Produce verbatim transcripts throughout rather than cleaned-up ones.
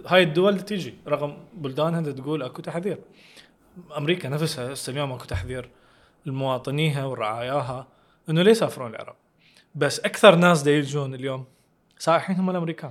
هاي الدول تيجي رغم بلدانها تقول اكو تحذير. امريكا نفسها هسه اليوم اكو تحذير المواطنيها ورعاياها انه لا يسافرون العراق، بس اكثر ناس دا يجون اليوم سائحين هم الامريكان.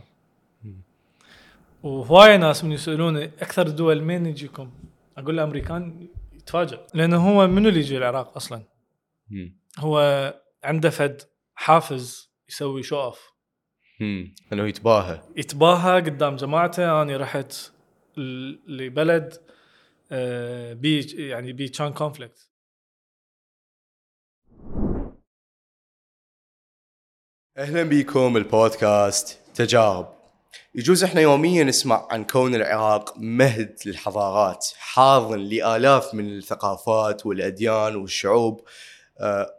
وهواي ناس من يسألوني اكثر دول مين يجيكم، اقول الامريكان، يتفاجئ لانه هو منو اللي يجي العراق اصلا؟ مم. هو عنده فد حافز يسوي شو اوف، امم انه يتباهى يتباهى قدام جماعته. انا رحت ل- لبلد آه، بي يعني بي كان كونفليكت. اهلا بكم البودكاست تجارب. يجوز احنا يوميا نسمع عن كون العراق مهد للحضارات، حاضن لآلاف من الثقافات والأديان والشعوب، آه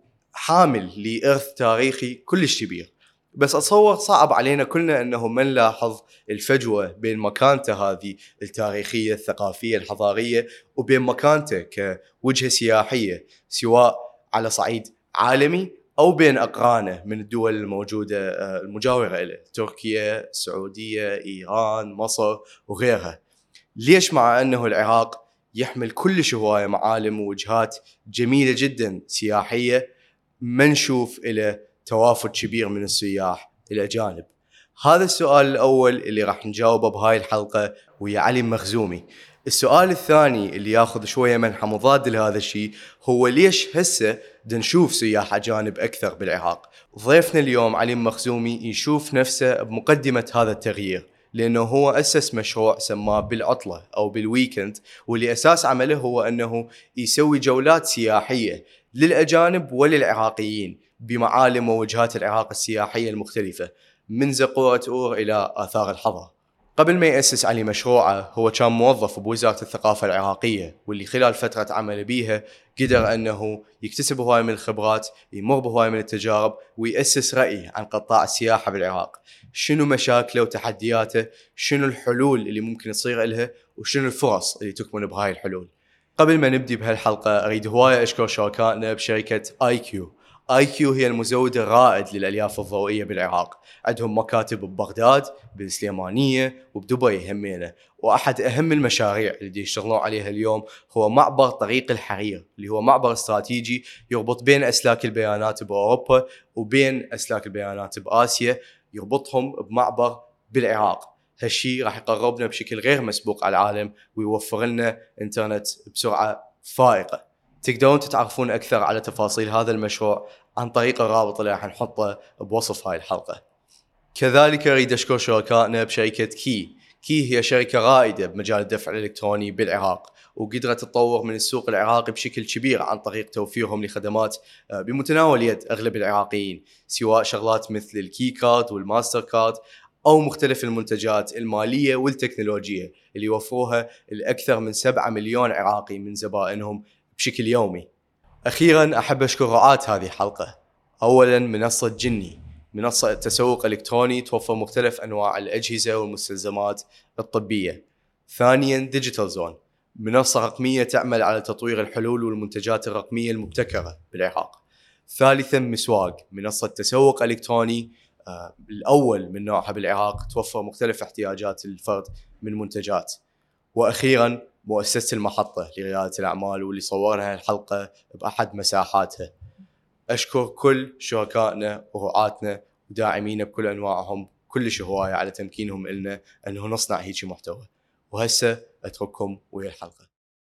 وحامل لإرث تاريخي كلش كبير. بس أتصور صعب علينا كلنا أنه ما نلاحظ الفجوة بين مكانته هذه التاريخية الثقافية الحضارية وبين مكانته كوجهة سياحية، سواء على صعيد عالمي أو بين أقرانه من الدول الموجودة المجاورة إليه، تركيا، السعودية، إيران، مصر وغيرها. ليش مع أنه العراق يحمل كل هواية معالم ووجهات جميلة جدا سياحية ما نشوف إلى توافد كبير من السياح الأجانب؟ هذا السؤال الأول اللي راح نجاوبه بهاي الحلقة ويا علي مخزومي. السؤال الثاني اللي ياخذ شوية منحى مضاد لهذا الشيء هو ليش هسه نشوف سياح أجانب أكثر بالعراق. ضيفنا اليوم علي مخزومي يشوف نفسه بمقدمة هذا التغيير، لأنه هو أسس مشروع سماه بالعطلة أو بالويكند، واللي أساس عمله هو أنه يسوي جولات سياحية للأجانب وللعراقيين بمعالم ووجهات العراق السياحية المختلفة، من زقورة أور إلى آثار الحضارة. قبل ما يأسس علي مشروعه هو كان موظف بوزارة الثقافة العراقية، واللي خلال فترة عمل بيها قدر أنه يكتسب هواية من الخبرات، يمر بهواية من التجارب، ويأسس رأي عن قطاع السياحة بالعراق. شنو مشاكله وتحدياته، شنو الحلول اللي ممكن تصير لها، وشنو الفرص اللي تكمن بهاي الحلول. قبل ما نبدي بهالحلقة أريد هواية أشكر شركائنا بشركة آي كيو. آي كيو هي المزود الرائد للألياف الضوئية بالعراق. عندهم مكاتب ببغداد، بالسليمانية وبدبي همينة. وأحد أهم المشاريع اللي يشتغلون عليها اليوم هو معبر طريق الحرير، اللي هو معبر استراتيجي يربط بين أسلاك البيانات بأوروبا وبين أسلاك البيانات بآسيا، يربطهم بمعبر بالعراق. هالشي راح يقربنا بشكل غير مسبوق على العالم ويوفر لنا انترنت بسرعة فائقة. تقدرون تتعرفون أكثر على تفاصيل هذا المشروع عن طريق الرابط اللي راح نحطه بوصف هاي الحلقة. كذلك أريد أشكر شركائنا بشركة كي. كي هي شركة رائدة بمجال الدفع الإلكتروني بالعراق، وقدرت تطور من السوق العراقي بشكل كبير عن طريق توفيرهم لخدمات بمتناول يد أغلب العراقيين، سواء شغلات مثل الكي كارد والماستر كارد أو مختلف المنتجات المالية والتكنولوجية اللي يوفروها الأكثر من سبعة مليون عراقي من زبائنهم بشكل يومي. أخيرا أحب أشكر رعاة هذه الحلقة. أولا منصة جني، منصة تسوق إلكتروني توفر مختلف أنواع الأجهزة والمستلزمات الطبية. ثانيا ديجيتال زون، منصة رقمية تعمل على تطوير الحلول والمنتجات الرقمية المبتكرة بالعراق. ثالثا مسواق، منصة تسوق إلكتروني آه الأول من نوعها بالعراق، توفر مختلف احتياجات الفرد من منتجات. وأخيرا مؤسسة المحطة لريادة الأعمال، واللي صورنا الحلقة بأحد مساحاتها. أشكر كل شركائنا ورعاتنا وداعمينا بكل أنواعهم كل هواية على تمكينهم إلنا أنه نصنع هيك محتوى. وهسه أترككم ويا الحلقة.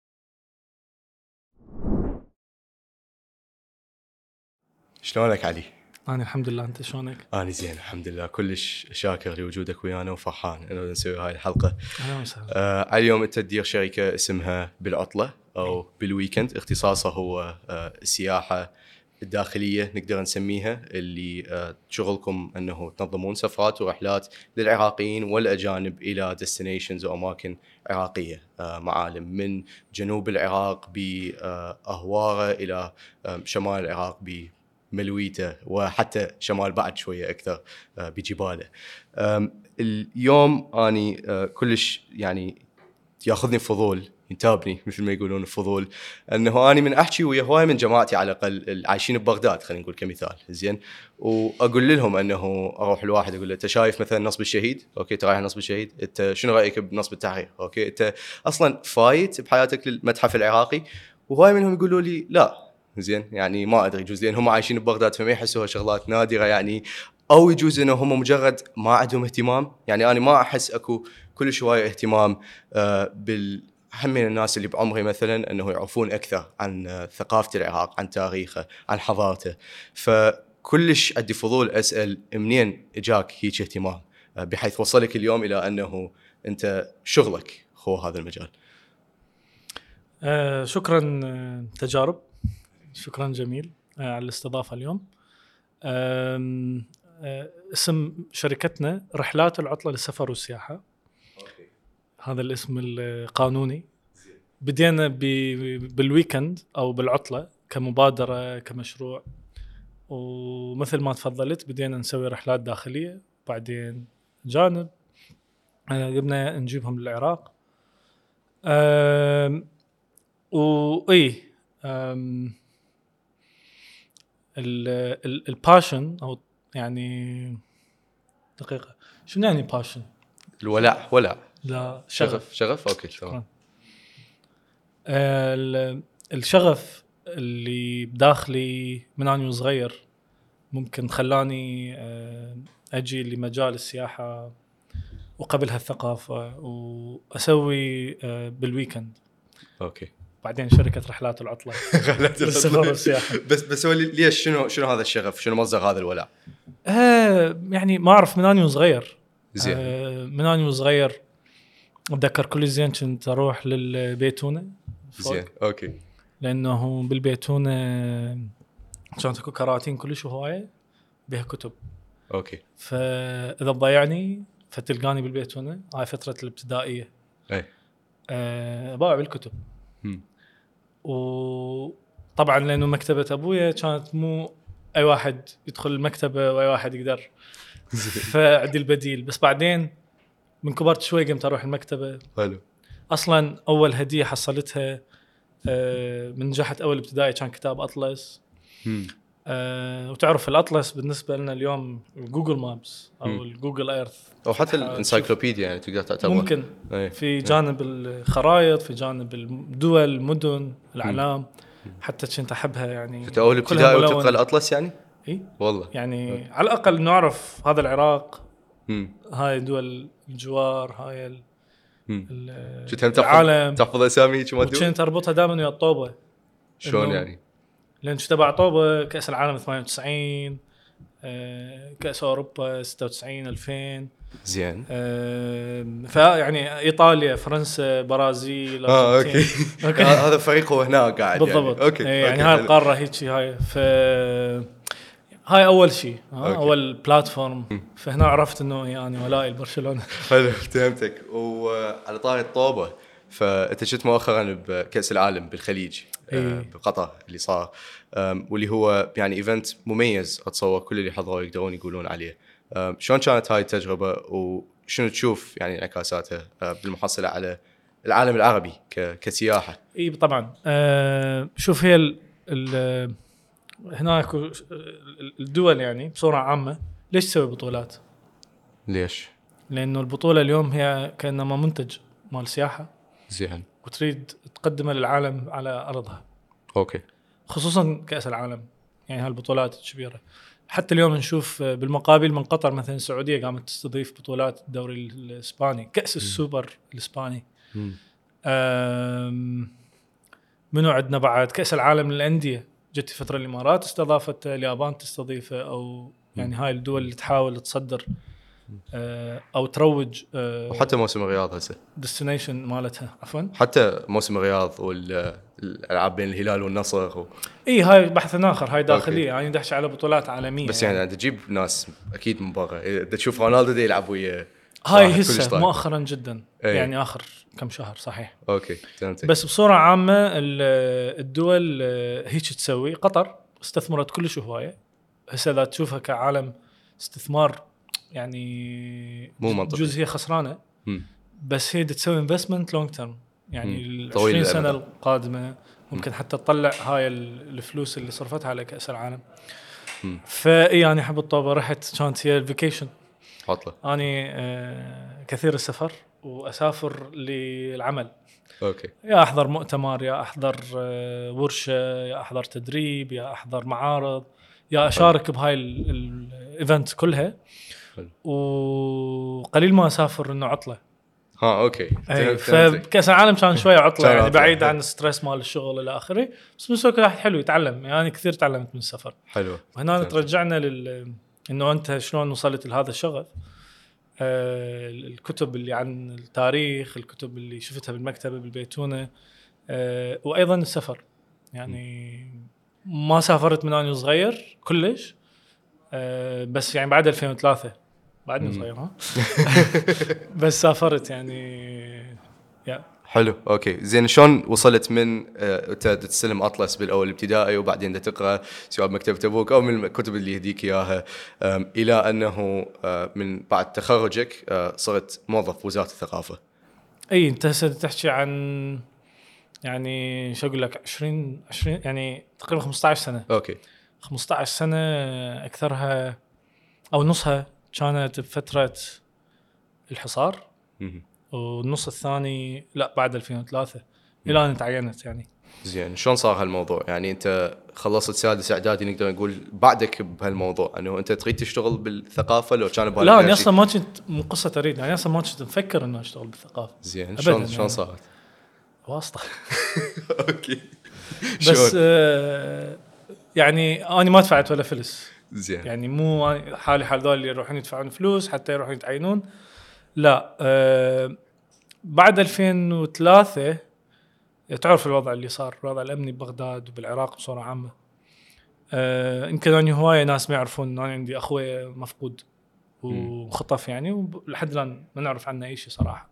شلونك علي؟ أنا الحمد لله، أنت شلونك؟ أنا زين الحمد لله، كلش شاكر لوجودك ويانا وفرحان إنه نسوي هاي الحلقة. أهلا وسهلا. آه اليوم أنت تدير شركة اسمها بالعطلة أو بالويكند، اختصاصه هو آه السياحة الداخلية نقدر نسميها، اللي آه شغلكم أنه تنظمون سفرات ورحلات للعراقيين والأجانب إلى ديستنيشنز وأماكن عراقية، آه معالم من جنوب العراق بأهواره إلى آه شمال العراق ب ملويته، وحتى شمال بعد شوية أكثر بجباله. اليوم أني كلش يعني ياخذني فضول ينتابني مثل ما يقولون الفضول، انه اني من احكي ويا هواي من جماعتي على الاقل عايشين ببغداد خلينا نقول كمثال زين، واقول لهم انه اروح الواحد اقول له انت شايف مثلا نصب الشهيد؟ اوكي انت رايح نصب الشهيد، انت شنو رايك بنصب التحرير؟ اوكي انت اصلا فايت بحياتك للمتحف العراقي؟ وهواي منهم يقولوا لي لا زين، يعني ما ادري يجوز لان هم عايشين ببغداد فما يحسوها شغلات نادره يعني، او يجوز انه هم مجرد ما عندهم اهتمام. يعني انا ما احس اكو كل شويه اهتمام آه بال هم من الناس اللي بعمري مثلا انه يعرفون اكثر عن آه ثقافه العراق، عن تاريخه، عن حضارته. فكلش عندي فضول اسال منين اجاك هيك اهتمام آه بحيث وصلك اليوم الى انه انت شغلك هو هذا المجال. آه شكرا آه تجارب، شكرا جميل آه على الاستضافة اليوم. آه آه اسم شركتنا رحلات العطلة للسفر والسياحة. أوكي. هذا الاسم القانوني. بدينا بالويكند أو بالعطلة كمبادرة كمشروع، ومثل ما تفضلت بدينا نسوي رحلات داخلية، بعدين جانب قمنا نجيبهم للعراق. وإيه الباشن أو يعني دقيقة شنو يعني باشن؟ الولاء ولا لا شغف شغف أوكي تمام. الشغف اللي بداخلي من أنا وصغير ممكن خلاني أجي لمجال السياحة وقبلها الثقافة وأسوي بالويكند. أوكي. بعدين شركة رحلات العطلة للسفر والسياحة. بس بس هو ليش شنو شنو هذا الشغف؟ شنو مصدر هذا الولاء؟ آه يعني ما أعرف من أنا وصغير. زين. آه من أنا وصغير أتذكر كل زين كنت أروح للبيتونة. زين. أوكي. لأنه بالبيتونة كانت اكو كراتين كلش هواية بها كتب. أوكي. فإذا ضيعني فتلقاني بالبيتونة. هاي فترة الابتدائية. أي. أه باع بالكتب. هم. وطبعا لأنه مكتبة أبويا كانت مو أي واحد يدخل المكتبة وأي واحد يقدر. فعدي البديل. بس بعدين من كبرت شوي قمت أروح المكتبة. حلو. أصلا أول هدية حصلتها أه من نجحت أول ابتدائي كان كتاب أطلس. هم. أه وتعرف الأطلس بالنسبة لنا اليوم الجوجل مابس أو هم. الجوجل إيرث أو حتى الانسايكلوبيديا يعني تقدر تعتبر ممكن. أي. في جانب الخرائط، في جانب الدول، المدن، الأعلام. حتى كنت أحبها يعني. كنت أول ابتدائي وتبقى الأطلس يعني؟ إيه والله. يعني أي. على الأقل نعرف هذا العراق. هم. هاي دول الجوار، هاي ال العالم تحفظ أسامي كم دول؟ وكنت أربطها دائما ويا الطوبة. شلون يعني؟ لأن تبع طوبة كأس العالم ثمانية وتسعين، كأس أوروبا ستة وتسعين ألفين. زين. فيعني إيطاليا، فرنسا، برازيل، آه أوكي. أوكي. هذا فريق هو هنا قاعد بالضبط. يعني. أوكي. يعني أوكي. هاي القارة هيك هاي. ف هاي أول شيء أول بلاتفورم. فهنا عرفت إنه يعني ولائي لبرشلونة. حلو فهمتك. وعلى طاري الطوبة، فأنت شفت مؤخرا بكأس العالم بالخليج إيه. بقطر اللي صار، واللي هو يعني إيفنت مميز أتصور كل اللي حضروا يقدرون يقولون عليه. شلون كانت هاي التجربة وشنو تشوف يعني انعكاساتها بالمحصلة على العالم العربي كسياحة؟ إيه طبعا. أه شوف هي ال ال هناك الدول يعني بصورة عامة ليش تسوي بطولات؟ ليش؟ لأنه البطولة اليوم هي كأنما منتج مال سياحة. زين. وتريد تقدمه للعالم على أرضها. أوكي. خصوصا كأس العالم يعني هالبطولات الكبيرة. حتى اليوم نشوف بالمقابل من قطر مثلا السعودية قامت تستضيف بطولات الدوري الإسباني، كأس السوبر الإسباني. منو عندنا بعد كأس العالم للأندية، جت فترة الإمارات استضافت، اليابان تستضيفه، أو يعني هاي الدول اللي تحاول تصدر أو تروج. وحتى موسم الرياض هسه ديستنيشن مالتها عفوا. حتى موسم الرياض والألعاب بين الهلال والنصر و... اي هاي بحث آخر، هاي داخلية يعني ندحش على بطولات عالمية. بس يعني, يعني تجيب ناس أكيد من برا، إذا تشوف رونالدو دي يلعب ويا هاي هسه مؤخرا جدا. أي. يعني آخر كم شهر صحيح. أوكي تمامتك. بس بصورة عامة الدول هيك تسوي. قطر استثمرت كل شو هواية هسه إذا تشوفها كعالم استثمار يعني مو منطقي. جزء هي خسرانة. م. بس هي تسوي انفستمنت لونج تيرم. يعني ال طويل عشرين سنة الأمد. القادمة ممكن حتى تطلع هاي ال- الفلوس اللي صرفتها على كأس العالم. مم. فإيه أنا أحب الطوبة، رحت كانت هي الفيكيشن. عطلة. أنا آه كثير السفر وأسافر للعمل، اوكي. يا أحضر مؤتمر، يا أحضر آه ورشة، يا أحضر تدريب، يا أحضر معارض، يا أشارك بهاي الإيفنت كلها. حلو. وقليل ما أسافر إنه عطلة. ها اوكي. اي فهمت- فهمتك. فكاس العالم كان شويه عطله كان يعني عطلة. بعيد عن الستريس مال الشغل الى اخره، بس بنفس الوقت واحد حلو يتعلم. يعني كثير تعلمت من السفر. حلو. وهنا فهمت. ترجعنا لل انه انت شلون وصلت لهذا الشغف. آه الكتب اللي عن التاريخ، الكتب اللي شفتها بالمكتبه بالبيتونه، آه وايضا السفر. يعني ما سافرت من انا صغير كلش، آه بس يعني بعد ألفين وثلاثة بعدني مم. صغير ها بس سافرت يعني يا حلو. اوكي زين. شلون وصلت من آه، انت تستلم اطلس بالاول الابتدائي وبعدين دا تقرا سواء بمكتبه ابوك او من الكتب اللي يهديك اياها، آم، الى انه آه، من بعد تخرجك آه، صرت موظف وزاره الثقافه. اي انت هسه تحكي عن يعني شو اقول لك عشرين عشرين يعني تقريبا خمسة عشر سنه. اوكي. خمسة عشر سنه اكثرها او نصها كانت بفتره الحصار، مهم. والنص الثاني لا بعد ألفين وثلاثة الى ان تعينت يعني. زين. شلون صار هالموضوع؟ يعني انت خلصت سادس اعدادي نقدر نقول بعدك بهالموضوع انه انت تريد تشتغل بالثقافه لو كان بهالشيء؟ لا انا اصلا ما كنت من قصه اريد، يعني اصلا ما كنت مفكر انه اشتغل بالثقافه. زين. أبداً شلون يعني. شلون صارت؟ واسطه اوكي. بس شلون؟ آه يعني انا ما دفعت ولا فلس، زين. يعني مو حالي حال ذول اللي يروحون يدفعون فلوس حتى يروحون يتعينون. لا آه بعد ألفين وثلاثة تعرف الوضع اللي صار، الوضع الأمني ببغداد وبالعراق بصورة عامة. آه يمكن أنا هواية ناس ما يعرفون أن أنا عندي أخوي مفقود وخطف يعني، ولحد الآن ما نعرف عنه أي شيء صراحة.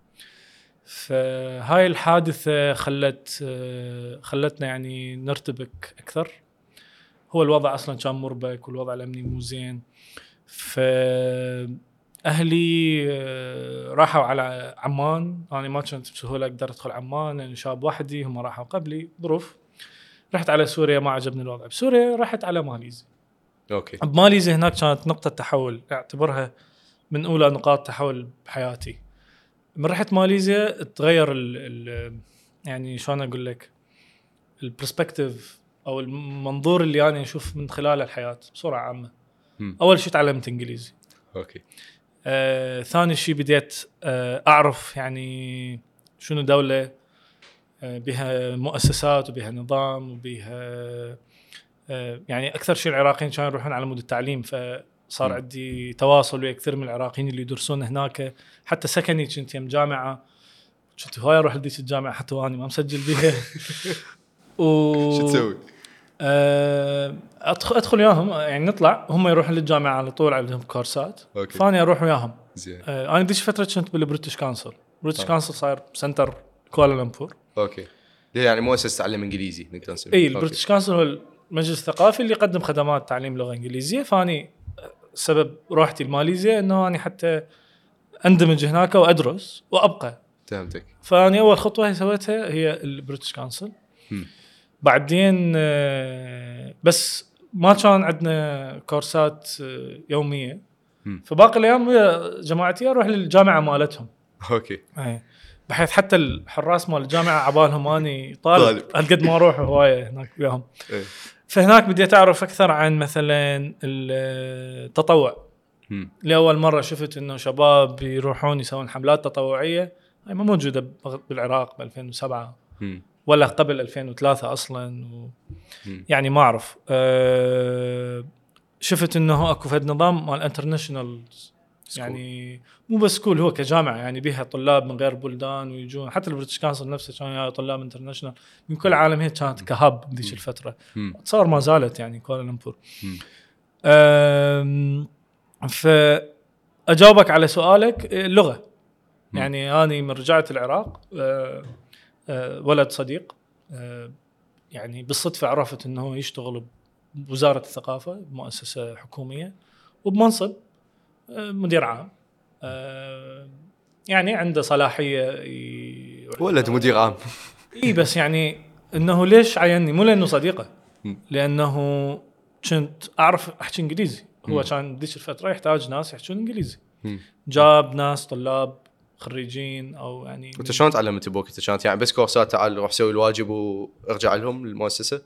فهاي الحادثة خلت آه خلتنا يعني نرتبك أكثر. هو الوضع أصلا كان مربك والوضع الأمني مو زين. ف أهلي راحوا على عمان، أنا ما كنت بسهولة أقدر أدخل عمان لأن شاب وحدي، هم راحوا قبلي ظروف. رحت على سوريا ما عجبني الوضع بسوريا، رحت على ماليزيا. اوكي. بماليزيا هناك كانت نقطة تحول، أعتبرها من أولى نقاط تحول بحياتي. من رحت ماليزيا تغير ال ال يعني شلون أقول لك البرسبكتيف أو المنظور اللي أنا أشوف من خلال الحياة بصورة عامة. م. أول شيء تعلمت إنجليزي. اوكي. آه، ثاني شيء بديت آه، أعرف يعني شنو دولة آه، بها مؤسسات وبها نظام وبها آه، يعني أكثر شيء العراقيين كانوا يروحون على مود التعليم، فصار م. عندي تواصل ويا كثير من العراقيين اللي يدرسون هناك. حتى سكني كنت يم جامعة، كنت هواي أروح لديك الجامعة حتى وأنا ما مسجل بيها و... شو تسوي؟ آه، أدخل أدخل وياهم يعني نطلع، هم يروحون للجامعة على طول عندهم كورسات، أوكي. فاني أروح وياهم. زين. آه، أنا ديش فترة كنت بالبريتش كونسل. بريتش آه. كونسل صاير سنتر كوالالمبور. اوكي. يعني مؤسسة تعلم انجليزي نقدر نسميه. اي البريتش كونسل هو المجلس الثقافي اللي يقدم خدمات تعليم لغة انجليزية. فاني سبب روحتي لماليزيا انه اني حتى اندمج هناك وادرس وابقى. فهمتك. فاني اول خطوة سويتها هي البريتش كونسل. بعدين آه، بس ما كان عندنا كورسات آه، يومية، مم. فباقي الايام ويا جماعتي اروح للجامعة مالتهم. اوكي. اي بحيث حتى الحراس مال الجامعه عبالهم اني طالب, طالب. هالقد ما اروح هوايه هناك وياهم. إيه. فهناك بديت اعرف اكثر عن مثلا التطوع. مم. لاول مره شفت انه شباب يروحون يسوون حملات تطوعيه، هاي ما موجوده بالعراق ب ألفين وسبعة مم. ولا قبل ألفين وثلاثة اصلا و... مم. يعني ما اعرف. أه... شفت انه اكو فد نظام مال انترناشونال، يعني مو بس سكول، هو كجامعة يعني بيها طلاب من غير بلدان ويجون. حتى البريتش كونسل نفسه كان طلاب انترناشونال من كل العالم. هي كانت كهب بذيك الفترة، تصور ما زالت يعني كوالالمبور. فأجاوبك على سؤالك، اللغة يعني أنا من رجعت العراق أه أه ولد صديق أه يعني بالصدفة عرفت أنه يشتغل بوزارة الثقافة بمؤسسة حكومية وبمنصب مدير عام، يعني عنده صلاحية ولد مدير عام. اي بس يعني انه ليش عيني؟ مو لانه صديقه، لانه كنت اعرف احكي انجليزي. هو كان ذيك الفتره يحتاج ناس يحكون انجليزي، جاب ناس طلاب خريجين او يعني. انت شلون تعلمت ابوك؟ انت كانت يعني بس كورسات تعال روح سوي الواجب وارجع لهم للمؤسسه؟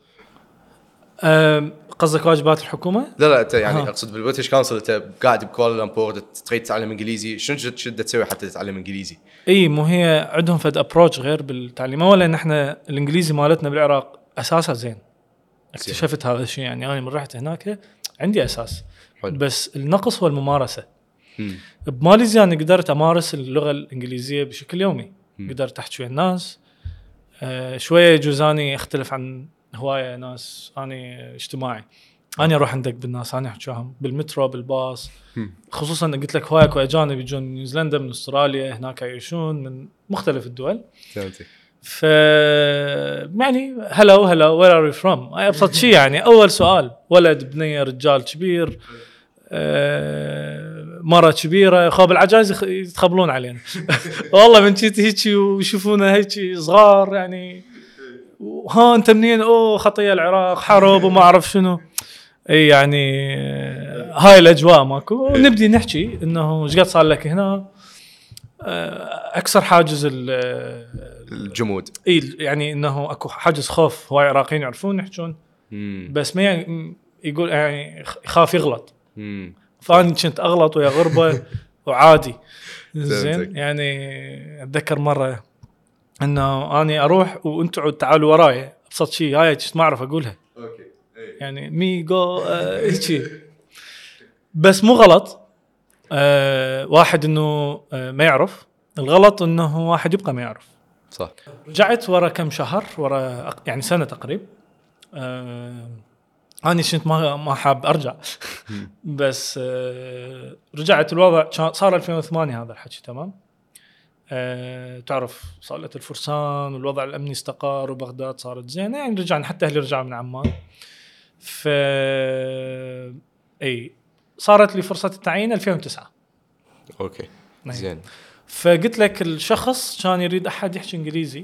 قصدك واجبات الحكومه؟ لا لا انت يعني اقصد بالبريتش كونسل انت قاعد بكوالالمبور تريد تتعلم انجليزي، شنو شد تسوي حتى تتعلم انجليزي؟ اي مو هي عندهم فد ابروتش غير بالتعليم. اولا ان احنا الانجليزي مالتنا بالعراق اساسا زين، اكتشفت هذا الشيء يعني انا من رحت هناك عندي اساس حلو. بس النقص هو الممارسه. مم. بماليزيا انا قدرت امارس اللغه الانجليزيه بشكل يومي. مم. قدرت احكي ويا الناس آه شويه جوزاني اختلف عن هوايه ناس. انا اجتماعي، انا اروح عندك بالناس، انا احكيهم بالمترو بالباص. مم. خصوصا قلت لك هوايه اجانب يجون من نيوزيلندا من استراليا هناك يعيشون من مختلف الدول. فهمتك. ف يعني هلو هلو وير ار يو فروم، ابسط شيء يعني. اول سؤال ولد بنيه رجال كبير آه، مرة كبيرة، خواب العجائز يتخبلون علينا والله من جيت هيك ويشوفونا هيك صغار يعني. ها انت منين؟ اوه خطية العراق حرب وما اعرف شنو. اي يعني هاي الاجواء ماكو. نبدي نحكي انه ايش قد صار لك هنا. اكثر حاجز الجمود. اي يعني انه اكو حاجز خوف. هواي عراقيين يعرفون يحجون بس ما يقول يعني يخاف يغلط. مم. فاني كنت اغلط ويا غربه وعادي زين. يعني اتذكر مره انه اني اروح وانتوا تعالوا وراي ابسط شيء هاي ما اعرف اقولها. اوكي يعني مي جو هيك بس مو غلط. أه واحد انه أه ما يعرف. الغلط انه واحد يبقى ما يعرف. صح. رجعت ورا كم شهر، ورا يعني سنه تقريبا. أه أنا كنت ما ما حاب أرجع بس آه رجعت. الوضع صار ألفين وثمانية هذا الحكي تمام. آه تعرف صالة الفرسان والوضع الأمني استقر وبغداد صارت زينة يعني. رجعنا حتى أهلي رجعوا من عمان. ف أي صارت لي فرصة التعيين ألفين وتسعة. أوكي زين. فقلت لك الشخص كان يريد أحد يحكي إنجليزي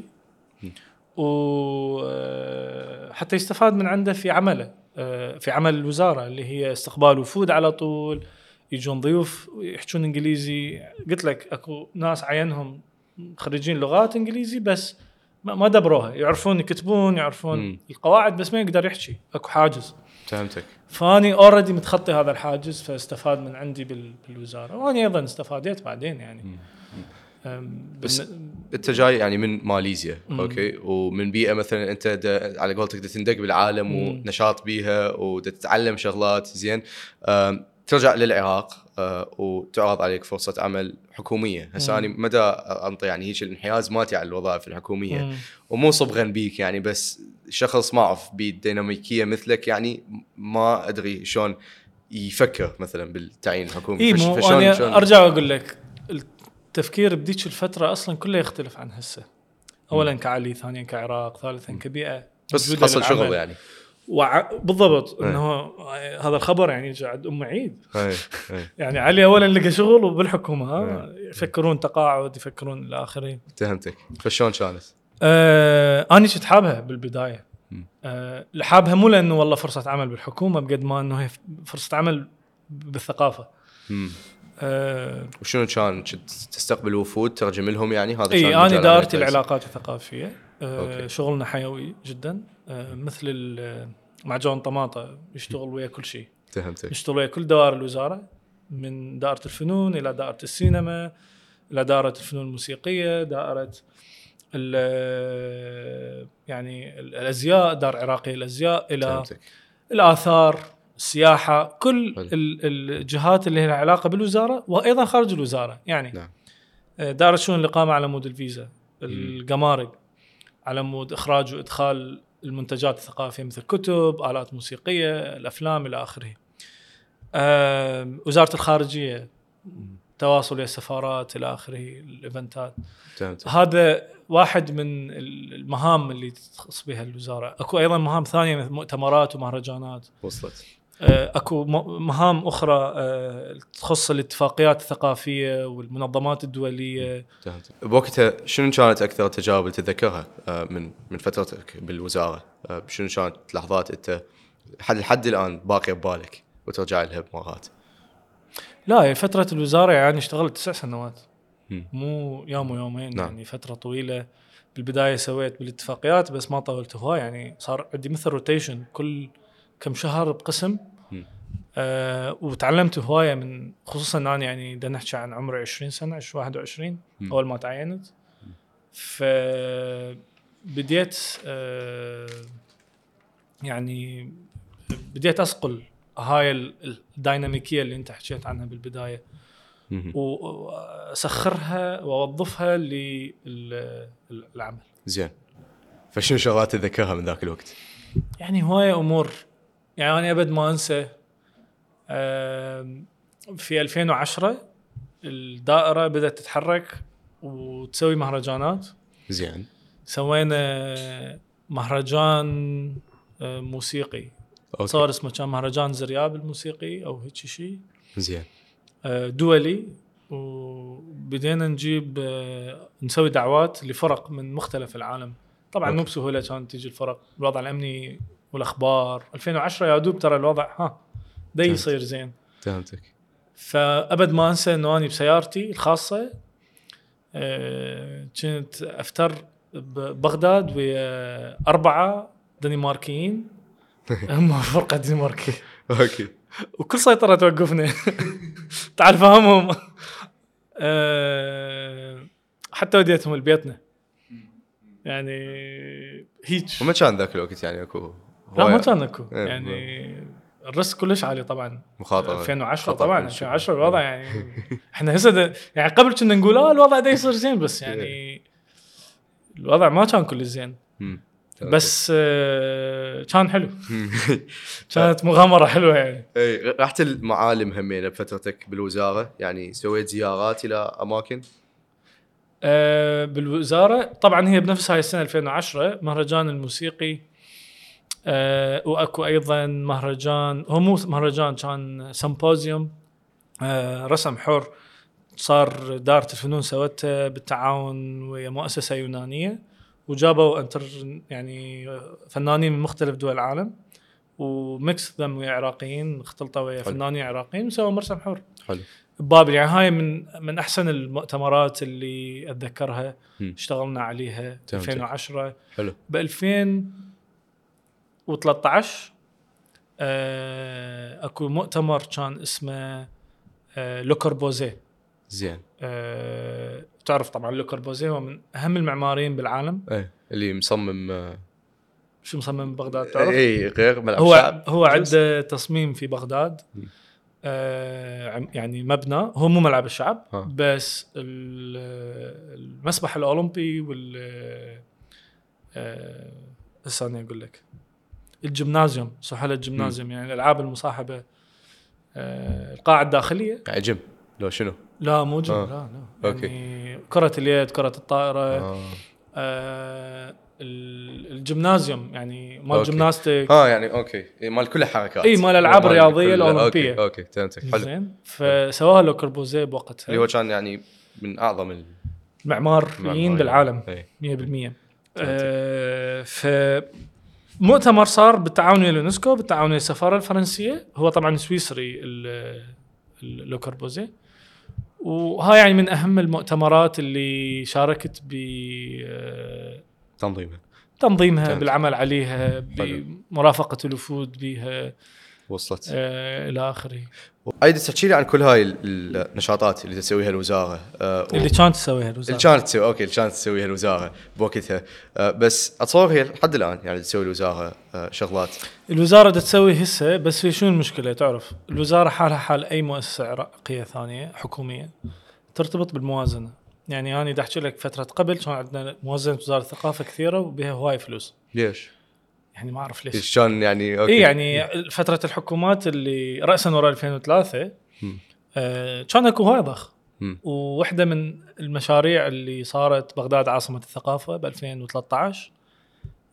وحتى يستفاد من عنده في عمله في عمل الوزارة اللي هي استقبال وفود على طول، يجون ضيوف يحكون إنجليزي. قلت لك أكو ناس عينهم خريجين لغات إنجليزي بس ما دبروها، يعرفون يكتبون يعرفون م. القواعد بس ما يقدر يحكي. أكو حاجز. فهمتك. فاني أوردي متخطي هذا الحاجز فاستفاد من عندي بالوزارة وأنا أيضا استفادت بعدين يعني. م. بس انت جاي يعني من ماليزيا مم. اوكي ومن بيئه مثلا انت على قولتك تندق بالعالم مم. ونشاط بيها وتتعلم شغلات زين. ترجع للعراق وتعرض عليك فرصه عمل حكوميه. هسه انا مدى انطي يعني هيك الانحياز مالتي على الوظائف الحكوميه مم. ومو صبغا بيك يعني، بس شخص ما اعرف بالديناميكيه مثلك يعني ما ادري شلون يفكر مثلا بالتعيين الحكومي. إيه فش فشون شلون ارجع واقول لك التفكير بديك الفترة أصلاً كله يختلف عن هسه. أولاً كعلي، ثانياً كعراق، ثالثاً كبيئة بس حصل شغل يعني وع... بالضبط هي. إنه هذا الخبر يعني جاء أم عيد يعني علي أولاً لقى شغل وبالحكومة ها يفكرون تقاعد يفكرون الآخرين. فهمتك. فشون كانت؟ آه أنا كنت حابها بالبداية. آه حابها مو لأنه والله فرصة عمل بالحكومة بقد ما إنه هي فرصة عمل بالثقافة. مم. أه وشنو كان تستقبل وفود ترجم لهم يعني؟ هذا اي انا دارتي العلاقات الثقافيه. أه شغلنا حيوي جدا. أه مثل معجون طماطه يشتغل ويا كل شيء. فهمتك. يشتغل ويا كل دوائر الوزاره من دائره الفنون الى دائره السينما الى دائره الفنون الموسيقيه دائره يعني الازياء دار عراقيه الازياء الى فهمتك. الاثار السياحة كل الجهات اللي لها علاقة بالوزارة وأيضا خارج الوزارة يعني. نعم. دار الشؤون الإقامة على مود الفيزا الجمارك على مود إخراج وإدخال المنتجات الثقافية مثل كتب آلات موسيقية الأفلام إلى آخره. وزارة الخارجية تواصل السفارات إلى آخره الإيفنتات. هذا واحد من المهام اللي تخص بها الوزارة. أكو أيضا مهام ثانية مثل مؤتمرات ومهرجانات. وصلت. اكو مهام اخرى تخص الاتفاقيات الثقافيه والمنظمات الدوليه. بوقتها شنو كانت اكثر تجارب اللي تتذكرها من من فترتك بالوزاره؟ شنو كانت لحظات انت لحد لحد الان باقيه ببالك وترجع لها بمرات؟ لا فتره الوزاره يعني اشتغلت تسع سنوات م. مو يوم ويومين. نعم. يعني فتره طويله. بالبدايه سويت بالاتفاقيات بس ما طولت هواي، يعني صار عندي مثل روتيشن كل كم شهر بقسم. أه وتعلمت هوايه من خصوصا أنا يعني بدنا نحكي عن عمري عشرين سنه واحد وعشرين م. اول ما تعينت. فبديت أه يعني بديت اسقل هاي الديناميكيه اللي انت حكيت عنها بالبدايه واسخرها واوظفها للعمل. زين. فشنو شغلات تذكرها من ذاك الوقت؟ يعني هوايه امور. يعني انا ابد ما انسى في ألفين وعشرة الدائره بدات تتحرك وتسوي مهرجانات. زين. سوينا مهرجان موسيقي صار اسمه كان مهرجان زرياب الموسيقي او هيك شيء. زين. دولي. وبدينا نجيب نسوي دعوات لفرق من مختلف العالم. طبعا مو بسهوله كانت تيجي الفرق الوضع الامني والاخبار. ألفين وعشرة يا دوب ترى الوضع ها دا يصير زين. فهمتك. فابد ما انسى انه اني بسيارتي الخاصه كنت افتر ببغداد ويا اربعه دنماركيين هم فرقه دنماركيه. اوكي. وكل سيطره توقفنا تعال فهمهم. أه حتى وديتهم لبيتنا يعني هيك. وما كان ذاك الوقت يعني اكو؟ لا ما كان اكو يعني الريسك كلش عالي طبعا. مخاطره ألفين وعشرة طبعا ألفين وعشرة الوضع يعني احنا هسه يعني قبل كنا نقول اه الوضع ده يصير زين بس يعني الوضع ما كان كل زين. بس آه كان حلو. كانت مغامرة حلوة يعني. اي رحت المعالم همينة بفترتك بالوزارة؟ يعني سويت زيارات إلى أماكن؟ آه بالوزارة طبعا هي بنفس هاي السنة ألفين وعشرة مهرجان الموسيقي. آه وأكو أيضا مهرجان هو مو مهرجان كان سيمبوزيوم آه رسم حر صار دارة الفنون سوته بالتعاون ويا مؤسسة يونانية وجابوا انتر يعني فنانين من مختلف دول العالم وميكس ذم ويا عراقيين اختلطوا ويا فنانين عراقيين وسووا مرسم حر. حلو. بابل يعني هاي من من احسن المؤتمرات اللي اتذكرها. م. اشتغلنا عليها ألفين وعشرة. حلو. ب ألفين وثلاثة عشر آه اكو مؤتمر كان اسمه آه لوكوربوزيه. زين. آه تعرف طبعا لوكوربوزيه هو من اهم المعماريين بالعالم. ايه اللي مصمم آه شو مصمم بغداد تعرف؟ ايه غير ملعب هو شعب. هو عنده تصميم في بغداد آه يعني مبنى هو مو ملعب الشعب ها. بس المسبح الاولمبي وال آه الثاني اقول لك الجمنازيوم سحله الجمنازيوم يعني الالعاب المصاحبه آه القاعه الداخليه يعني جيم لو شنو؟ لا مو جيم. آه. لا لا أوكي. يعني كره اليد كره الطائره آه. آه الجمنازيوم يعني مال جيمناستيك اه يعني اوكي مال كل الحركات اي مال الالعاب الرياضيه الاولمبيه. اوكي اوكي فهمتك. حلو. زين فسواها لوكوربوزيه بوقتها اللي هو كان يعني من اعظم المعماريين بالعالم مية بالمية. آه ف مؤتمر صار بالتعاون ويا اليونسكو بالتعاون ويا السفاره الفرنسيه هو طبعا سويسري اللوكوربوزيه وهاي يعني من اهم المؤتمرات اللي شاركت ب تنظيمها تنظيمها بالعمل عليها بمرافقه الوفود بها وصلت آه الى اخره. ايضا تحكي لي عن كل هاي النشاطات اللي تسويها الوزاره آه اللي كانت تسويها الوزاره اللي كانت تسوي اوكي اللي كانت تسويها الوزاره بوقتها آه بس اتصور هي لحد الان يعني تسوي الوزاره آه شغلات. الوزاره تسوي هسه بس في شنو المشكله تعرف الوزاره حالها حال اي مؤسسه عراقيه ثانيه حكوميه ترتبط بالموازنه. يعني انا بدي احكي لك فتره قبل كان عندنا موازنه وزاره الثقافه كثيره وبها هواي فلوس. ليش؟ يعني ما اعرف ليش. ايش كان يعني اوكي اي يعني فتره الحكومات اللي راسا ورا ألفين وثلاثة آه كان اكو هواي ضخ. وواحده من المشاريع اللي صارت بغداد عاصمه الثقافه ب ألفين وثلاثة عشر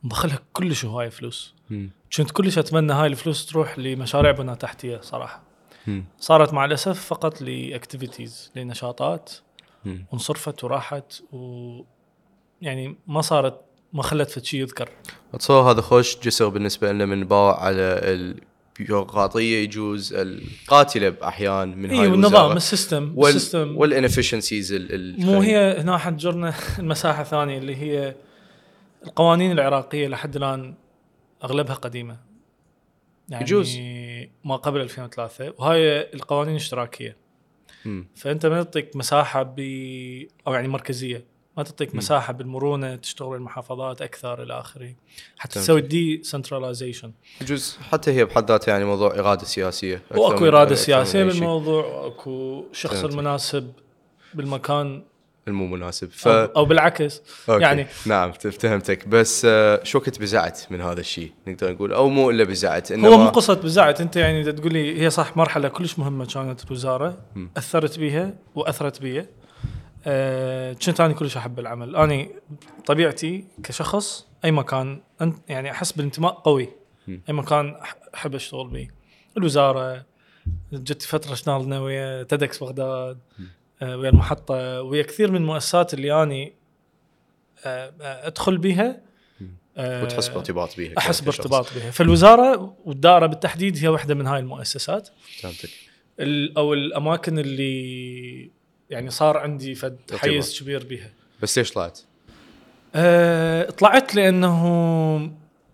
مدخلها كلش هواي فلوس. مم. كنت كلش اتمنى هاي الفلوس تروح لمشاريع بناء تحتيه صراحه. مم. صارت مع الاسف فقط لاكتيفيتيز لنشاطات مم. وانصرفت وراحت، و يعني ما صارت ما خلت في شيء يذكر. اتصور هذا خوش جسر بالنسبه لنا من باع على البيروقراطيه يجوز القاتله باحيان من هاي اي الوزاره والنظام السيستم وال السيستم والانفشنسيز. مو هي هنا حد جرنا المساحه ثانيه اللي هي القوانين العراقيه لحد الان اغلبها قديمه، يعني يجوز. ما قبل ألفين وثلاثة، وهاي القوانين اشتراكيه. م. فانت ما تعطيك مساحه ب او يعني مركزيه، ما تعطيك م. مساحه بالمرونه تشتغل المحافظات اكثر الى اخره حتى تمام. تسوي دي سنتراليزيشن. يجوز حتى هي بحد ذاتها يعني موضوع اراده سياسيه، واكو اراده سياسيه بالموضوع، واكو شخص تمام. المناسب بالمكان المو مناسب ف... أو, او بالعكس. أوكي. يعني نعم فهمتك، بس آه شو كنت بزعت من هذا الشيء نقدر نقول، او مو الا بزعت انما هو مو قصه بزعت. انت يعني تقول لي هي صح مرحله كلش مهمه كانت الوزاره، م. اثرت بيها واثرت بيها. أه كنت انا كلش احب العمل. اني طبيعتي كشخص اي مكان انت يعني احس بالانتماء قوي. م. اي مكان احب اشتغل به. الوزاره جت فتره اشتغلنا ويا تدكس بغداد، أه ويا المحطه، ويا كثير من المؤسسات اللي اني أه ادخل بها أه وتحس بارتباط بها. احس بارتباط بها. فالوزاره والدائره بالتحديد هي واحده من هاي المؤسسات. فهمتك. او الاماكن اللي يعني صار عندي فد حيز كبير بها. بس ليش طلعت؟ أه طلعت لانه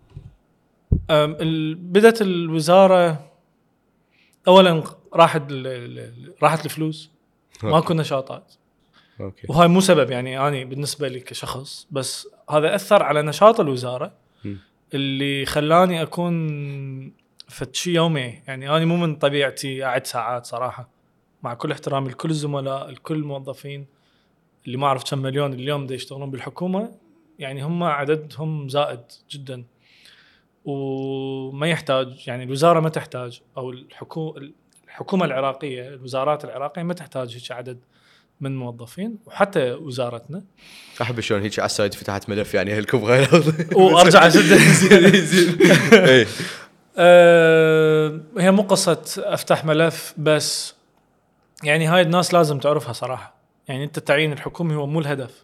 بدت الوزاره اولا راحت راحت الفلوس، ماكو نشاطات. اوكي. وهاي مو سبب يعني اني بالنسبه لي كشخص، بس هذا اثر على نشاط الوزاره م. اللي خلاني اكون فتشي يومي. يعني اني مو من طبيعتي قاعد ساعات صراحه، مع كل احترامي لكل الزملاء الكل الموظفين اللي ما اعرف كم مليون اليوم دا يشتغلون بالحكومه، يعني هم عددهم زائد جدا وما يحتاج. يعني الوزاره ما تحتاج، او الحكومه الحكومه العراقيه الوزارات العراقيه ما تحتاج هيك عدد من موظفين. وحتى وزارتنا احب شلون هيك على السايد فتحت ملف يعني هالكم غير وارجع اسد زين زين. أه هي مو قصه افتح ملف بس، يعني هاي الناس لازم تعرفها صراحه. يعني انت التعيين الحكومي هو مو الهدف.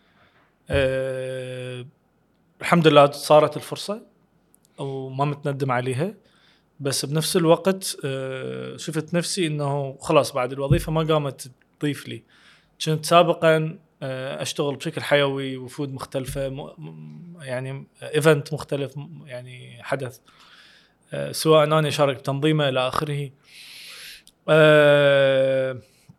أه الحمد لله صارت الفرصه وما متندم عليها، بس بنفس الوقت أه شفت نفسي انه خلاص بعد الوظيفه ما قامت تضيف لي. كنت سابقا اشتغل بشكل حيوي، وفود مختلفه، يعني ايفنت مختلف، يعني حدث سواء انا اشارك بتنظيمه الى اخره. أه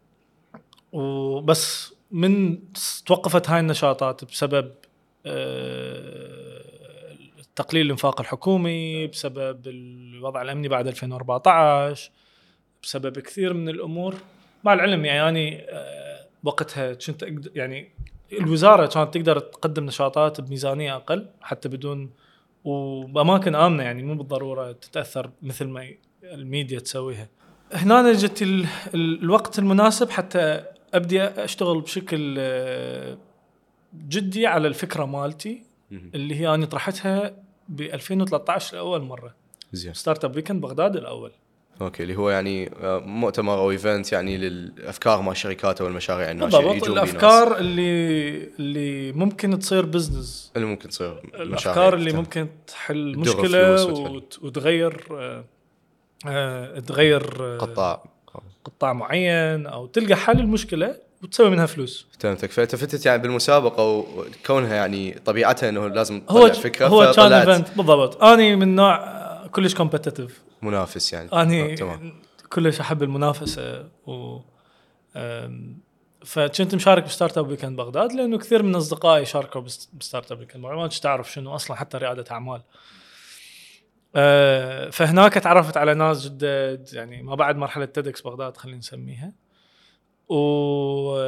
وبس من توقفت هاي النشاطات بسبب أه تقليل الانفاق الحكومي، بسبب الوضع الامني بعد ألفين وأربعة عشر، بسبب كثير من الامور. مع العلم يعني أه وقتها كنت يعني الوزاره كانت تقدر تقدم نشاطات بميزانيه اقل حتى بدون وباماكن امنه، يعني مو بالضروره تتاثر مثل ما الميديا تسويها. هنا جت ال... الوقت المناسب حتى ابدي اشتغل بشكل جدي على الفكره مالتي اللي هي انا طرحتها ب ألفين وثلاثة عشر لاول مره. زين. ستارت اب ويكند بغداد الاول. اوكي، اللي هو يعني مؤتمر او ايفنت يعني للافكار مع الشركات او المشاريع الناشئه بالضبط. الافكار اللي اللي ممكن تصير بزنس، اللي ممكن تصير الافكار اللي تحت. ممكن تحل مشكله وت... وتغير آه... تغير قطاع قطاع معين او تلقى حل المشكله وتسوي منها فلوس. فهمتك. فاتفتت يعني بالمسابقه وكونها يعني طبيعتها انه لازم تطلع فكره، هو كان ايفنت بالضبط. اني من نوع كلش كومبتيتيف، منافس يعني. اني كلش احب المنافسه و فكنت مشارك بستارت اب ويكند بغداد لانه كثير من اصدقائي شاركوا بستارت اب ويكند. ما كنت تعرف شنو اصلا حتى رياده اعمال. أه فهناك تعرفت على ناس جدد، يعني ما بعد مرحله تيدكس بغداد خلينا نسميها. و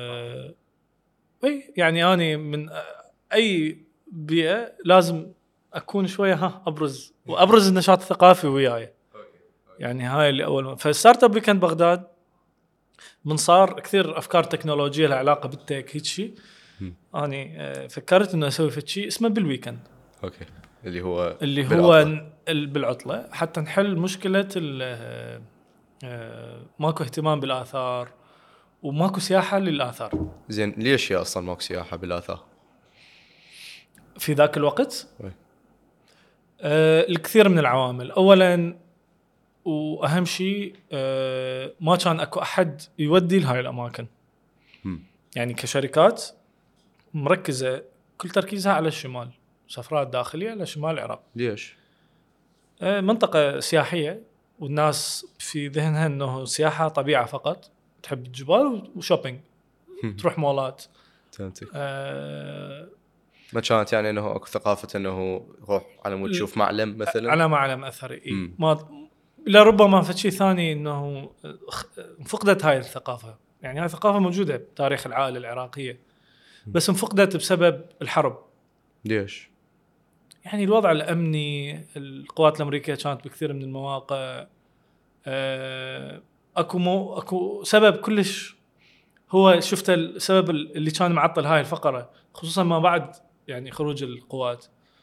اي يعني اني من اي بيئه لازم اكون شويه ها ابرز وابرز النشاط الثقافي وياي. يعني هاي اللي اول فستارت اب ويكند بغداد من صار كثير افكار تكنولوجيه لها علاقه بالتك هيك شيء. اني فكرت انه اسوي في شيء اسمه بالويكند. اوكي اللي هو اللي هو بالعطلة. ال- بالعطله حتى نحل مشكله ال- آه، ماكو اهتمام بالاثار وماكو سياحه للاثار زين ليش يا اصلا ماكو سياحه بالاثار؟ في ذاك الوقت. وي. آه، الكثير من العوامل. اولا واهم شيء آه، ما كان اكو احد يودي لهاي الاماكن. مم. يعني كشركات مركزه كل تركيزها على الشمال، سفرات داخليه على شمال العراق. ليش؟ آه، منطقه سياحيه والناس في ذهنها انه سياحه طبيعه فقط، تحب الجبال وشوبينج، تروح مولات. فهمتك. آه، ما كانت يعني انه اكو ثقافه انه روح على مود تشوف معلم مثلا؟ على معلم اثري. إيه؟ مم. ما لا ربما فشي ثاني انه فقدت هاي الثقافه. يعني هاي الثقافه موجوده بتاريخ العائله العراقيه بس انفقدت بسبب الحرب. ليش؟ يعني الوضع الامني، القوات الامريكيه كانت بكثير من المواقع. آه، اكو مو اكو سبب كلش هو شفت السبب اللي كان معطل هاي الفقره، خصوصا ما بعد يعني خروج القوات.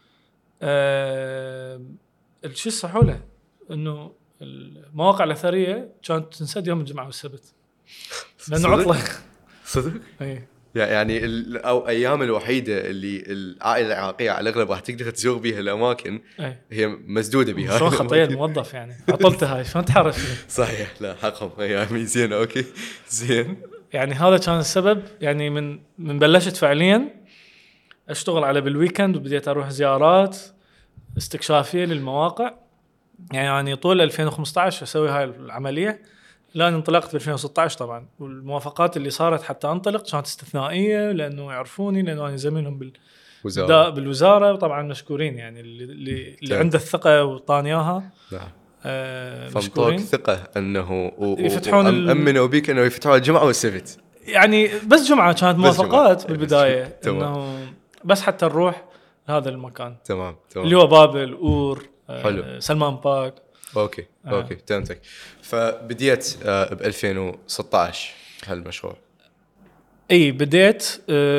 أه الشيء الصحوله انه المواقع الاثريه كانت تنسد يوم الجمعه والسبت لانه عطله. صدق؟ اي يعني ال- او ايام الوحيده اللي العائله العراقيه على الاغلب راح تقدر تزور بيها الاماكن اي هي مسدوده بها. شلون خطيه الموظف يعني عطلته هاي شلون تحرش فيه. صحيح، لا حقهم ايامي. زين اوكي زين. يعني هذا كان السبب. يعني من من بلشت فعليا اشتغل على بالويكند وبديت اروح زيارات استكشافيه للمواقع. يعني, يعني طول ألفين وخمسة عشر اسوي هاي العمليه لان انطلقت ب ألفين وستة عشر طبعا، والموافقات اللي صارت حتى انطلق كانت استثنائيه لانه يعرفوني، لانه انا زميلهم بال وزارة. بالوزاره وطبعا مشكورين يعني اللي اللي, اللي عنده الثقه وطانياها. نعم. آه فانطوك مشكورين. ثقه انه يفتحون ال... امنوا بيك انه يفتحون الجمعه والسبت. يعني بس جمعه كانت موافقات جمعة. بالبدايه تمام. انه بس حتى نروح لهذا المكان تمام تمام. اللي هو بابل اور آه حلو. سلمان باك. اوكي آه. اوكي تمتك. فبديت ب ألفين وستة عشر هالمشروع. اي بديت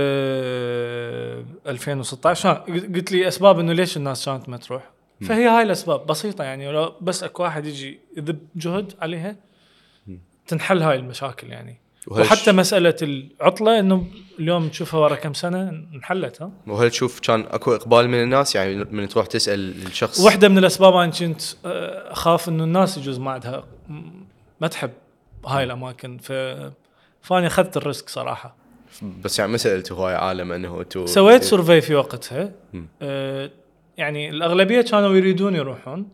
آه ألفين وستة عشر. قلت لي اسباب انه ليش الناس كانت ما تروح، فهي هاي الاسباب بسيطه. يعني لو بس اكو واحد يجي يذب جهد عليها تنحل هاي المشاكل يعني. وهلش... وحتى مساله العطله انه اليوم تشوفها ورا كم سنه انحلت. ها وهل تشوف كان اكو اقبال من الناس يعني من تروح تسال الشخص؟ واحده من الاسباب انا كنت اخاف انه الناس يجوز ما عندها ما تحب هاي الاماكن، ف فاني اخذت الريسك صراحه. بس يعني ما سالت هواي عالم انه انتو سويت سيرفي في وقتها. آه يعني الاغلبيه كانوا يريدون يروحون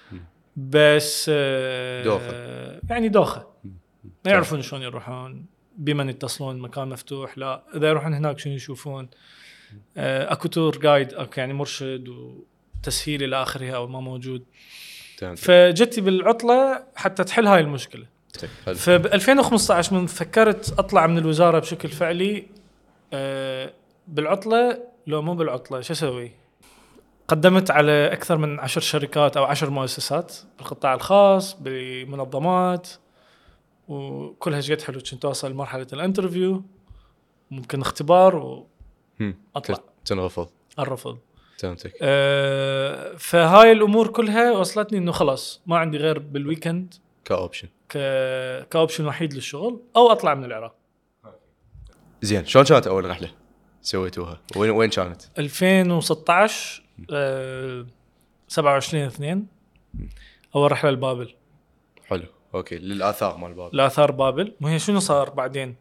بس آه دوخة. يعني دوخه ما يعرفون شلون يروحون، بمن يتصلون، مكان مفتوح لا، اذا يروحون هناك شنو يشوفون. آه اكو تور جايد، اكو يعني مرشد وتسهيل الى اخره او ما موجود. فجتي بالعطله حتى تحل هاي المشكله. فب ألفين وخمسة عشر من فكرت اطلع من الوزاره بشكل فعلي آه بالعطله. لو مو بالعطله شو اسوي؟ قدمت على اكثر من عشر شركات او عشر مؤسسات بالقطاع الخاص بمنظمات، وكلها جيت حلو. كنت اوصل لمرحله الانترفيو، ممكن اختبار واطلع تنرفض. الرفض. تمامك. أه فهاي الامور كلها وصلتني انه خلاص ما عندي غير بالويكند كاوبشن ك كاوبشن وحيد للشغل او اطلع من العراق. زين شلون كانت اول رحله سويتوها؟ وين وين كانت؟ ألفين وستة عشر أه سبعة وعشرين اثنين اول رحله لبابل. حلو اوكي. للاثار مال بابل. الاثار بابل. وهي شنو صار بعدين؟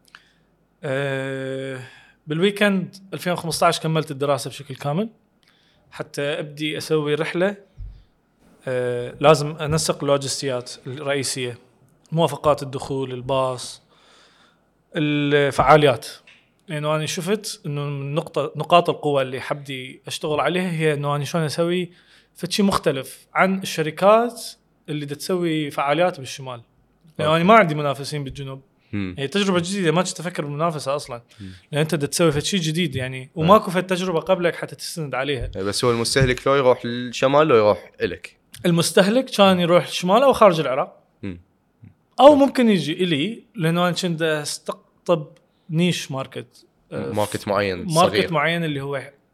أه بالويكند ألفين وخمسة عشر كملت الدراسه بشكل كامل حتى ابدي اسوي رحله. أه لازم انسق اللوجستيات الرئيسيه، موافقات الدخول، الباص، الفعاليات. لانه يعني انا شفت انه من نقطه نقاط القوه اللي حبدي اشتغل عليها هي انه انا شلون اسوي فشي مختلف عن الشركات اللي تسوي فعاليات بالشمال. لانه يعني انا ما عندي منافسين بالجنوب. هي تجربه جديده ما كنت افكر بالمنافسه اصلا، لان انت بدك تسوي شيء جديد يعني وماكو في التجربه قبلك حتى تستند عليها. بس هو المستهلك لو يروح للشمال لو يروح إلك؟ المستهلك كان يروح الشمال او خارج العراق م. او ممكن يجي الي، لانه انا كنت استقطب نيش ماركت ماركت معين ماركت صغير. معين اللي هو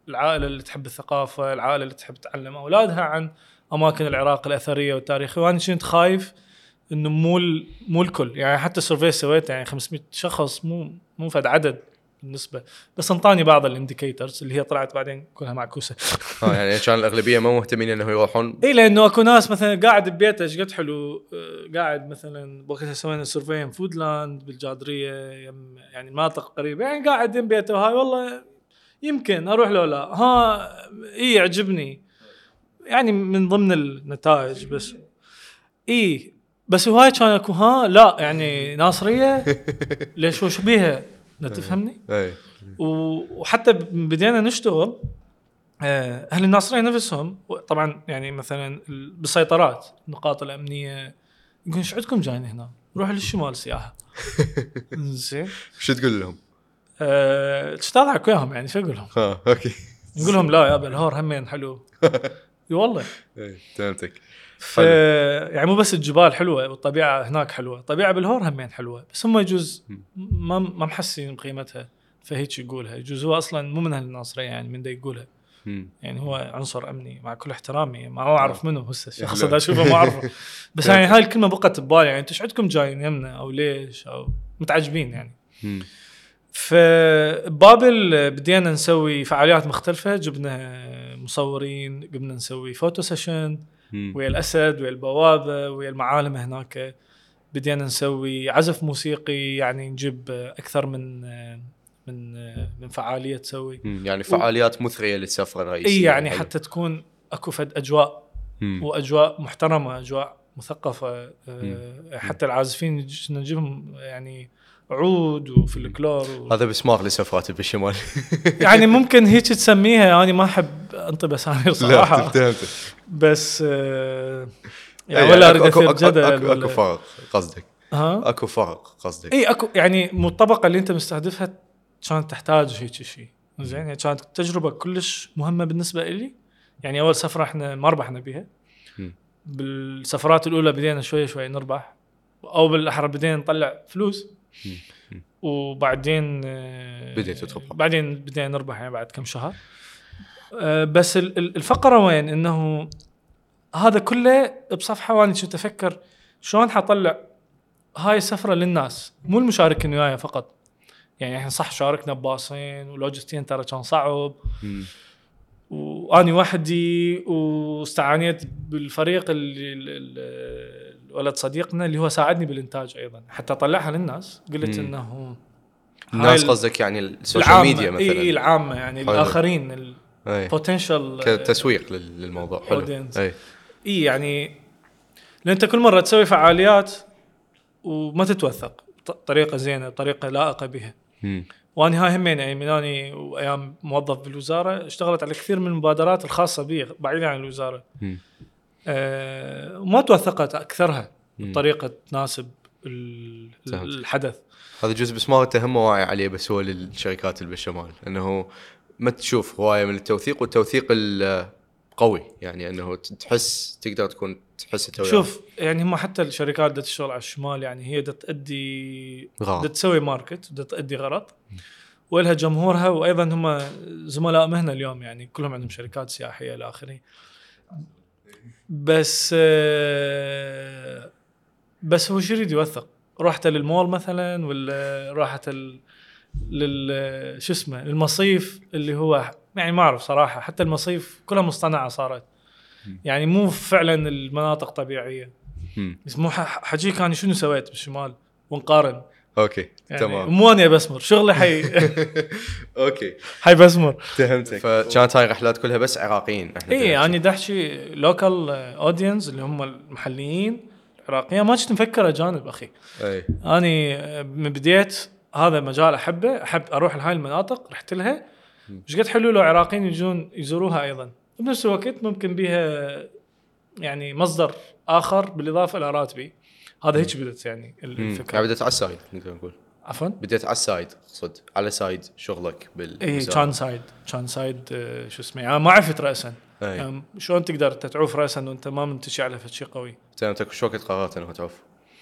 العائله اللي تحب الثقافه، العائله اللي تحب تعلم اولادها عن اماكن العراق الاثريه والتاريخيه. وانا كنت خايف انه مو مو الكل، يعني حتى السيرفي سويته يعني خمسمية شخص، مو مو فد عدد بالنسبه، بس انطاني بعض الانديكيتورز اللي هي طلعت بعدين كلها معكوسه. اه يعني كان الاغلبيه ما مهتمين انه يروحون. اي لانه اكو ناس مثلا قاعد ببيته ايش قد حلو، قاعد مثلا وقتها سوينا سيرفي فودلاند بالجادريه يعني المناطق قريبه، يعني قاعد يم بيته وهاي والله يمكن اروح له لا ها اي يعجبني يعني من ضمن النتائج. بس اي بس هواي كان اكو ها لا يعني ناصريه ليش وش بيها لا تفهمني. وحتى بدينا نشتغل اهل الناصريه نفسهم طبعا يعني مثلا بالسيطرات النقاط الامنيه يقولون ايش عندكم جايين هنا، روح للشمال سياحه. زين شو تقول لهم؟ أه تستضحك وياهم يعني شو اقول لهم؟ اه اوكي نقول لهم لا يا بالهور همين حلو. اي والله اي فهمتك. ف يعني مو بس الجبال حلوه والطبيعه هناك حلوه، الطبيعه بالهور همين حلوه، بس هم يجوز ما ما محسين بقيمتها فهيك يقولها. يجوز هو اصلا مو من اهل الناصريه يعني من دا يقولها، يعني هو عنصر امني مع كل احترامي ما اعرف منه هسه الشخص ده اشوفه ما اعرفه. بس يعني هاي الكلمه بقت ببالي يعني انتوا ايش عندكم جايين يمنا او ليش او متعجبين يعني. فبابل بدينا نسوي فعاليات مختلفه، جبنا مصورين، قمنا نسوي فوتو سيشن ويا الاسد ويا البوابه ويا المعالم هناك، بدينا نسوي عزف موسيقي يعني نجيب اكثر من من من فعاليه تسوي يعني فعاليات و... مثريه للسفره الرئيسيه. اي يعني حلو. حتى تكون اكو فد اجواء مم. واجواء محترمه، اجواء مثقفه. مم. حتى العازفين نجيبهم يعني عود وفي الكلور و... هذا بسمار لسفرات بالشمال. يعني ممكن هيك تسميها، انا يعني ما احب انطي اسامي صراحه. لا بس يعني, يعني ولا اريد اثير جدل أكو, ولا... اكو فرق قصدك؟ ها اكو فرق قصدك؟ اي اكو يعني مو الطبقه اللي انت مستهدفها كانت تحتاج هيك شيء. زين يعني كانت تجربه كلش مهمه بالنسبه لي. يعني اول سفره احنا ما ربحنا بيها، بالسفرات الاولى بدينا شوي شوي نربح، او بالاحرى بدينا نطلع فلوس، وبعدين بديت تربح، بعدين بدينا نربح يعني بعد كم شهر. بس الفقره وين انه هذا كله بصفحه، وانا كنت افكر شلون حطلع هاي السفره للناس مو المشاركين وياي فقط. يعني احنا صح شاركنا بباصين ولوجستين ترى كان صعب، واني وحدي واستعانيت بالفريق اللي الولد صديقنا اللي هو ساعدني بالانتاج ايضا حتى اطلعها للناس. قلت مم. انه الناس قصدك يعني السوشيال ميديا مثلا؟ اي العامه يعني حلو. الاخرين البوتنشال كتسويق للموضوع. حلو اي اي يعني لان انت كل مره تسوي فعاليات وما تتوثق طريقه زينه طريقه لائقه بها. مم. وانا هاي همين يعني مناني وايام موظف بالوزاره اشتغلت على كثير من المبادرات الخاصه بي بعيدا عن الوزاره، أه وما توثقت اكثرها بطريقه تناسب الحدث. هذا جزء بس ما تهم واعي عليه، بس هو للشركات اللي بالشمال انه ما تشوف هوايه من التوثيق، والتوثيق القوي يعني انه تحس تقدر تكون تحس تويا. شوف يعني هم حتى الشركات اللي تشتغل على الشمال يعني هي دا تأدي دا تسوي ماركت، دا تأدي غرض ولها جمهورها، وايضا هم زملاء مهنه اليوم يعني كلهم عندهم شركات سياحيه الى اخره. بس بس هو شو يريد يوثق؟ رحت للمول مثلا ولا راحت لل شو اسمه المصيف اللي هو يعني ما اعرف صراحه، حتى المصيف كلها مصطنعه صارت يعني مو فعلا المناطق طبيعيه. بس مو حجي كان شنو سويت بالشمال ونقارن. اوكي يعني تمام. مو اني بسمر شغلي حي اوكي حي بسمر. فهمتك. فكانت هاي رحلات كلها بس عراقيين احنا؟ اي يعني دحشي لوكال اودينس اللي هم المحليين العراقيين، ما كنت مفكر اجانب اخي. اي اني من بديت هذا مجال احبه، احب اروح لهاي المناطق، رحت لها مش قد حلو لو عراقيين يجون يزوروها ايضا بنفس الوقت ممكن بها يعني مصدر اخر بالاضافه الى راتبي. هذا هيك بدت يعني الفكره. يعني بدت على السايد نقدر نقول. عفوا بديت على السايد، اقصد على سايد شغلك بالمساعدة. اي كان سايد كان سايد آه شو اسمه يعني ما عرفت راسا يعني شلون تقدر تتعوف راسا وانت ما منتشي على شيء قوي. انت شو وقت قررت انه تعوف؟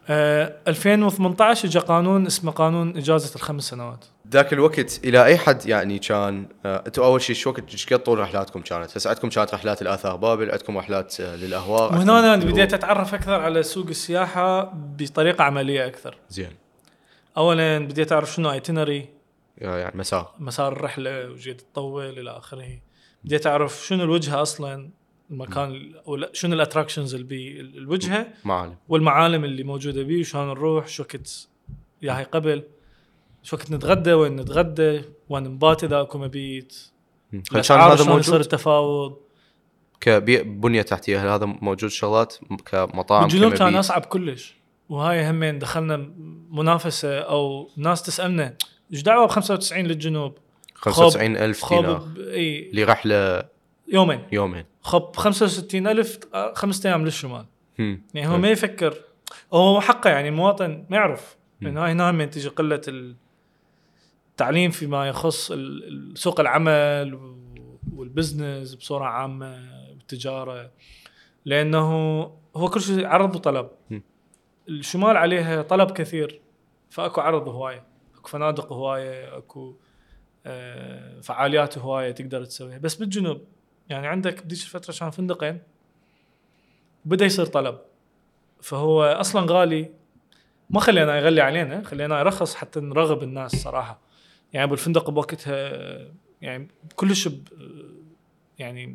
آه ألفين وثمانية عشر اجى قانون اسمه قانون اجازه الخمس سنوات. ذاك الوقت الى اي حد يعني كان آه، انتم اول شيء شو وقت ايش قد طول رحلاتكم كانت؟ هسه عندكم كانت رحلات الاثار بابل، عندكم رحلات آه، للاهواء، وهنا انا عندكم بديت اتعرف اكثر على سوق السياحه بطريقه عمليه اكثر. زين. اولا بديت اعرف شنو ايتينري، يعني مسار مسار الرحله وجيت تطول الى اخره. بديت اعرف شنو الوجهه اصلا المكان، او شنو الاتراكشنز اللي بالوجهه، معالم والمعالم اللي موجوده بيه، وشلون نروح، شو وقت يا هاي قبل، شو وقت نتغدى، وين نتغدى، وين نبات اذا اكو مبيت، هل كان هذا شلون يصير موجود التفاوض كبنيه تحتيه؟ هل هذا موجود شغلات كمطاعم بالجنوب؟ كان كمبيت؟ اصعب كلش. وهاي همين دخلنا منافسه، او ناس تسالنا ايش دعوه ب خمسة وتسعين للجنوب، خمسة وتسعين ألف دينار خب اي لرحله يومين يومين. خب خمسة وستين ألف خمسة أيام للشمال. هم. يعني هو ما يفكر، هو حقه يعني المواطن ما يعرف مم. إن هاي هنا من تيجي قلة التعليم فيما يخص ال- ال- سوق العمل والبزنس بصورة عامة والتجارة، لأنه هو كل شيء عرض وطلب. مم. الشمال عليها طلب كثير، فأكو عرض هواية، أكو فنادق هواية، أكو آه، فعاليات هواية تقدر تسويها. بس بالجنوب يعني عندك بديش الفترة كان فندقين، بدأ يصير طلب، فهو أصلا غالي، ما خلينا يغلي علينا، خلينا يرخص حتى نرغب الناس صراحة. يعني بالفندق بوقتها يعني كلش ب- يعني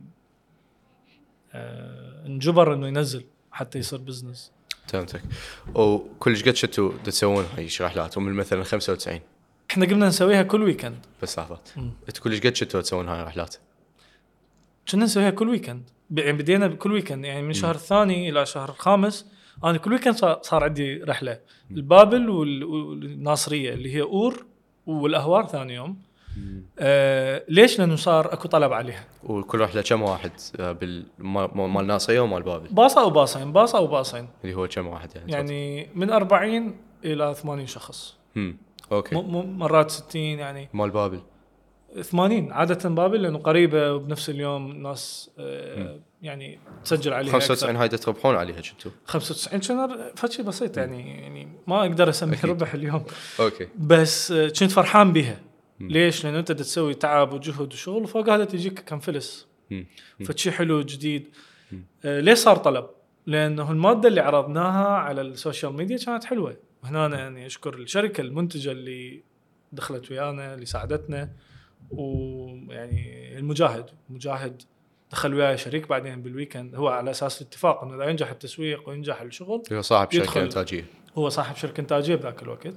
آه، انجبر انه ينزل حتى يصير بزنس. فهمتك. وكلش قد شتوا تسوون هاي رحلات ومن مثلا خمسة وتسعين؟ احنا قمنا نسويها كل ويكند. بس لحظات، مم. انتوا كلش قد شتوا تسوون هاي الرحلات؟ كنا نسويها كل ويكند، ب- يعني بدينا بكل ويكند، يعني من الشهر الثاني الى شهر الخامس انا كل ويكند صار, صار عندي رحله. البابل وال- والناصريه اللي هي اور، والاهوار ثاني يوم. آه ليش؟ لانه صار اكو طلب عليها. وكل رحله كم واحد آه، بال مال مال ناصريه ومال بابل؟ باصه او باصين، باصه او باصين، اللي هو كم واحد يعني؟ يعني من أربعين الى ثمانين شخص. امم اوكي. م- م- مرات ستين يعني. مال بابل ثمانين عاده بابل، لانه قريبه وبنفس اليوم الناس آه يعني تسجل عليها خمسة وتسعين. هاي تربحون عليها شنتو؟ خمسة وتسعين كان فشي بسيط يعني، يعني ما اقدر اسميه ربح اليوم. اوكي. بس آه، كنت فرحان بها. ليش؟ لانه انت تسوي تعب وجهد وشغل، وفوق هذا تجيك كم فلس، فشي حلو جديد. آه ليش صار طلب؟ لانه الماده اللي عرضناها على السوشيال ميديا كانت حلوه. وهنا أنا يعني اشكر الشركه المنتجه اللي دخلت ويانا، اللي ساعدتنا، ويعني المجاهد مجاهد دخل وياي شريك بعدين بالويكند، هو على اساس الاتفاق انه اذا ينجح التسويق وينجح الشغل. هو صاحب شركه يدخل. انتاجيه. هو صاحب شركه انتاجيه بذاك الوقت.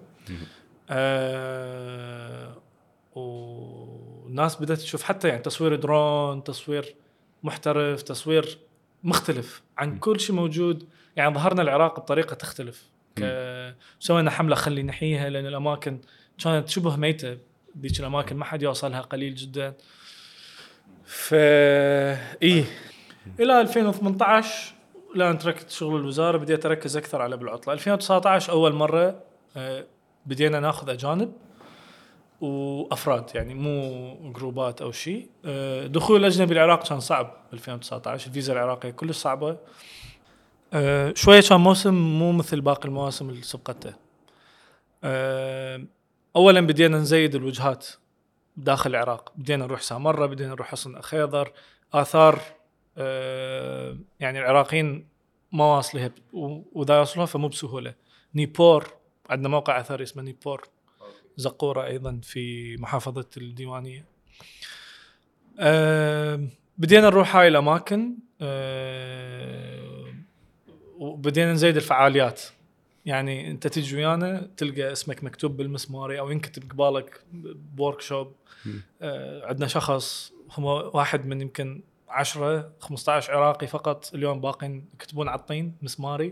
آه والناس بدأت تشوف حتى يعني تصوير درون، تصوير محترف، تصوير مختلف عن كل شيء موجود. يعني ظهرنا العراق بطريقه تختلف. سوينا حمله خلي نحييها، لان الاماكن كانت شبه ميته، ذيك الاماكن ما حد يوصلها، قليل جدا. ف ايه الى ألفين وثمانية عشر لا تركت شغل الوزاره، بديت اركز اكثر على بالعطله. ألفين وتسعة عشر اول مره آه، بدينا ناخذ اجانب وافراد، يعني مو جروبات او شيء. آه، دخول اجنبي العراق كان صعب. ألفين وتسعة عشر الفيزا العراقيه كلش صعبه. آه، شويه كان موسم مو مثل باقي المواسم اللي سبقته. آه، اولا بدينا نزيد الوجهات داخل العراق، بدينا نروح سامرة، بدينا نروح حصن أخيضر، آثار آه يعني العراقيين ما واصلها، وإذا يوصلوها فمو بسهولة. نيبور، عندنا موقع أثري اسمه نيبور، زقورة أيضا في محافظة الديوانية. آه بدينا نروح هاي الأماكن. آه وبدينا نزيد الفعاليات. يعني انت تيجي ويانا تلقى اسمك مكتوب بالمسماري او ينكتب قبالك بوركشوب. آه عندنا شخص هو واحد من يمكن عشرة خمسة عشر عراقي فقط اليوم باقين يكتبون على الطين مسماري.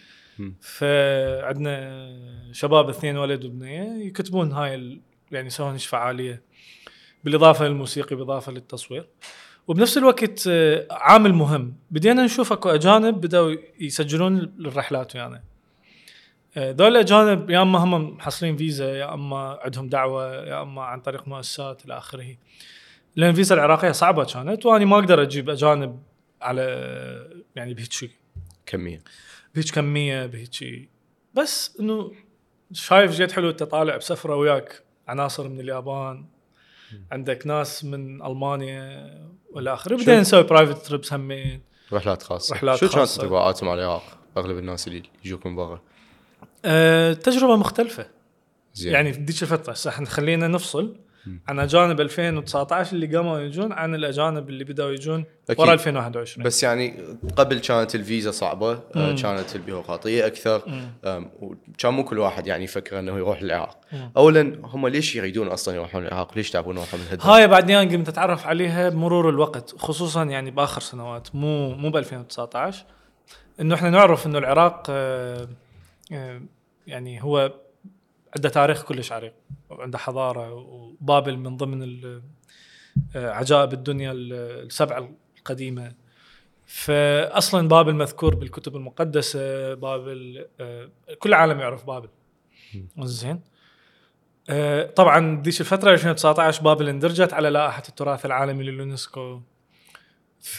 فعندنا شباب اثنين ولد وبنية يكتبون هاي ال... يعني يسوون فعالية بالاضافة للموسيقى، بالاضافة للتصوير. وبنفس الوقت آه عامل مهم، بدينا نشوف اكو اجانب بدأوا يسجلون الرحلات ويانا. ذول الأجانب يا أما هم محصلين فيزا، يا أما عندهم دعوة، يا أما عن طريق مؤسسات إلى آخره. لأن الفيزا العراقية صعبة كانت، وأنا ما أقدر أجيب أجانب على يعني بهيك شيء كمية بهيك كمية بهيك بس انه شايف جد حلو انت طالع بسفره وياك عناصر من اليابان، عندك ناس من المانيا والى اخره. بدينا نسوي برايفت تريبس همين، رحلات خاصه. رحلات شو كانت خاصة. انطباعاتهم على العراق اغلب الناس اللي يجوك من برا؟ أه تجربه مختلفه زين. يعني في ديك الفتره. صح خلينا نفصل عن اجانب ألفين وتسعة عشر اللي قاموا يجون عن الاجانب اللي بداوا يجون ورا ألفين وواحد وعشرين. بس يعني قبل كانت الفيزا صعبه، مم. كانت البيروقراطيه اكثر، وكان مو كل واحد يعني يفكر انه يروح العراق. مم. اولا هم ليش يريدون اصلا يروحون العراق؟ ليش تعبون روحهم من هالدرجه؟ هاي بعدين قمت اتعرف عليها بمرور الوقت، خصوصا يعني باخر سنوات، مو مو ب ألفين وتسعة عشر، انه احنا نعرف انه العراق آه آه يعني هو عنده تاريخ كلش عريق، وعنده حضاره، وبابل من ضمن عجائب الدنيا السبعه القديمه. فاصلا بابل مذكور بالكتب المقدسه، بابل آه كل العالم يعرف بابل. زين. آه طبعا ديش الفتره ألفين وتسعة عشر بابل اندرجت على لائحه التراث العالمي لليونسكو. ف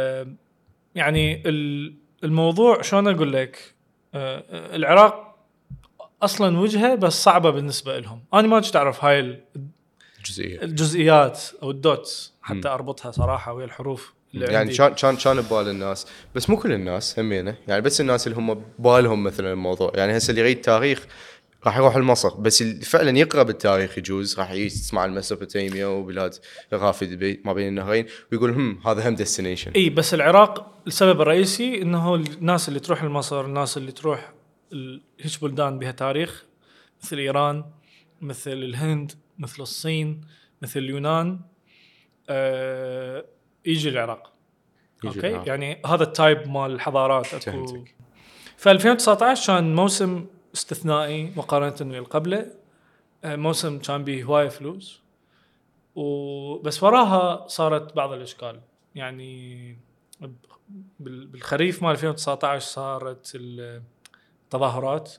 يعني الموضوع شلون اقول لك، آه العراق اصلا وجهه بس صعبه بالنسبه لهم. انا ما كنت اعرف هاي الجزئيات الجزئيات او الدوتس حتى م. اربطها صراحه ويا الحروف اللي يعني كان كان كان ببال الناس، بس مو كل الناس همينه يعني، بس الناس اللي هم ببالهم مثلا الموضوع. يعني هسه اللي يريد تاريخ راح يروح لمصر، بس فعلا يقرا بالتاريخ يجوز راح يسمع الميسوبوتاميا وبلاد الرافد ما بين النهرين ويقول هم هذا هم ديستنيشن. اي بس العراق السبب الرئيسي انه الناس اللي تروح لمصر، الناس اللي تروح هيك بلدان بها تاريخ مثل ايران، مثل الهند، مثل الصين، مثل اليونان، آه يجي العراق. اوكي العراق. يعني هذا التايب مال الحضارات اكو. ف ألفين وتسعة عشر كان موسم استثنائي مقارنه ويا قبله. آه موسم كان به هوايه فلوس، وبس وراها صارت بعض الاشكال. يعني بالخريف مال ألفين وتسعة عشر صارت التظاهرات.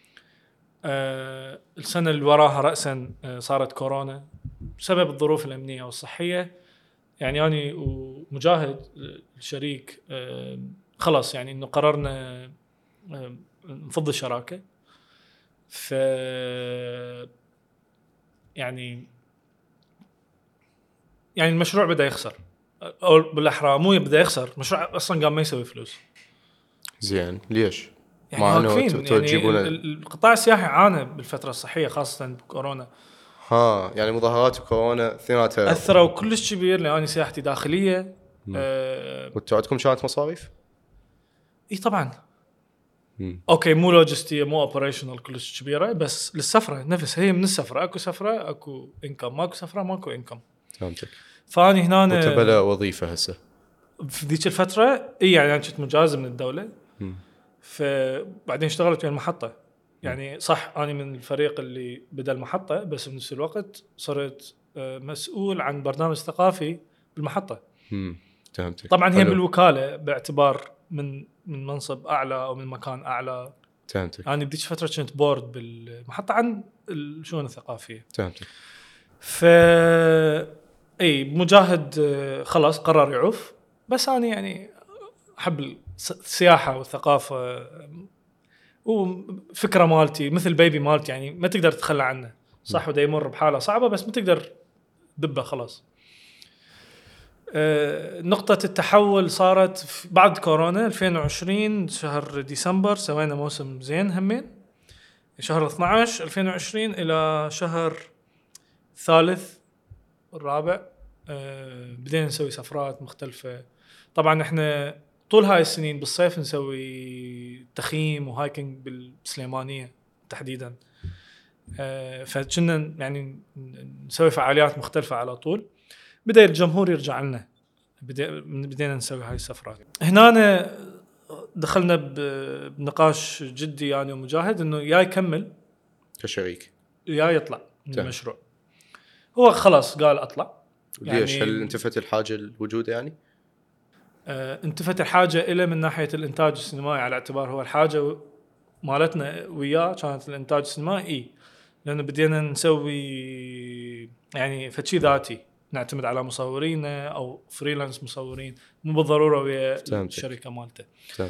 آه السنه اللي وراها راسا آه صارت كورونا بسبب الظروف الامنيه والصحيه. يعني أنا ومجاهد الشريك آه خلاص يعني انه قررنا آه نفض الشراكه. ف يعني يعني المشروع بدا يخسر، او بالاحرى مو بدا يخسر، المشروع اصلا قام ما يسوي فلوس. زين ليش؟ يعني مع انه تجيبون يعني القطاع السياحي عانى بالفتره الصحيه خاصه بكورونا. ها يعني مظاهرات وكورونا اثنيناتها اثروا كلش كبير، لاني سياحتي داخليه. أه وانتوا عندكم كانت مصاريف؟ اي طبعا. مم. اوكي مو لوجستيه مو اوبريشنال كلش كبيره، بس للسفره نفس هي من السفره اكو سفره اكو انكم، ماكو سفره ماكو انكم. فهمتك. فاني هنا وتبلا وظيفه هسه في ذيك الفتره اي يعني انا كنت مجاز من الدوله. مم. فبعدين اشتغلت في المحطه. يعني صح أنا من الفريق اللي بدأ المحطة، بس بنفس الوقت صرت مسؤول عن برنامج ثقافي بالمحطة. امم فهمتك. طبعا هي بالوكالة باعتبار من من منصب أعلى أو من مكان أعلى. فهمتك. أنا بديش فترة كنت بورد بالمحطة عن الشؤون الثقافية. فهمتك. ف أي مجاهد خلاص قرر يعوف، بس أنا يعني أحب السياحة والثقافة وفكرة مالتي مثل بيبي مالتي، يعني ما تقدر تتخلى عنه. صح وده يمر بحالة صعبة بس ما تقدر دبه خلاص. أه نقطة التحول صارت بعد كورونا ألفين وعشرين شهر ديسمبر. سوينا موسم زين همين شهر اثنا عشر ألفين وعشرين إلى شهر ثالث الرابع. أه بدينا نسوي سفرات مختلفة. طبعا احنا طول هاي السنين بالصيف نسوي تخييم وهايكنج بالسليمانية تحديدا. آه فكنا يعني نسوي فعاليات مختلفة على طول. بدأ الجمهور يرجع لنا، بدينا نسوي هاي السفرات. هنا دخلنا بنقاش جدي يعني ومجاهد انه يا يكمل كشريك يا يطلع من تم. المشروع. هو خلاص قال اطلع. ليش؟ يعني هل انتفت الحاجة الوجود يعني؟ آه انتفت الحاجة إلى من ناحية الإنتاج السينمائي، على اعتبار هو الحاجة مالتنا وياه كانت الإنتاج السينمائي، لأنه بدينا نسوي يعني فتشي ذاتي، نعتمد على مصورين أو فريلانس مصورين، مو بالضرورة ويا الشركة مالته. فهمتك.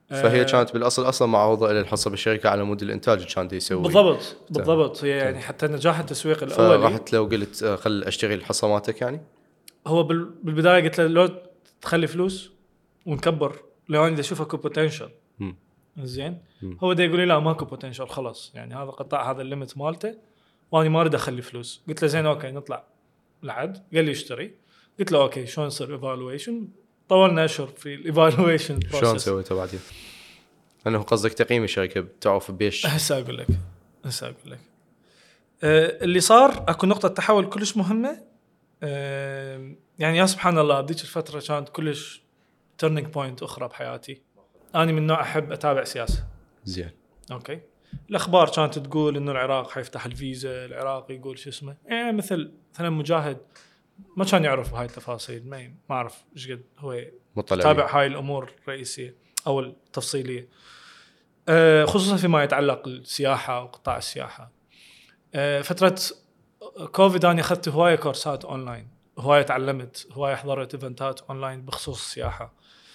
فهي كانت بالاصل اصلا معروضه الى الحصه بالشركه على مود الانتاج اللي كان يسوي. بالضبط بالضبط. هي يعني حتى نجاح التسويق الاولي. فرحت لو قلت خل اشتري الحصه مالتك يعني. هو بالبدايه قلت له لو تخلي فلوس ونكبر لو انا اشوف اكو بوتنشل زين. هو دا يقول لي لا ماكو بوتنشل خلاص يعني هذا قطاع هذا الليمت مالته وانا ما اريد اخلي فلوس. قلت له زين اوكي نطلع لعد. قال لي اشتري. قلت له اوكي شلون يصير ايفالويشن. طولنا اشهر في الايفالويشن بروسس. شلون سويته بعدين؟ انه قصدك تقييم الشركه بتعرف بيش. هسه اقول لك هسه اقول لك أه اللي صار اكو نقطه تحول كلش مهمه. أه يعني يا سبحان الله بذيك الفتره كانت كلش تيرنينج بوينت اخرى بحياتي. انا من نوع احب اتابع سياسه. زين اوكي. الاخبار كانت تقول انه العراق حيفتح الفيزا. العراق يقول شو اسمه يعني مثل مثلا مجاهد ما كان يعرف هاي التفاصيل. ما ما اعرف ايش قد هو تابع هاي الامور الرئيسيه او التفصيليه أه خصوصا فيما يتعلق السياحه وقطاع السياحه. أه فتره كوفيد انا اخذت هوايه كورسات اونلاين. هوايه تعلمت هوايه حضرت ايفنتات اونلاين بخصوص السياحه.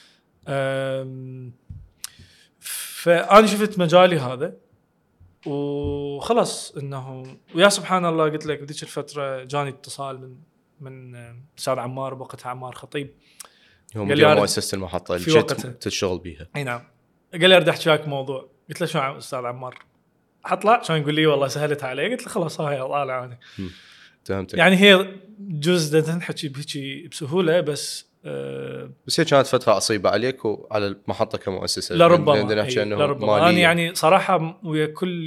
فأنا شفت مجالي هذا وخلص انه ويا سبحان الله قلت لك بذيك الفتره جاني اتصال من من استاذ عمار بوقتها عمار خطيب. هو مدير مؤسسه المحطه اللي جيت تشتغل بيها. اي نعم. قال لي اريد احكي وياك موضوع. قلت له شو استاذ عمار حطلع كان يقول لي والله سهلت علي. قلت له خلاص هاي طالع انا. فهمتك. يعني هي جزء تنحكي بهيك بسهوله بس أه بس هي كانت فتره عصيبه عليك وعلى المحطه كمؤسسه. لربما لربما انا يعني صراحه ويا كل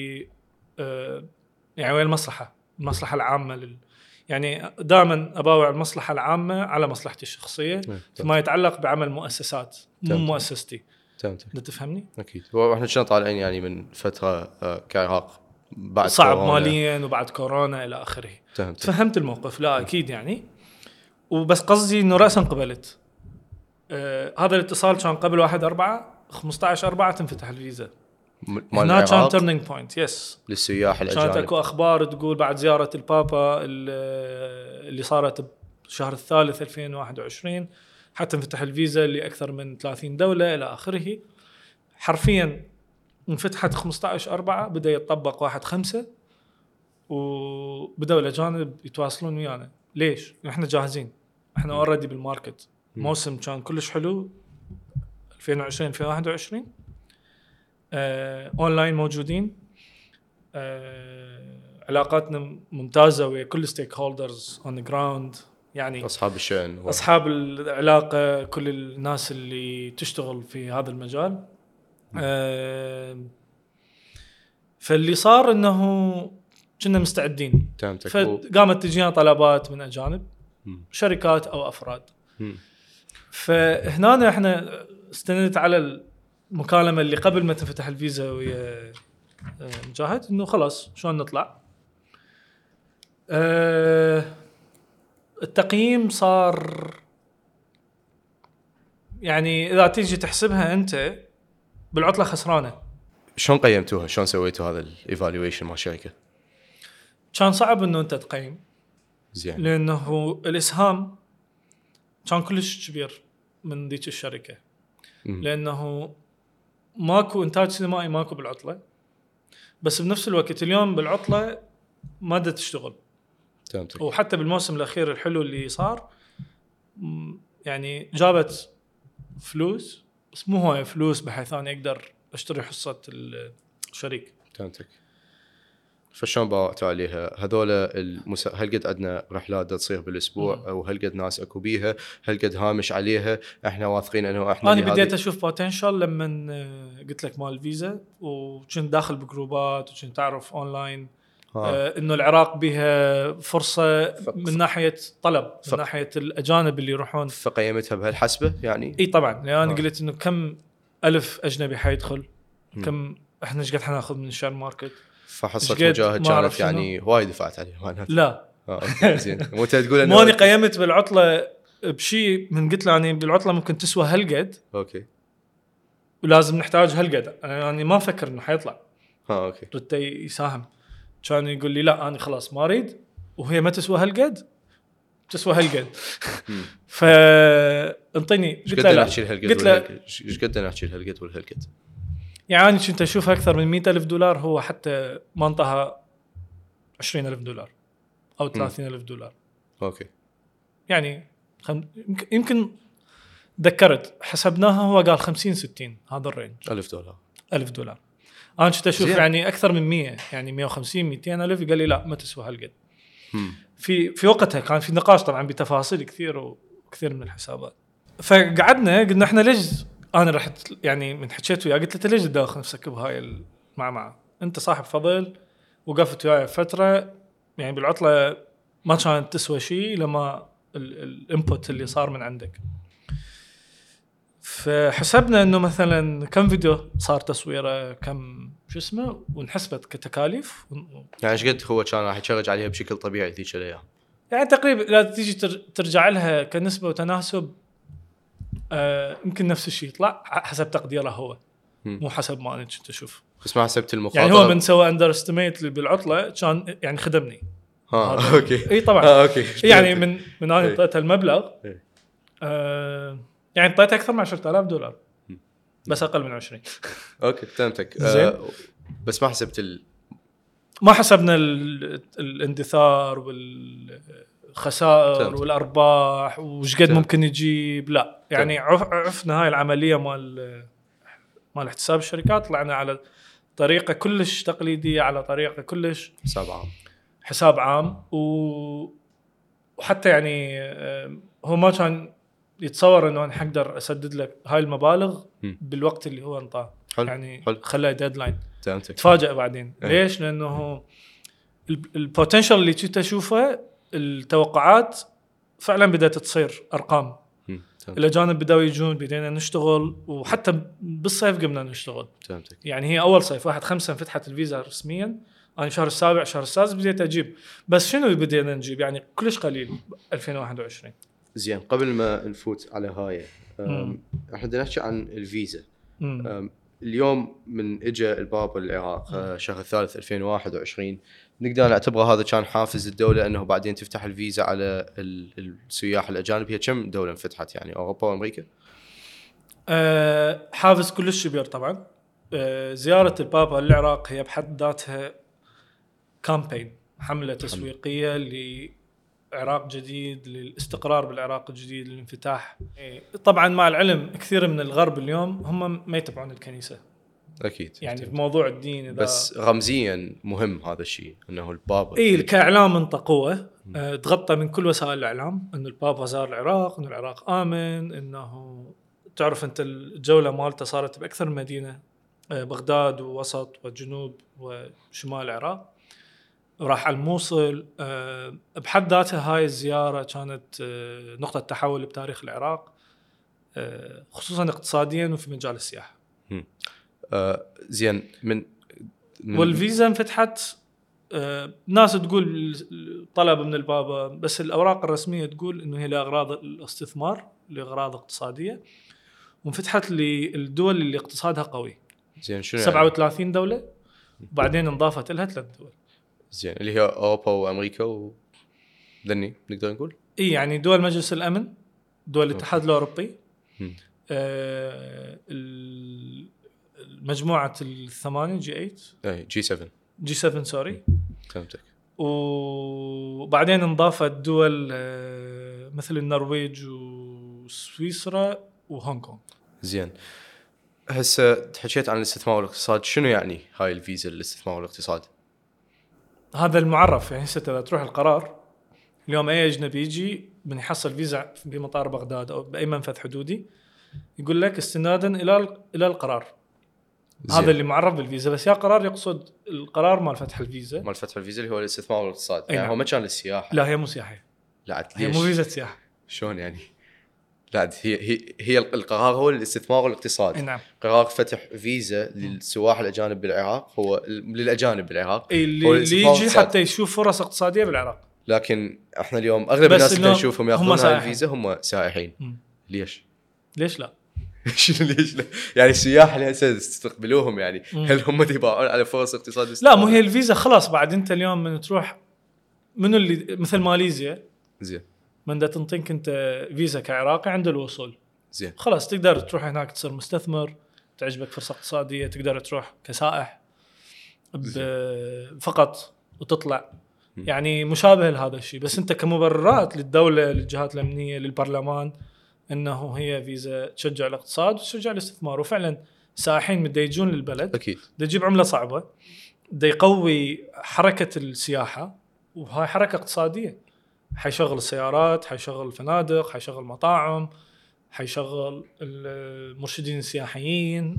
أه يعني ويا المصلحه المصلحه العامه لل يعني دائما اباوع المصلحه العامه على مصلحتي الشخصيه فيما يتعلق بعمل مؤسسات مو مؤسستي. تمام تفهمني؟ اكيد. واحنا كنا طالعين يعني من فتره كعراق بعد صعب ماليا وبعد كورونا الى اخره. تمت. تفهمت الموقف. لا اكيد يعني وبس قصدي انه راسا قبلت. آه هذا الاتصال كان قبل واحد أربعة خمسة عشر أربعة تنفتح الفيزا. هنا كان تيرنينج بوينت يس للسياح الاجانب. كانت اكو اخبار تقول بعد زياره البابا اللي صارت بشهر الثالث ألفين وواحد وعشرين حتى انفتح الفيزا لاكثر من ثلاثين دوله الى اخره. حرفيا انفتحت خمسة عشر أربعة بدا يتطبق واحد خمسة وبدأوا الأجانب يتواصلون ويانا. ليش؟ احنا جاهزين. احنا اوريدي بالماركت. موسم كان كلش حلو ألفين وعشرين ألفين وواحد وعشرين. آه، اونلاين موجودين. آه، علاقاتنا ممتازة ويا كل ستيك هولدرز اون ذا جراوند يعني اصحاب الشأن و... اصحاب العلاقة كل الناس اللي تشتغل في هذا المجال. آه، فاللي صار انه كنا مستعدين. فقامت تجينا طلبات من اجانب م. شركات او افراد. م. فهنا احنا استندت على المكالمه اللي قبل ما تفتح الفيزا ويا مجاهد انه خلاص شلون نطلع. أه التقييم صار يعني اذا تيجي تحسبها انت بالعطله خسرانه. شلون قيمتوها؟ شلون سويتوا هذا الايفالويشن مع الشركه؟ كان صعب انه انت تقيم زين لانه الاسهام كان كلش كبير من ذيك الشركه. م. لانه ماكو انتاج سينمائي ماكو بالعطله بس بنفس الوقت اليوم بالعطله ما دا تشتغل. تمام. وحتى بالموسم الاخير الحلو اللي صار يعني جابت فلوس بس مو هو فلوس بحيث انا اقدر اشتري حصه الشريك. تمامك. فشلون باعتوا عليها هذول المسا... هل قد عندنا رحلات تصير بالاسبوع م. او هل قد ناس اكو بيها؟ هل قد هامش عليها؟ احنا واثقين انه احنا انا بديت اشوف بوتنشل لما قلت لك مال الفيزا وكنت داخل بجروبات وكنت تعرف اونلاين آه انه العراق بها فرصه ف... من ناحيه طلب ف... من ناحيه الاجانب اللي يروحون. فقيمتها بهالحسبه يعني؟ اي طبعا لان انا قلت انه كم الف اجنبي حيدخل م. كم احنا ايش قد حناخذ من الشير ماركت. فحصة مجاهد كانت يعني وايد دفعت عليه معناتها. لا اه زين مو تقول انه ماني قيمت بالعطله بشيء من قلت له يعني بالعطله ممكن تسوى هالقد اوكي ولازم نحتاج هالقد. انا يعني ما افكر انه حيطلع اه اوكي رد يساهم. كان يقول لي لا انا خلاص ما اريد وهي ما تسوى هالقد تسوى هالقد. انطيني، ايش قلت قد له نحكي الهلقد قلت له والهلقد ايش قد نحكي الهلقد والهلقد يعني كنت اشوف اكثر من مئة ألف دولار، هو حتى ما انطاها عشرين ألف دولار او ثلاثين ألف دولار. اوكي يعني خم... يمكن- يمكن ذكرت حسبناها، هو قال خمسين ستين هذا الرينج ألف دولار. ألف دولار. انا كنت اشوف زين. يعني اكثر من مية، يعني مية وخمسين مئتين ألف، قال لي لا ما تسوى هالقد. مم. في في وقتها كان في نقاش طبعا بتفاصيل كثير وكثير من الحسابات. فقعدنا قلنا احنا ليش، انا رحت يعني من حكيت وياه قلت له ليش تداخل نفسك بهاي المعمعة؟ انت صاحب فضل وقفت وياي فتره، يعني بالعطله ما كانت تسوى شيء لما الانبوت اللي صار من عندك. فحسبنا انه مثلا كم فيديو صار تصويره، كم شو اسمه، ونحسبت كتكاليف. يعني ايش قد هو كان راح يشغل عليها بشكل طبيعي ذيك الايام؟ يعني تقريبا لا تيجي ترجع لها كنسبه وتناسب، آه يمكن نفس الشيء يطلع حسب تقديره هو، مم. مو حسب ما انا كنت اشوف. بس ما حسبت المخاطره يعني هو من سوى اندر استيميت بالعطله كان يعني خدمني. ها اوكي اي طبعا. آه، اوكي يعني من من انا إيه. اعطيته المبلغ، إيه. آه يعني اعطيته اكثر من عشرة آلاف دولار بس اقل من عشرين. اوكي فهمتك. زين. آه بس ما حسبت ال... ما حسبنا ال- الاندثار والخسائر فهمت. والارباح وش قد فهمت. ممكن يجيب، لا يعني عف- عرفنا هاي العمليه مال مال احتساب الشركات، طلعنا على طريقه كلش تقليديه، على طريقه كلش حساب عام. حساب عام. و... وحتى يعني آه، هو ما كان يتصور انه انا حقدر اسدد لك هاي المبالغ م. بالوقت اللي هو انطاه. حلو. يعني حلو. خلاه ديدلاين. فهمتك. تفاجئ بعدين. أي. ليش؟ لانه البوتنشل اللي كنت اشوفه، التوقعات فعلا بدات تصير ارقام. م. فهمت. الاجانب بداوا يجون، بدينا نشتغل، وحتى بالصيف قمنا نشتغل. فهمتك. يعني هي اول صيف واحد خمسة انفتحت الفيزا رسميا، انا شهر السابع شهر السادس بديت اجيب. بس شنو بدينا نجيب؟ يعني كلش قليل ألفين وواحد وعشرين. زين قبل ما نفوت على هاي مم. احنا بدنا نحكي عن الفيزا. مم. أم، اليوم من اجى البابا العراق آه، شهر الثالث ألفين وواحد وعشرين، نقدر نعتبره هذا كان حافز الدولة انه بعدين تفتح الفيزا على ال- السياح الاجانب. هي كم دولة انفتحت يعني؟ اوروبا وامريكا؟ أه حافز كلش كبير طبعا. أه زيارة البابا للعراق هي بحد ذاتها كامبين، حملة تسويقية لعراق جديد، للاستقرار بالعراق الجديد، للانفتاح. إيه، طبعا مع العلم كثير من الغرب اليوم هم ما يتبعون الكنيسة، اكيد. يعني أكيد. في موضوع الدين. إذا بس رمزيا مهم هذا الشيء انه البابا اي كاعلام انت قوه، أه تغطى من كل وسائل الاعلام انه البابا زار العراق، انه العراق امن، انه تعرف انت الجوله مالته صارت باكثر من مدينه، أه بغداد ووسط وجنوب وشمال العراق، راح على الموصل. أه بحد ذاتها هاي الزياره كانت أه نقطه تحول بتاريخ العراق، أه خصوصا اقتصاديا وفي مجال السياحه. آه زين. من, من والفيزا انفتحت. آه، ناس تقول طلب من البابا، بس الأوراق الرسمية تقول إنه هي لأغراض الاستثمار، لأغراض اقتصادية، وانفتحت للدول اللي اقتصادها قوي. زين شنو سبعة يعني؟ وثلاثين دولة، وبعدين انضافت لها ثلاث دول. زين اللي هي اوروبا وامريكا وذني نقدر نقول. إيه يعني دول مجلس الأمن، دول الاتحاد الأوروبي، مم. آه المجموعة الثمانية جي ثمانية، اي جي سبعة. جي سبعة سوري. فهمتك. وبعدين انضافت دول آه، مثل النرويج وسويسرا وهونغ كونغ. زين هسه تحكيت عن الاستثمار والاقتصاد، شنو يعني هاي الفيزا للاستثمار والاقتصاد؟ هذا المعرف. يعني هسه اذا تروح القرار اليوم اي اجنبي يجي من يحصل فيزا بمطار بغداد او باي منفذ حدودي، يقول لك استنادا الى الى القرار. زين. هذا اللي معرف بالفيزا. بس يا قرار يقصد القرار مال فتح الفيزا، مال فتح الفيزا اللي هو الاستثمار والاقتصاد. يعني نعم. هو ما كان للسياحه. لا هي مو سياحيه، لا عاد هي ليش؟ مو فيزا سياحه. شلون يعني؟ لا عاد هي هي هي القرار هو الاستثمار والاقتصاد. نعم. قرار فتح فيزا للسواح الاجانب بالعراق هو للاجانب بالعراق اللي, هو اللي الاستثمار يجي والاقتصاد. حتى يشوف فرص اقتصاديه بالعراق. لكن احنا اليوم اغلب الناس اللي نشوفهم ياخذون هاي الفيزا هم سائحين. مم. ليش؟ ليش لا؟ شنو ليش لا؟ يعني السياح اللي هسه تستقبلوهم يعني مم. هل هم يباعون على فرص اقتصاد؟ لا مو هي الفيزا خلاص. بعد انت اليوم من تروح منو اللي مثل ماليزيا زين من دا تنطيك انت فيزا كعراقي عند الوصول، زين. خلاص تقدر تروح هناك تصير مستثمر، تعجبك فرصة اقتصادية تقدر تروح كسائح فقط وتطلع. يعني مشابه لهذا الشيء، بس انت كمبررات للدولة للجهات الأمنية للبرلمان انه هي فيزا تشجع الاقتصاد وتشجع الاستثمار. وفعلا سائحين مدى يجون للبلد اكيد دا يجيب عملة صعبة، دا يقوي حركة السياحة، وهاي حركة اقتصادية، حيشغل السيارات، حيشغل الفنادق، حيشغل مطاعم، حيشغل المرشدين السياحيين،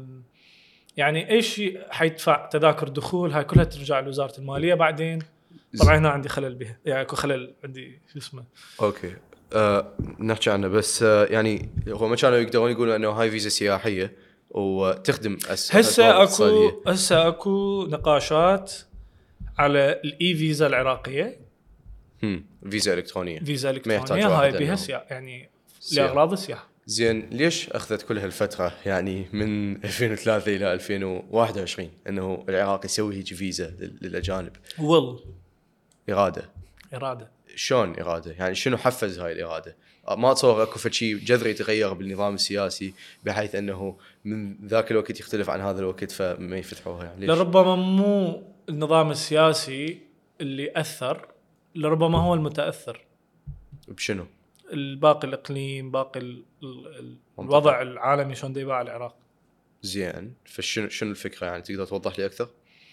يعني اي شيء حيدفع تذاكر دخول، هاي كلها ترجع لوزارة المالية بعدين. طبعا هنا عندي خلل بها، يعني اكو خلل عندي شو اسمه. اوكي أه نحكي عنه، بس أه يعني هو ما كانوا يقدرون يقولوا انه هاي فيزا سياحيه وتخدم هسه اكو هسه اكو نقاشات على الاي فيزا العراقيه، هم فيزا الكترونيه فيزا الكترونيه هاي بها سياحه، يعني لاغراض السياحه. زين، ليش اخذت كل هالفتره يعني من ألفين وثلاثة الى ألفين وواحد وعشرين انه العراق يسوي هيك فيزا للاجانب؟ وال اراده اراده شلون اراده؟ يعني شنو حفز هاي الاراده؟ ما اتصور اكو شيء جذري يتغير بالنظام السياسي بحيث انه من ذاك الوقت يختلف عن هذا الوقت فما يفتحوها. يعني ليش؟ لربما مو النظام السياسي اللي اثر، لربما هو المتاثر. بشنو؟ الباقي الاقليم، باقي ال ال الوضع العالمي شلون دا يباع العراق. زين، فشنو شنو الفكره؟ يعني تقدر توضح لي اكثر؟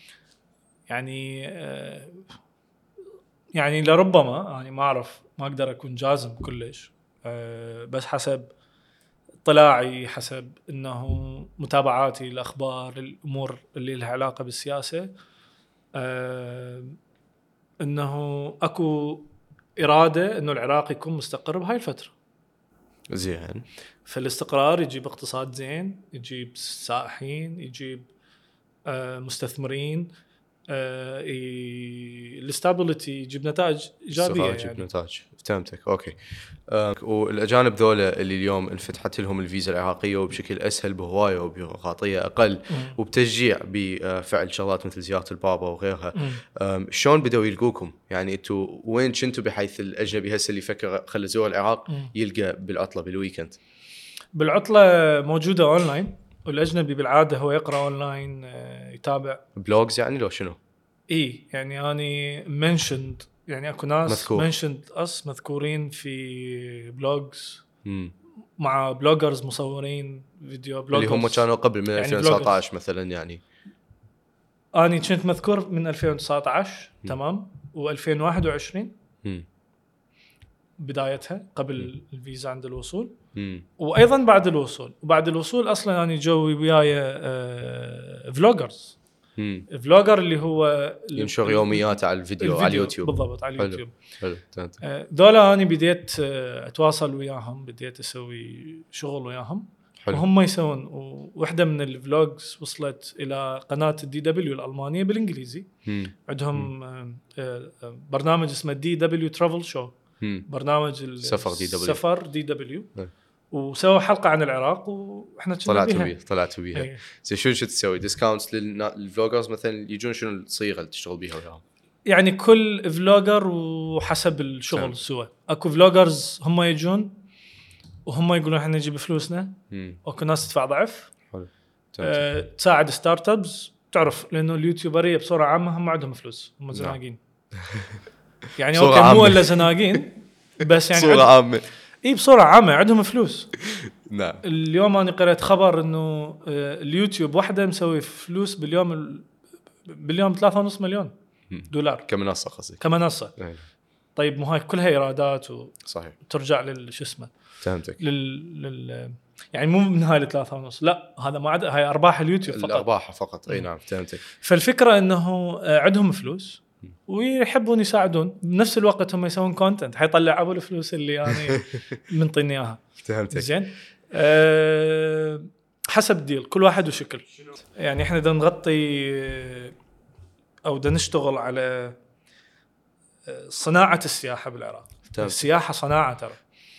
يعني آه يعني لربما يعني ما اعرف، ما اقدر اكون جازم كلش، أه بس حسب اطلاعي، حسب انه متابعاتي الاخبار الامور اللي لها علاقه بالسياسه، أه انه اكو اراده انه العراق يكون مستقر بهاي الفتره. زين، فالاستقرار يجيب اقتصاد زين، يجيب سائحين، يجيب أه مستثمرين، آه الاستابيليتي، يجيب نتائج ايجابيه. يعني يعني نتائج. فهمتك. اوكي. آه والاجانب ذولا اللي اليوم انفتحت لهم الفيزا العراقيه وبشكل اسهل بهوايه وبيروقراطيه اقل مم. وبتشجيع بفعل شغلات مثل زياره البابا وغيرها، شلون بدأوا يلقوكم؟ يعني انتوا وين كنتوا بحيث الاجنبي هسه اللي يفكر خلي يزور العراق مم. يلقى بالعطله بالويكند؟ بالعطله موجوده اونلاين، والاجنبي بالعاده هو يقرا اونلاين، يتابع بلوجز يعني لو شنو؟ اي يعني اني منشند، يعني اكو ناس منشند اس مذكورين في بلوجز مم. مع بلوجرز مصورين فيديو بلوجرز اللي هم كانوا قبل من يعني ألفين وتسعة عشر مثلا. يعني اني كنت مذكور من ألفين وتسعة عشر م. تمام، و2021 م. بدايتها قبل م. الفيزا عند الوصول، م. وايضا بعد الوصول. وبعد الوصول اصلا يعني جوي وياي آه فلوجرز، فلوجر اللي هو ينشر يوميات على الفيديو, الفيديو على اليوتيوب. بالضبط على اليوتيوب. حلو حلو. آه دولا انا بديت آه اتواصل وياهم، بديت اسوي شغل وياهم. حلو. وهم يسوون، وواحدة من الفلوجز وصلت الى قناه الدي دبليو الالمانيه بالانجليزي. م. عندهم م. آه برنامج اسمه دي دبليو ترافل شو، برنامج السفر دي دبليو سفر دي دبليو، وسووا حلقه عن العراق واحنا كنا بيها طلعتوا طلعتوا بيها. زين، شو شو تسوي ديسكاونتس للفلوجرز مثلا يجون؟ شنو الصيغه اللي تشتغل بيها وياهم؟ يعني كل فلوجر وحسب الشغل سوا. اكو فلوجرز هم يجون وهم يقولون احنا نجيب فلوسنا، واكو ناس تدفع ضعف. حلو. أه، تساعد ستارت ابس، تعرف لانه اليوتيوبريه بصوره عامه هم عندهم فلوس، هم زناقين. يعني اوكي مو الا زناقين بس يعني بصوره عامه. اي بصوره عامه عندهم فلوس. نعم. اليوم انا قرأت خبر انه اليوتيوب واحده مسوي فلوس باليوم باليوم ثلاثة ونص مليون دولار كمنصه قصدي. كمنصه. أيه. طيب مو هاي كلها ايرادات و... صحيح. ترجع للش اسمه. فهمتك. لل... لل يعني مو من هاي الثلاثة ونص، لا هذا ما عاد هاي ارباح اليوتيوب فقط. الارباح فقط. اي نعم فهمتك. فالفكره انه عندهم فلوس ويحبون يساعدون، بنفس الوقت هم يسوون كونتنت حيطلع ابو الفلوس اللي يعني منطيني اياها. فهمتك. زين. أه حسب ديل كل واحد وشكل. يعني احنا بدنا نغطي او بدنا نشتغل على صناعه السياحه بالعراق. فهمتك. السياحه صناعه ترى،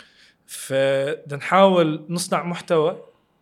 فبدنا نحاول نصنع محتوى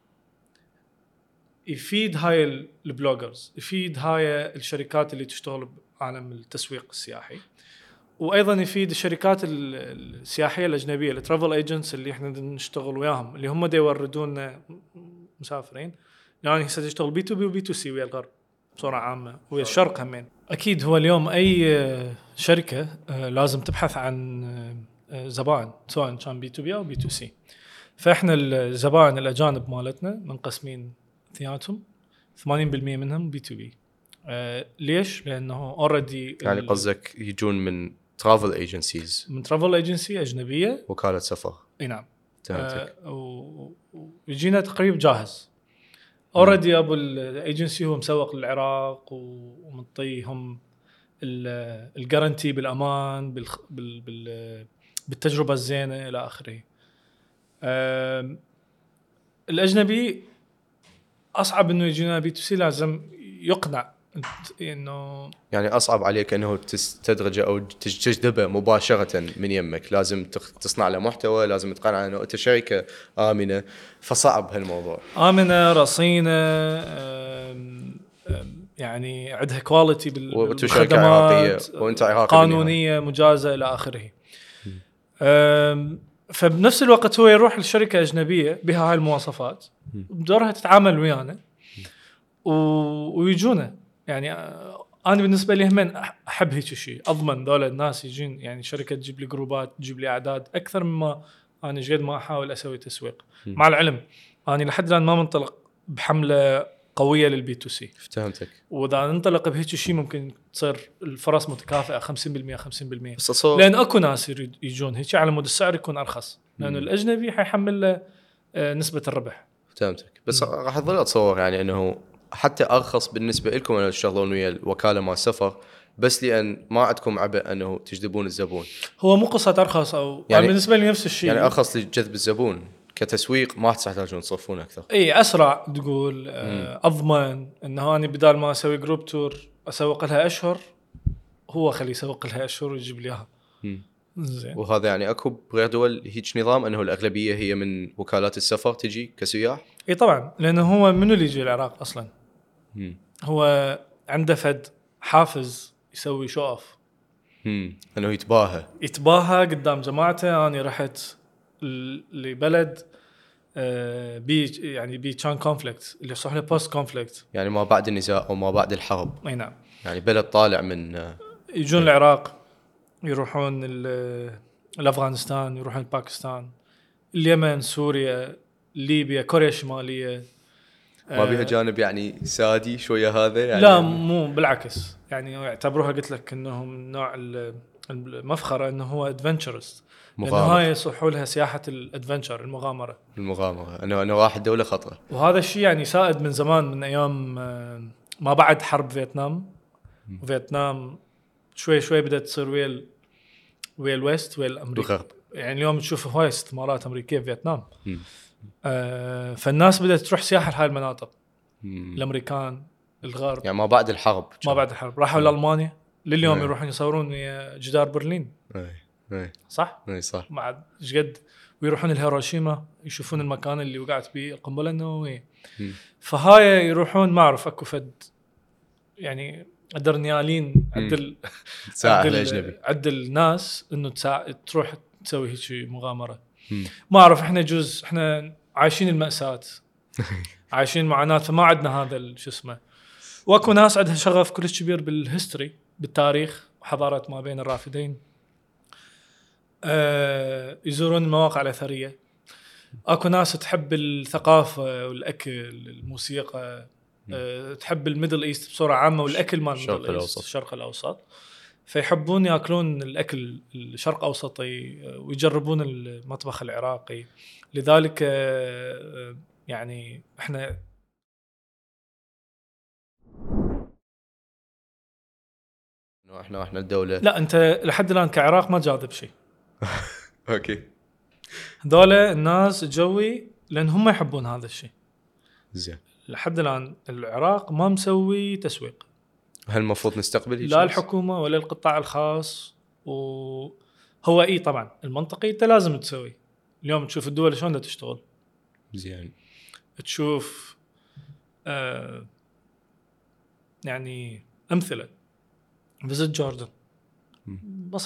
يفيد هاي البلوجرز، يفيد هاي الشركات اللي تشتغل بعالم التسويق السياحي، وايضا يفيد الشركات السياحيه الاجنبيه الترافل ايجنتس اللي احنا نشتغل وياهم اللي هم دا يوردون مسافرين يعني هسه تشتغل بي تو بي وبي تو سي ويا الغرب بصوره عامه ويا الشرق همين. اكيد هو اليوم اي شركه لازم تبحث عن زبائن سواء كان بي تو بي او بي تو سي. فاحنا الزبائن الاجانب مالتنا منقسمين اثنيناتهم ثمانين بالمئة منهم بي تو بي. آه ليش؟ لانه اوريدي يعني قصدك يجون من ترافل ايجنسيز من ترافل ايجنسي اجنبيه وكاله سفر. اي نعم. آه ويجينا تقريب جاهز اوريدي. ابو الايجنسي هو مسوق للعراق ومنطيهم الجارنتي بالامان بالخ... بال... بال... بالتجربه الزينه الى اخره. آه الاجنبي اصعب انه يجينا بي تو سي لازم يقنع انه يعني اصعب عليك انه تستدرجه او تجذبه مباشره من يمك. لازم تصنع له محتوى لازم تقنع انه انت شركه امنه فصعب هالموضوع. امنه رصينه يعني عندها كواليتي بالخدمات وانت عراقي قانونيه مجازه الى اخره. فبنفس الوقت هو يروح لشركه اجنبيه بها هاي المواصفات بدورها تتعامل ويانا ويجونا. يعني انا بالنسبه لي همين احب هيك شيء اضمن دول الناس يجين يعني شركه تجيب لي جروبات تجيب لي اعداد اكثر مما انا جد ما احاول اسوي تسويق. م. مع العلم انا لحد الان ما منطلق بحمله قويه للبي تو سي. فهمتك. واذا ننطلق بهيك شيء ممكن تصير الفرص متكافئه خمسين بالمئة خمسين بالمئة أصور... لان اكو ناس يجون هيك على مود السعر يكون ارخص لانه الاجنبي حيحمل له نسبه الربح. فهمتك. بس راح اظل اتصور يعني انه حتى ارخص بالنسبه لكم انه تشتغلون ويا الوكاله مال السفر بس لان ما عندكم عبء انه تجذبون الزبون. هو مو قصه ارخص او يعني بالنسبه لي نفس الشيء يعني ارخص لجذب الزبون كتسويق ما تحتاجون تصرفون اكثر. اي اسرع تقول آه اضمن انه انا بدال ما اسوي جروب تور اسوق لها اشهر هو خلي يسوق لها اشهر ويجيب لي اياها. زين. وهذا يعني اكو بغير دول هيك نظام انه الاغلبيه هي من وكالات السفر تجي كسياح؟ اي طبعا لانه هو منو اللي يجي العراق اصلا؟ مم. هو عنده فد حافز يسوي شو اوف امم انه يتباهى يتباهى قدام جماعته. انا رحت لبلد آه بي يعني بي كان كونفليكت اللي صح له بوست كونفليكت يعني ما بعد النزاع او ما بعد الحرب. اي نعم. يعني بلد طالع من آه يجون العراق يروحون الافغانستان يروحون باكستان اليمن سوريا ليبيا كوريا الشماليه. ما بيها جانب يعني سادي شويه هذا يعني؟ لا مو بالعكس يعني يعتبروها قلت لك انهم نوع المفخره انه هو ادفنتشرست لانه هاي يصحوا لها سياحه الادفنتشر المغامره المغامره انه انه راح الدوله خطره. وهذا الشيء يعني سائد من زمان من ايام ما بعد حرب فيتنام. وفيتنام شوي شوي بدات تصير ويا ويا الويست ويا الامريكا. يعني اليوم تشوف هواي استثمارات امريكيه في فيتنام. آه فالناس بدات تروح سياحه لهاي المناطق. مم. الامريكان الغرب يعني ما بعد الحرب ما بعد الحرب راحوا لألمانيا لليوم أي. يروحون يصورون جدار برلين. اي اي صح اي صح. مع جد ويروحون الهيروشيما يشوفون المكان اللي وقعت به القنبله النوويه. فهاي يروحون ما اعرف اكو فد يعني درنيالين عدل عدل عدل الناس انه تساعد تروح تسوي هيك مغامره. مم. ما اعرف احنا جزء احنا عايشين المأساة عايشين معاناة فما عندنا هذا شو اسمه. واكو ناس عندها شغف كلش كبير بالهيستوري بالتاريخ وحضارات ما بين الرافدين. آه يزورون المواقع الأثرية. اكو ناس تحب الثقافة والأكل الموسيقى. آه تحب الميدل ايست بصورة عامة والأكل مال الشرق الأوسط الشرق الأوسط فيحبون يأكلون الأكل الشرق أوسطي ويجربون المطبخ العراقي. لذلك آه يعني احنا احنا احنا الدولة لا انت لحد الان كعراق ما جاذب شيء. اوكي. هذول الناس جوي لان هم يحبون هذا الشيء. زين. لحد الان العراق ما مسوي تسويق. هل المفروض نستقبل لا الحكومة ولا القطاع الخاص وهو اي طبعا المنطقي انت لازم تسوي. اليوم تشوف الدول شلون تشتغل. زين. تشوف آه يعني امثله فيزيت جوردن بسيطه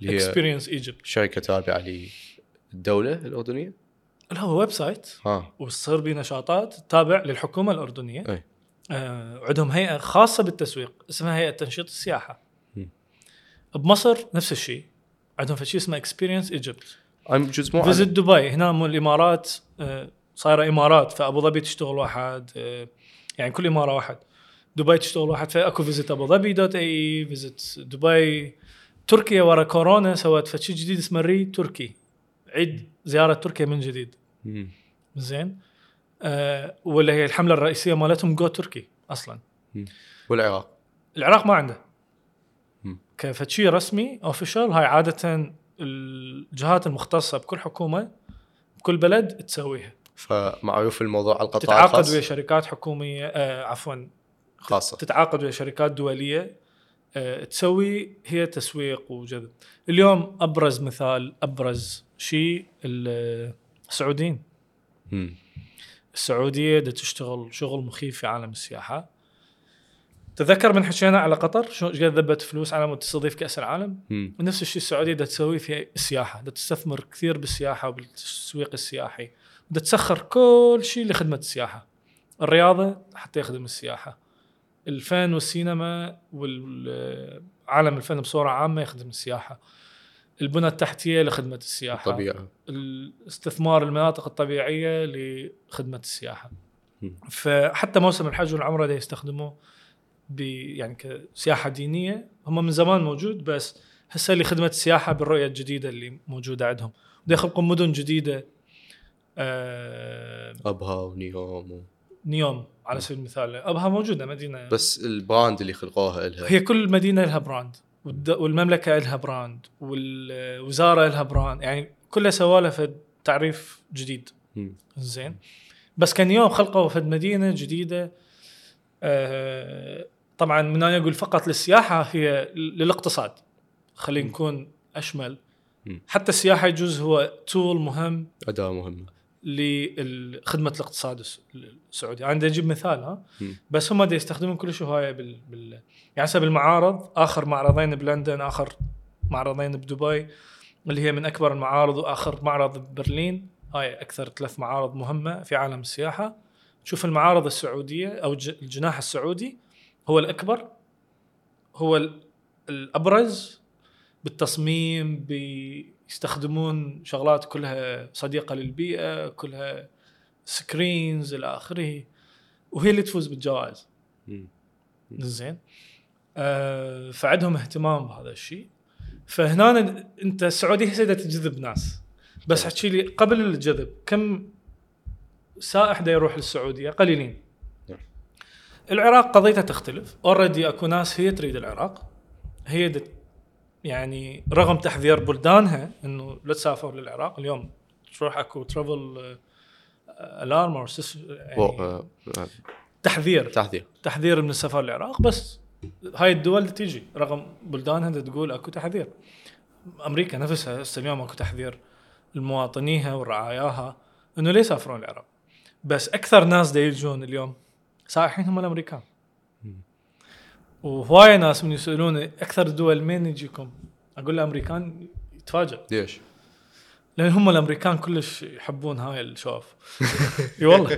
اللي هي اكسبيرينس ايجيبت. شركه تابعه للدوله الاردنيه. لا هو ويب سايت ها وتصير بيه نشاطات تابع للحكومه الاردنيه. اي آه عندهم هيئه خاصه بالتسويق اسمها هيئه تنشيط السياحه. م. بمصر نفس الشيء عندهم شيء اسمه اكسبيرينس ايجيبت. ام جزء مو فيزيت دبي هنا مو الامارات. آه صايره امارات فابو ظبي تشتغل واحد. آه يعني كل اماره واحد. دبي تشتغل واحد فاكو فيزيت ابو ظبي دوت اي فيزيت دبي. تركيا ورا كورونا سوت فشي جديد اسمه ري تركي عيد زياره تركيا من جديد. م. زين. آه ولا هي الحمله الرئيسيه مالتهم جو تركي اصلا. م. والعراق العراق ما عنده م. كفتشي رسمي اوفيشال. هاي عاده الجهات المختصه بكل حكومه بكل بلد تسويها. فمعروف الموضوع على القطاع تتعاقد الخاص ويا شركات حكوميه آه عفوا خاصه. تتعاقد ويا شركات دوليه آه تسوي هي تسويق وجذب. اليوم ابرز مثال ابرز شيء السعوديين. م. السعوديه دا تشتغل شغل مخيف في عالم السياحه. تذكر من حكينا على قطر شو قد ذبت فلوس على مود تستضيف كأس العالم. م. ونفس الشيء السعودية دا تسوي في السياحة. دا تستثمر كثير بالسياحة وبالتسويق السياحي. دا تسخر كل شيء لخدمة السياحة. الرياضة حتى يخدم السياحة. الفن والسينما والعالم الفن بصورة عامة يخدم السياحة. البنى التحتية لخدمة السياحة. طبيعة. الاستثمار المناطق الطبيعية لخدمة السياحة. م. فحتى موسم الحج والعمرة دا يستخدموه يعني كسياحة دينية. هم من زمان موجود بس هسه اللي خدمة السياحة بالرؤية الجديدة اللي موجودة عندهم. وده يخلقون مدن جديدة. آه أبها ونيوم و... نيوم على سبيل المثال. أبها موجودة مدينة بس البراند اللي خلقوها إلها هي كل مدينة لها براند والمملكة لها براند والوزارة لها براند يعني كلها سوالها في تعريف جديد. م. زين. بس كان يوم خلقوا في مدينة جديدة. آه طبعا من أنا أقول فقط للسياحة هي للاقتصاد. خلينا نكون أشمل. م. حتى السياحة يجوز هو تول مهم أداة مهمة لخدمة الاقتصاد السعودي. عندي أجيب مثال ها م. بس هم دا يستخدمون كل شيء هاي بال, بال يعني سبب المعارض آخر معرضين بلندن آخر معرضين بدبي اللي هي من أكبر المعارض وآخر معرض ببرلين. هاي أكثر ثلاث معارض مهمة في عالم السياحة. شوف المعارض السعودية أو الجناح السعودي هو الأكبر هو الأبرز بالتصميم. بيستخدمون شغلات كلها صديقة للبيئة كلها سكرينز إلى آخره وهي اللي تفوز بالجوائز. زين. آه فعندهم اهتمام بهذا الشيء. فهنا أنت السعودية هسه تجذب ناس بس حكي لي قبل الجذب كم سائح دا يروح للسعودية؟ قليلين. العراق قضيتها تختلف. أوردي أكو ناس هي تريد العراق. هي دت يعني رغم تحذير بلدانها إنه لا تسافر للعراق. اليوم تروح أكو ترافل ألارم أو يعني تحذير تحذير تحذير من السفر للعراق. بس هاي الدول تيجي رغم بلدانها تقول أكو تحذير. أمريكا نفسها اليوم أكو تحذير المواطنيها ورعاياها إنه ليه يسافرون العراق. بس أكثر ناس دا يجون اليوم سائحين هم الأمريكان. وهواي ناس من يسألوني أكثر دول مين يجيكم أقول الأمريكان يتفاجئ. ليش؟ لأن هم الأمريكان كلش يحبون هاي الشوف. اي والله.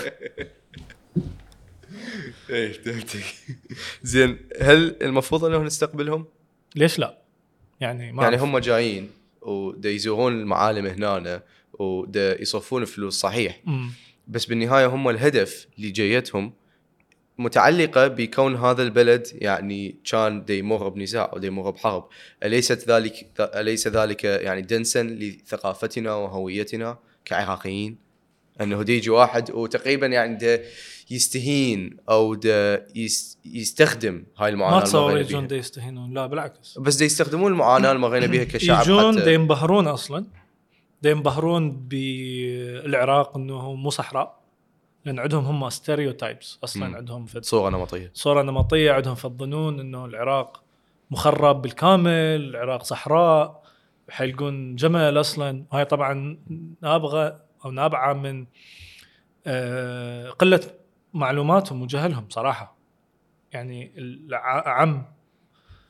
ايش فهمتك. زين هل المفروض انه نستقبلهم؟ ليش لا يعني ما يعني هم جايين ودا يزورون المعالم هنا ودا يصرفون فلوس صحيح م. بس بالنهاية هم الهدف اللي جايتهم متعلقة بكون هذا البلد يعني كان دا يمر بنزاع أو دا يمر بحرب. أليست ذلك أليس ذلك يعني دنسا لثقافتنا وهويتنا كعراقيين أنه دا يجي واحد وتقريبا يعني دا يستهين أو دا يستخدم هاي المعاناة ما تصور يجون دا يستهينون لا بالعكس بس دا يستخدمون المعاناة المرينا بها كشعب. يجون دا ينبهرون أصلا دا ينبهرون بالعراق أنه مو صحراء لأن عندهم هم ستيريوتايبس أصلاً. م. عندهم في صورة نمطية صورة نمطية. عندهم في الظنون إنه العراق مخرب بالكامل. العراق صحراء حيلقون جمل أصلاً. وهي طبعاً نابغة أو نابعة من آه قلة معلوماتهم وجهلهم صراحة. يعني العم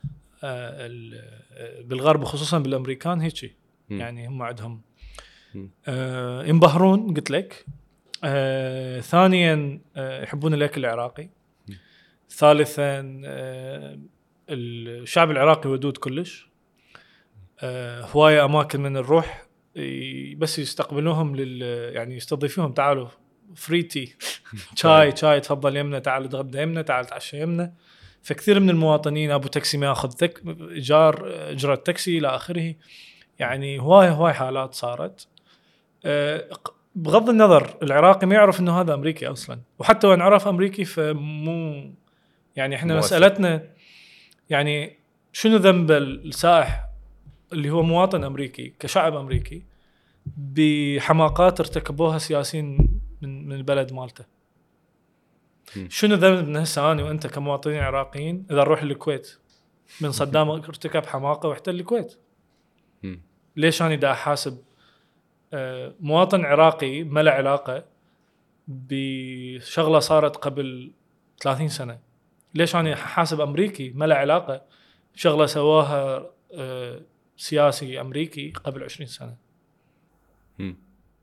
بالغرب وخصوصا بالامريكان هيك يعني هم عندهم آه ينبهرون قلت لك. آه ثانيا آه يحبون الاكل العراقي. ثالثا آه الشعب العراقي ودود كلش. آه هوايه اماكن من الروح بس يستقبلوهم لل يعني يستضيفوهم تعالوا فريتي شاي شاي تفضل يمنا تعال تغدى يمنا تعال تعشى يمنا. فكثير من المواطنين ابو تاكسي ما ياخذ تك ايجار اجره التاكسي الى اخره. يعني هواي هواي حالات صارت. أه بغض النظر العراقي ما يعرف انه هذا امريكي اصلا وحتى وان عرف امريكي فمو يعني احنا مؤثر. مسألتنا يعني شنو ذنب السائح اللي هو مواطن امريكي كشعب امريكي بحماقات ارتكبوها سياسيين من من البلد مالته. م. شنو ذنب من هسه انا وانت كمواطنين عراقيين اذا نروح للكويت من صدام ارتكب حماقه واحتل الكويت؟ م. ليش انا دا احاسب مواطن عراقي ما له علاقه بشغله صارت قبل ثلاثين سنه؟ ليش انا احاسب امريكي ما له علاقه بشغله سواها سياسي امريكي قبل عشرين سنه؟ امم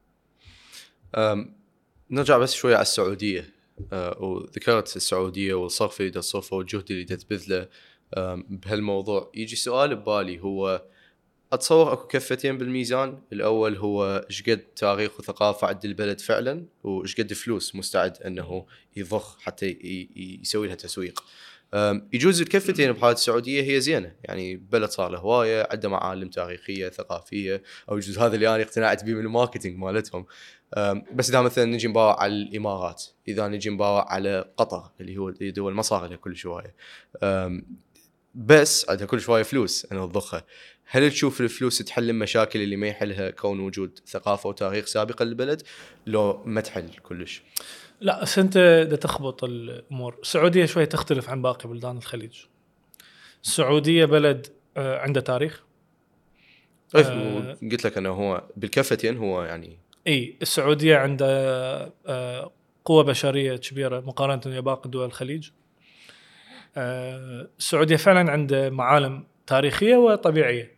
نرجع بس شويه على السعوديه. أه وذكرت السعوديه والصرف اللي تصرفه والجهد اللي تبذله بهالموضوع. يجي سؤال ببالي، هو اتصور اكو كفتين بالميزان. الاول هو ايش قد تاريخ وثقافه عند البلد فعلا، وايش قد فلوس مستعد انه يضخ حتى يسوي لها تسويق. يجوز الكفتين بحالة السعوديه هي زينه، يعني بلد صار له هوايه، عنده معالم تاريخيه ثقافيه، او يجوز هذا اللي انا اقتنعت به من الماركتينج مالتهم. بس اذا مثلا نجي نباوع على الامارات، اذا نجي نباوع على قطر اللي هو دول ما صار لها كل شويه بس عندها كل شويه فلوس انه تضخها. هل تشوف الفلوس تحل المشاكل اللي ما يحلها كون وجود ثقافه وتاريخ سابقه للبلد، لو ما تحل كلش؟ لا بس انت دا تخبط الامور. السعوديه شويه تختلف عن باقي بلدان الخليج. السعوديه بلد عنده تاريخ. أه قلت لك انه هو بالكفتين هو يعني اي السعوديه عندها قوه بشريه كبيره مقارنه ويا باقي دول الخليج. السعوديه فعلا عندها معالم تاريخيه وطبيعيه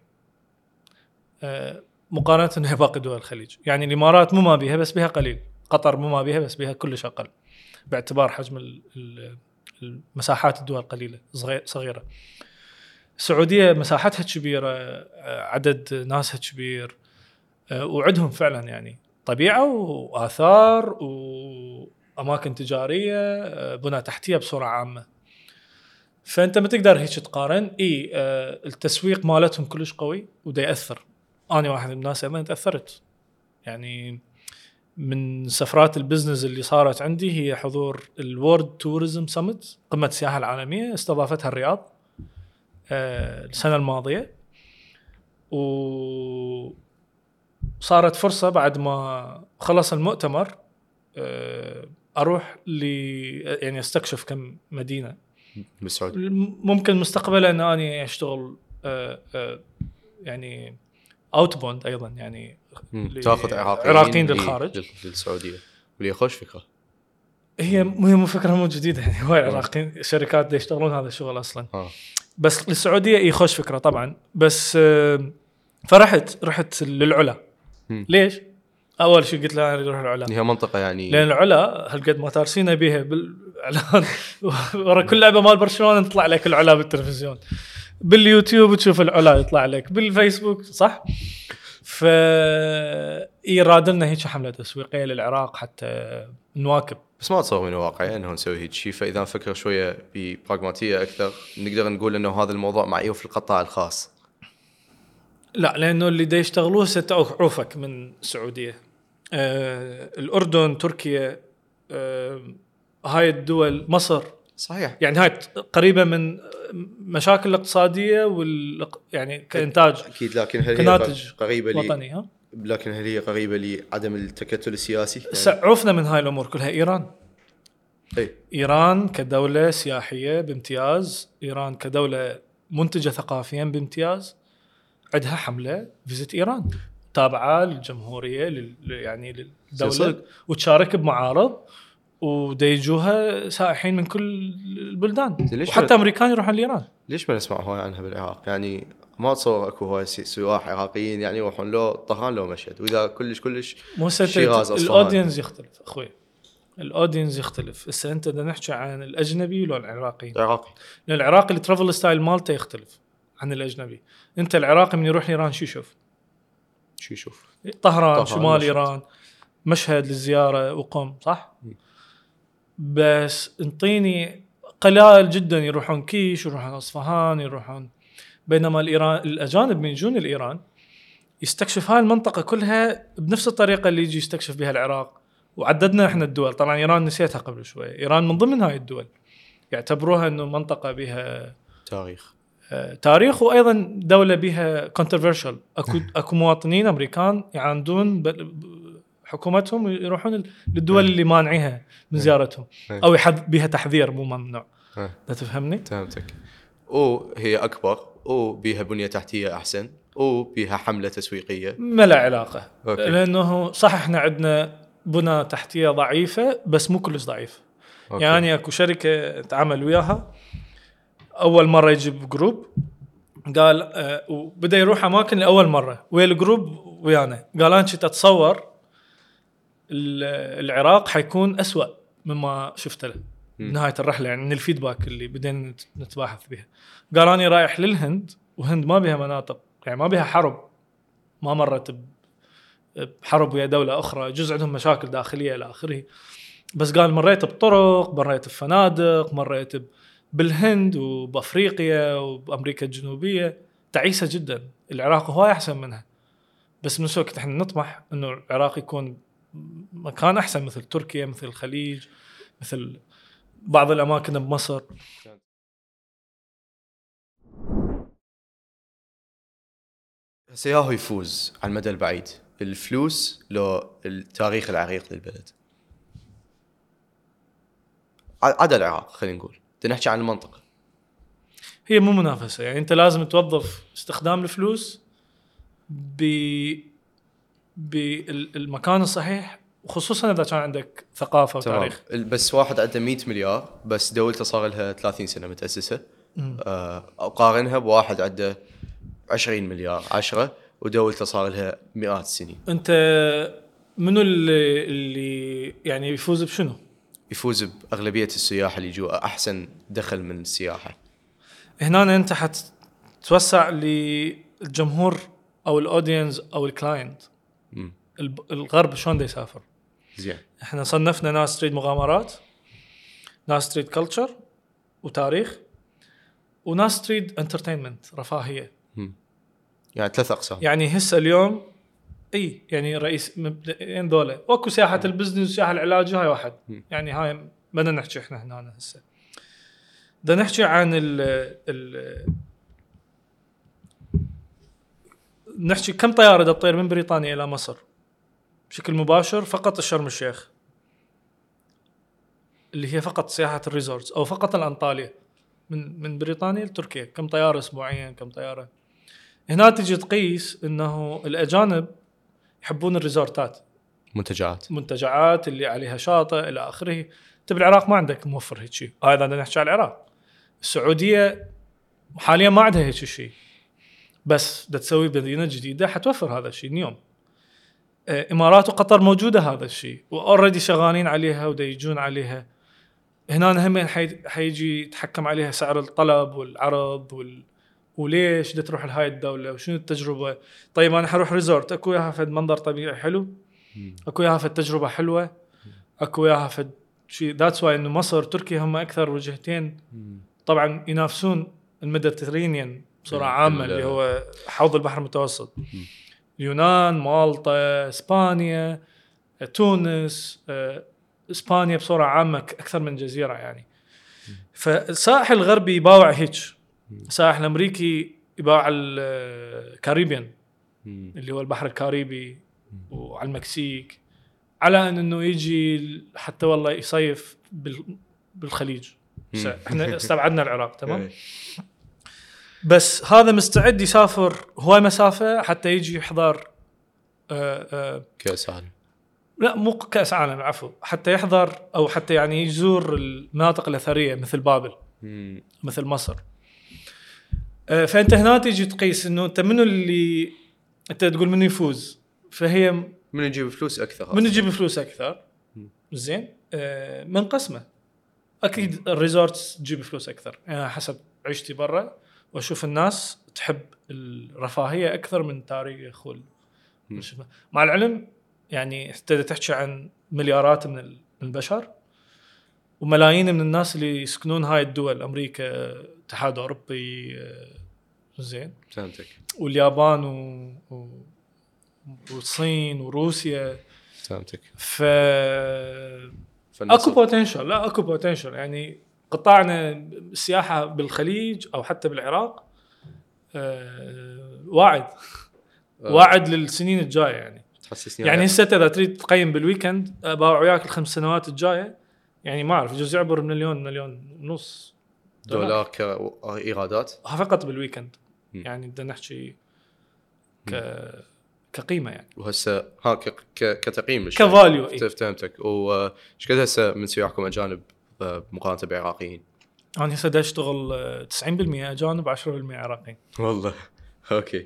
مقارنه ويا باقي دول الخليج. يعني الامارات مو ما بيها بس بيها قليل، قطر مو ما بيها بس بيها كلش اقل باعتبار حجم المساحات الدول قليله صغيره. السعوديه مساحتها كبيره، عدد ناسها كبير، وعندهم فعلا يعني طبيعه واثار واماكن تجاريه، بنى تحتيه بصوره عامه. فانت ما تقدر هيك تقارن. اي التسويق مالتهم كلش قوي وده ياثر. انا واحد من الناس ايضا تاثرت يعني من سفرات البزنس اللي صارت عندي هي حضور الورد توريزم سمت، قمة السياحة العالمية استضافتها الرياض آه السنة الماضية. وصارت فرصة بعد ما خلص المؤتمر آه أروح لي يعني استكشف كم مدينة بالسعودية ممكن مستقبلا أن أنا أشتغل آه آه يعني اوتبوند ايضا، يعني تاخذ عراقيين للخارج للسعوديه. واللي خوش فكره هي مو فكره مو جديده، يعني هواي عراقيين شركات دي يشتغلون هذا الشغل اصلا. آه. بس للسعوديه اي خوش فكره طبعا. بس فرحت رحت للعلا. م. ليش؟ اول شيء قلت لها اريد اروح العلا، هي منطقه يعني لان العلا هالقد ما تارسينا بيها بالاعلان ورا كل لعبه مال برشلونه تطلع لك العلا بالتلفزيون، باليوتيوب تشوف العلا يطلع لك، بالفيسبوك صح. فإيرادنا هيك حملة تسويقية للعراق حتى نواكب. بس ما تصور من الواقع انه نسوي هيك شيء. فاذا نفكر شويه ببراغماتيه اكثر نقدر نقول انه هذا الموضوع معيوب في القطاع الخاص. لا، لانه اللي دا يشتغلوه ستعوفك من السعوديه. آه الاردن، تركيا، آه هاي الدول، مصر صحيح، يعني هاي قريبه من مشاكل الاقتصاديه وال يعني كانتاج اكيد. لكن هل هي قريبه وطني ها؟ لكن هل هي قريبه لعدم التكتل السياسي؟ يعني سعوفنا من هاي الامور كلها ايران. اي ايران كدوله سياحيه بامتياز، ايران كدوله منتجه ثقافيا بامتياز، عندها حمله فيزيت ايران تابعه للجمهوريه لل يعني للدوله، وتشارك بمعارض وديجوها سائحين من كل البلدان، ليش وحتى بل- امريكان يروحون لإيران. ليش ما نسمع هواي عنها بالعراق؟ يعني ما اتصور اكو هواي سي- سياح عراقيين يعني يروحون لو طهران لو مشهد، واذا كلش كلش مو شيراز اصلا الاودينس يختلف اخوي، الاودينس يختلف. هسه انت بدنا نحكي عن الاجنبي ولا العراقي؟ عراقي. لان العراقي الترافل ستايل مالته يختلف عن الاجنبي. انت العراقي من يروح ايران شو يشوف؟ شو يشوف؟ طهران, طهران شمال مشهد. ايران، مشهد للزياره وقم، صح؟ م. بس انطيني قلائل جدا يروحون كيش، يروحون اصفهان، يروحون. بينما الايران الاجانب من يجون الايران يستكشف هاي المنطقه كلها بنفس الطريقه اللي يجي يستكشف بها العراق. وعددنا احنا الدول، طبعا ايران نسيتها قبل شوي، ايران من ضمن هاي الدول، يعتبروها انه منطقه بها تاريخ. آه تاريخ، وايضا دوله بها كونتروفيرشل. اكو اكو مواطنين امريكان يعاندون حكومتهم ويروحون للدول اللي مانعيها من زيارتهم، او يحد بها تحذير مو ممنوع. لا تفهمني؟ فهمتك. وهي اكبر، وبيها بنيه تحتيه احسن، وبيها حمله تسويقيه. ما له علاقه. أوكي. لانه صح احنا عندنا بنى تحتيه ضعيفه، بس مو كلش ضعيف. أوكي. يعني اكو شركه تعامل وياها، اول مره يجيب جروب، قال آه وبدا يروح اماكن لاول مره ويا الجروب ويانا، قال انا كنت اتصور العراق حيكون أسوأ مما شفت له نهايه الرحله، يعني من الفيدباك اللي بدينا نتباحث بها. قال اني رايح للهند، وهند ما بها مناطق، يعني ما بها حرب، ما مرت بحرب ويا دوله اخرى، جزء عندهم مشاكل داخليه الى اخره. بس قال مريت بطرق، مريت بفنادق، مريت بالهند وبافريقيا وبامريكا الجنوبيه تعيسه جدا. العراق هو احسن منها، بس من وقت احنا نطمح انه العراق يكون مكان احسن، مثل تركيا، مثل الخليج، مثل بعض الاماكن بمصر. سياهو يفوز على المدى البعيد، الفلوس لو التاريخ العريق للبلد؟ عدا العراق خلينا نقول، نحكي عن المنطقة. هي مو منافسة، يعني أنت لازم توظف استخدام الفلوس ب بالمكان الصحيح، وخصوصا إذا كان عندك ثقافة وتاريخ. بس واحد عنده مية مليار بس دولته صار لها ثلاثين سنة متأسسة، آه أقارنها بواحد عنده عشرين مليار عشرة ودولته صار لها مئات السنين. أنت منو اللي, اللي يعني يفوز بشنو؟ يفوز بأغلبية السياح اللي يجوا أحسن دخل من السياحة. هنا أنت حتتوسع للجمهور أو الأودينز أو الكلاينت. الغرب شلون دا يسافر؟ زين. احنا صنفنا ناس تريد مغامرات، ناس تريد كلتشر وتاريخ، وناس تريد انترتينمنت رفاهية. مم. يعني ثلاث أقسام. يعني هسه اليوم اي يعني رئيس مبدئيا ذولا، واكو سياحة البزنس وسياحة العلاج، هاي واحد. مم. يعني هاي بدنا نحكي احنا هنا هسه بدنا نحكي عن ال ال نحكي كم طيارة دا تطير من بريطانيا إلى مصر بشكل مباشر فقط الشرم الشيخ، اللي هي فقط سياحة الريزورتس، أو فقط الأنطاليا من من بريطانيا لتركيا. كم طيارة أسبوعيا؟ كم طيارة؟ هنا تجي تقيس إنه الأجانب يحبون الريزورتات، منتجعات منتجعات اللي عليها شاطئ إلى آخره. تبي العراق ما عندك موفر هيك شيء. هذا أنا نحكي على العراق. السعودية حاليا ما عندها هيك شيء، بس بدها تسوي مدينة جديدة حتوفر هذا الشيء اليوم. إمارات وقطر موجودة هذا الشيء، وأوريدي شغالين عليها ودا يجون عليها. هنا هم حيجي يتحكم عليها سعر الطلب والعرض وال... وليش بدها تروح لهاي الدولة وشنو التجربة. طيب أنا حروح ريزورت، أكو ياها فد منظر طبيعي حلو، أكو ياها فد تجربة حلوة، أكو ياها فد شيء. ذاتس واي إنه مصر تركيا هم أكثر وجهتين طبعا ينافسون الميديترينيان بصورة عامة، اللي هو حوض البحر المتوسط. اليونان، مالطا، إسبانيا، تونس، إسبانيا بصورة عامة أكثر من جزيرة يعني. فالساحل الغربي يباوع هيك، الساحل الأمريكي يباوع الكاريبيان اللي هو البحر الكاريبي وعلى المكسيك، على أنه يجي حتى والله يصيف بالخليج. احنا استبعدنا العراق تمام، بس هذا مستعد يسافر هواي مسافة حتى يجي يحضر كأس عالم. لا مو كأس عالم عفوا، حتى يحضر أو حتى يعني يزور المناطق الأثرية مثل بابل مم. مثل مصر. آه، فأنت هنا تيجي تقيس إنه أنت منو اللي أنت تقول منو يفوز، فهي من يجيب فلوس اكثر، من يجيب فلوس أكثر. زين آه، من قسمه أكيد الريزورتس تجيب فلوس أكثر. يعني حسب عيشتي برا وأشوف الناس تحب الرفاهية أكثر من تاريخ وال... مع العلم يعني ابتدت تحكي عن مليارات من البشر وملايين من الناس اللي يسكنون هاي الدول، أمريكا، اتحاد أوروبي، زين، فهمتك، واليابان و... و... والصين وروسيا. فهمتك. ف اكو بوتنشل، لا اكو بوتنشل. يعني قطاعنا السياحة بالخليج أو حتى بالعراق أه... واعد أه. واعد للسنين الجاية. يعني تحسسني يعني هسه إذا تريد تقيم بالويكند أباوع وياك الخمس سنوات الجاية، يعني ما أعرف يجوز يعبر مليون مليون ونص دولار كإيرادات فقط بالويكند. م. يعني بدنا نحكي ك كقيمة يعني. وهسه ها ك ك كتقييم كفاليو. إيه؟ فهمتك. وش قد هسه من سياحكم أجانب مقارنة بعراقيين؟ أنا هسه دا أشتغل تسعين بالمئة أجانب عشرة بالمئة عراقيين. والله أوكي.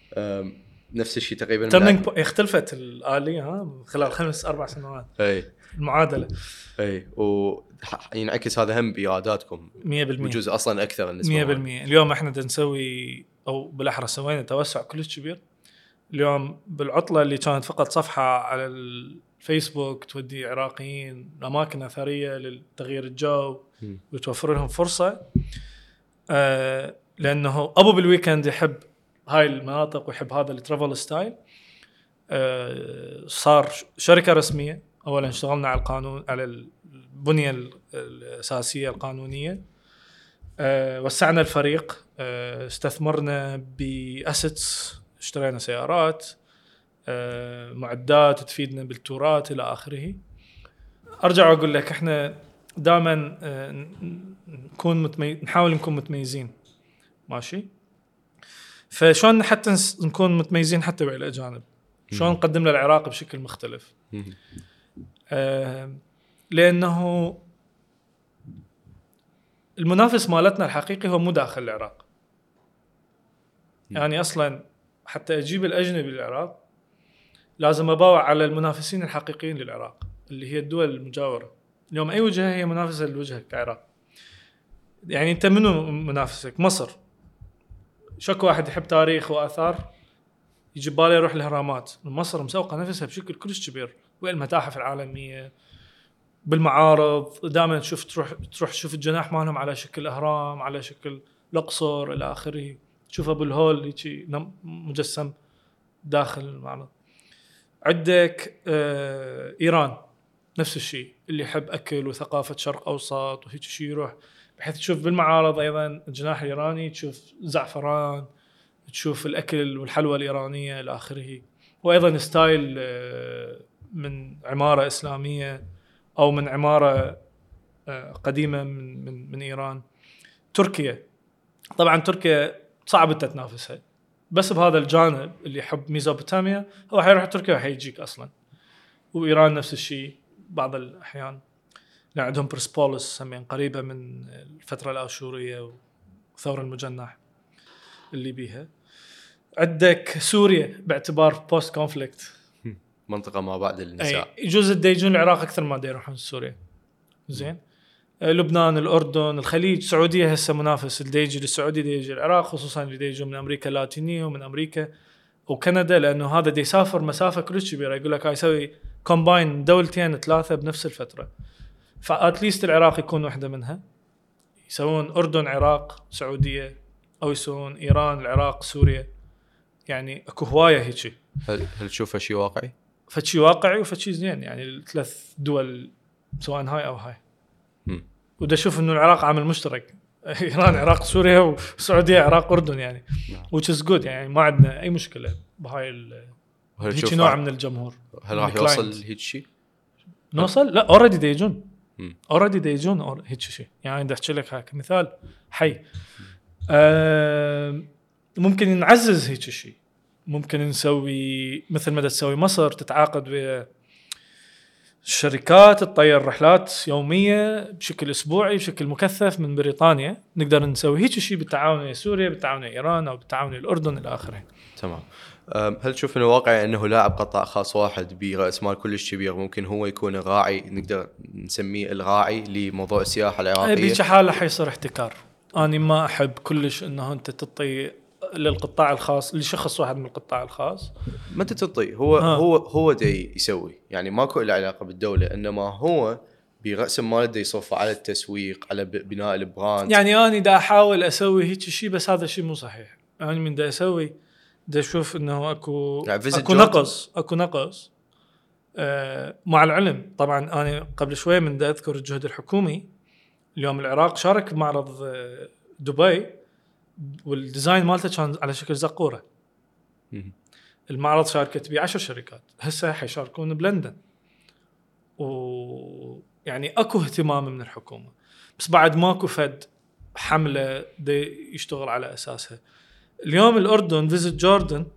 نفس الشيء تقريبا. ترنينج اختلفت الآلية ها خلال خمس أربع سنوات. أي المعادلة. أي وينعكس هذا هم بإيراداتكم مية بالمئة. وجزء أصلا أكثر النسبة. مية بالمئة. اليوم إحنا دا نسوي أو بالأحرى سوينا توسع كلش كبير. اليوم بالعطلة اللي كانت فقط صفحة على الفيسبوك تودي عراقيين أماكن أثرية للتغيير الجو وتوفر لهم فرصة، آه لأنه أبو بالويكند يحب هاي المناطق ويحب هذا الترافل ستايل. آه صار شركة رسمية. أولا اشتغلنا على القانون، على البنية الأساسية القانونية. آه وسعنا الفريق. آه استثمرنا بأسيتس، اشترينا سيارات، آه معدات تفيدنا بالتورات إلى آخره. أرجع أقول لك إحنا دائما آه نكون متميز، نحاول نكون متميزين ماشي. فشون حتى نكون متميزين حتى مع الأجانب، شلون نقدم للعراق بشكل مختلف. آه لأنه المنافس مالتنا الحقيقي هو مو داخل العراق. يعني أصلا حتى أجيب الأجنبي للعراق لازم أباوع على المنافسين الحقيقيين للعراق اللي هي الدول المجاورة. اليوم أي وجهة هي منافسة لوجهك كعراق. يعني أنت منو منافسك؟ مصر. شكو واحد يحب تاريخ وآثار يجي بالي يروح الهرامات. مصر مسوقة نفسها بشكل كلش كبير، والمتاحف العالمية بالمعارض دائما تشوف، تروح تروح تشوف الجناح مالهم على شكل أهرام، على شكل الأقصر إلى آخره. تشوفها بالهول هيك مجسم داخل المعرض. عندك آه إيران نفس الشيء، اللي يحب أكل وثقافة شرق أوسط وهيك شيء يروح، بحيث تشوف بالمعارض أيضا الجناح الإيراني، تشوف زعفران، تشوف الأكل والحلوى الإيرانية إلى آخره. وأيضا ستايل آه من عمارة إسلامية أو من عمارة آه قديمة من, من, من إيران. تركيا طبعا تركيا صعب تتنافسها، بس بهذا الجانب اللي يحب ميزوبوتاميا هو حيروح تركيا وحيجيك أصلا. وإيران نفس الشيء بعض الأحيان، يعني عندهم برسبوليس سمين قريبة من الفترة الآشورية وثورة المجنح اللي بيها. عندك سوريا باعتبار بوست كونفليكت، منطقة ما بعد النزاع، يجوز يديجون العراق أكثر ما يروحون سوريا. زين. لبنان، الأردن، الخليج، السعودية هسه منافس الديجي للسعودي ديجي العراق، خصوصا اللي ديجوا من أمريكا اللاتينية ومن أمريكا وكندا، لأنه هذا دي يسافر مسافة كلش كبيرة. يقول لك هاي يسوي كومباين دولتين ثلاثة بنفس الفترة، فأتليست العراق يكون واحدة منها. يسوون أردن عراق سعودية، أو يسوون إيران العراق سوريا. يعني أكو هواية هيك. هل هل تشوفه شيء واقعي؟ فشي واقعي وفشي زين، يعني الثلاث دول سواء هاي أو هاي. وده أشوف إنه العراق عامل مشترك، إيران عراق سوريا، والسعودية عراق أردن، يعني which is good. يعني ما عندنا أي مشكلة بهاي ال هيك نوع من الجمهور. هل راح يوصل هيك شيء؟ نوصل؟ لا already ديجون already ديجون هيك شيء. يعني بدي أحكي لك هيك مثال حي. أه ممكن نعزز هيك شيء. ممكن نسوي مثل ما تسوي مصر، تتعاقد الشركات تطير رحلات يوميه بشكل اسبوعي بشكل مكثف من بريطانيا. نقدر نسوي هيك شيء بالتعاون ويا سوريا، بالتعاون ويا ايران، او بالتعاون ويا الاردن الى اخره. تمام. هل تشوف انه واقعي انه لاعب قطاع خاص واحد براس مال كلش كبير ممكن هو يكون الراعي، نقدر نسميه الراعي لموضوع السياحه العراقيه؟ بهيك حاله حيصير احتكار. انا ما احب كلش انه انت تعطي للقطاع الخاص لشخص واحد من القطاع الخاص. ما انت تعطي هو آه. هو هو دي يسوي، يعني ماكو له علاقه بالدوله، انما هو براس ماله دي يصرف على التسويق، على بناء البراند. يعني انا دا احاول اسوي هيك شيء، بس هذا الشيء مو صحيح. انا يعني من دا اسوي دا اشوف انه اكو يعني اكو نقص اكو نقص آه مع العلم. طبعا انا قبل شويه من دا اذكر الجهد الحكومي. اليوم العراق شارك بمعرض آه دبي، والديزاين مالته كان على شكل زقوره. المعرض شاركت به عشر شركات، هسه حيشاركون بلندن. ويعني اكو اهتمام من الحكومه، بس بعد ماكو فد حمله دي يشتغل على اساسها. اليوم الاردن فيزيت جوردن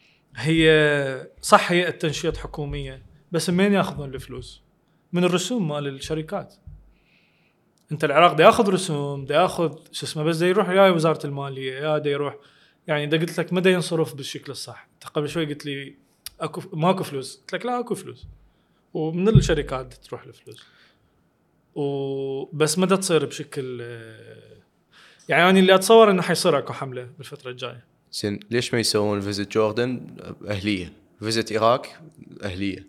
هي صح هي التنشيط حكوميه، بس من ياخذون الفلوس؟ من الرسوم مال الشركات. انت العراق دا ياخذ رسوم، دا ياخذ شو اسمه، بس دا يروح يا وزاره الماليه يا دا يروح. يعني دا قلت لك ما دا ينصرف بالشكل الصح. قبل شوي قلت لي اكو ماكو فلوس، قلت لك لا اكو فلوس، ومن الشركات تروح الفلوس، وبس ما دا تصير بشكل. يعني أنا اللي أتصور إنه حيصير أكو حملة بالفترة الجاية. زين ليش ما يسوون فيزيت جوردن أهلية، فيزيت العراق أهلية؟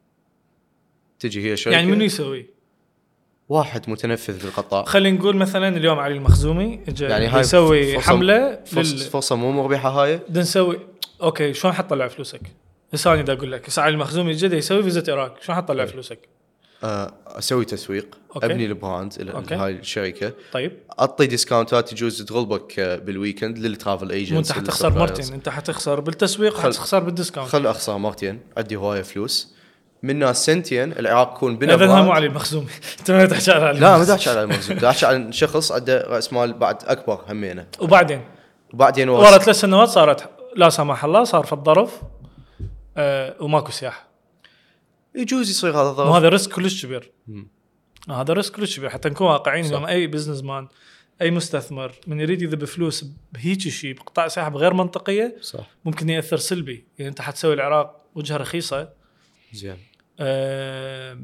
تجي هي شركة، يعني منو يسوي؟ واحد متنفذ في القطاع. خلينا نقول مثلا اليوم علي المخزومي يعني هاي يسوي فرصة حملة فرصة, لل... فرصة مو مربحة هاي. بدنا نسوي أوكي شلون حتطلع فلوسك؟ هسه أنا دا أقول لك هسه علي المخزومي الجدي يسوي فيزيت العراق، شلون حتطلع فلوسك؟ اسوي تسويق، أوكي. ابني البراند لهاي الشركه، طيب اعطي ديسكاونتات تجوز تغلبك بالويكند للترافل ايجنتس. انت حتخسر مرتين، انت حتخسر بالتسويق وحتخسر بالديسكاونت. خل اخسر مرتين، عندي هوايه فلوس منها سنتين. العراق يكون بنا هذا مو علي المخزومي. انت ما تحكي على لا ما تحكي على المخزومي، تحكي عن شخص عنده راس مال بعد اكبر همينه. وبعدين وبعدين ورا ثلاث سنوات صارت لا سمح الله صار في الظرف أه وماكو سياحه. يجوز يصير هذا الظرف، وهذا ريسك كلش كبير. هذا ريسك كلش كبير حتى نكون واقعيين. اليوم اي بزنس مان اي مستثمر من يريد يذب فلوس بهيك شيء بقطاع سياحه بغير منطقيه صح. ممكن ياثر سلبي. يعني انت حتسوي العراق وجهه رخيصه زين أه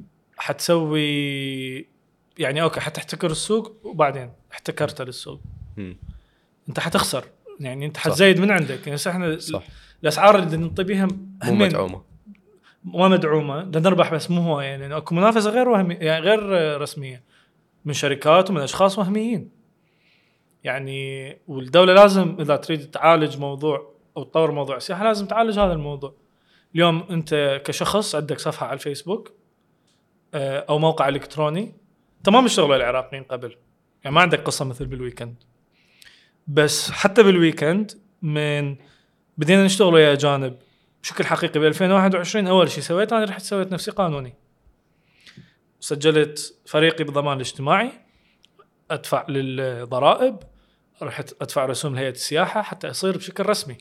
حتسوي يعني اوكي حتحتكر السوق، وبعدين احتكرت للسوق مم. انت حتخسر. يعني انت حتزايد من عندك. يعني احنا صح. الاسعار اللي نعطي بيها مو مدعومه ما مدعومه لنربح، بس مو هو يعني اكو منافسه غير وهمي يعني غير رسميه من شركات ومن اشخاص وهميين. يعني والدوله لازم اذا تريد تعالج موضوع او تطور موضوع السياحه لازم تعالج هذا الموضوع. اليوم انت كشخص عندك صفحه على الفيسبوك او موقع الكتروني، تمام الشغل العراقيين قبل يعني ما عندك قصه مثل بالويكند. بس حتى بالويكند من بدينا نشتغل ويا اجانب بشكل حقيقي ب ألفين وواحد وعشرين. اول شيء سويت انا رحت سويت نفسي قانوني، سجلت فريقي بالضمان الاجتماعي، ادفع للضرائب، رحت ادفع رسوم لهيئه السياحه حتى يصير بشكل رسمي.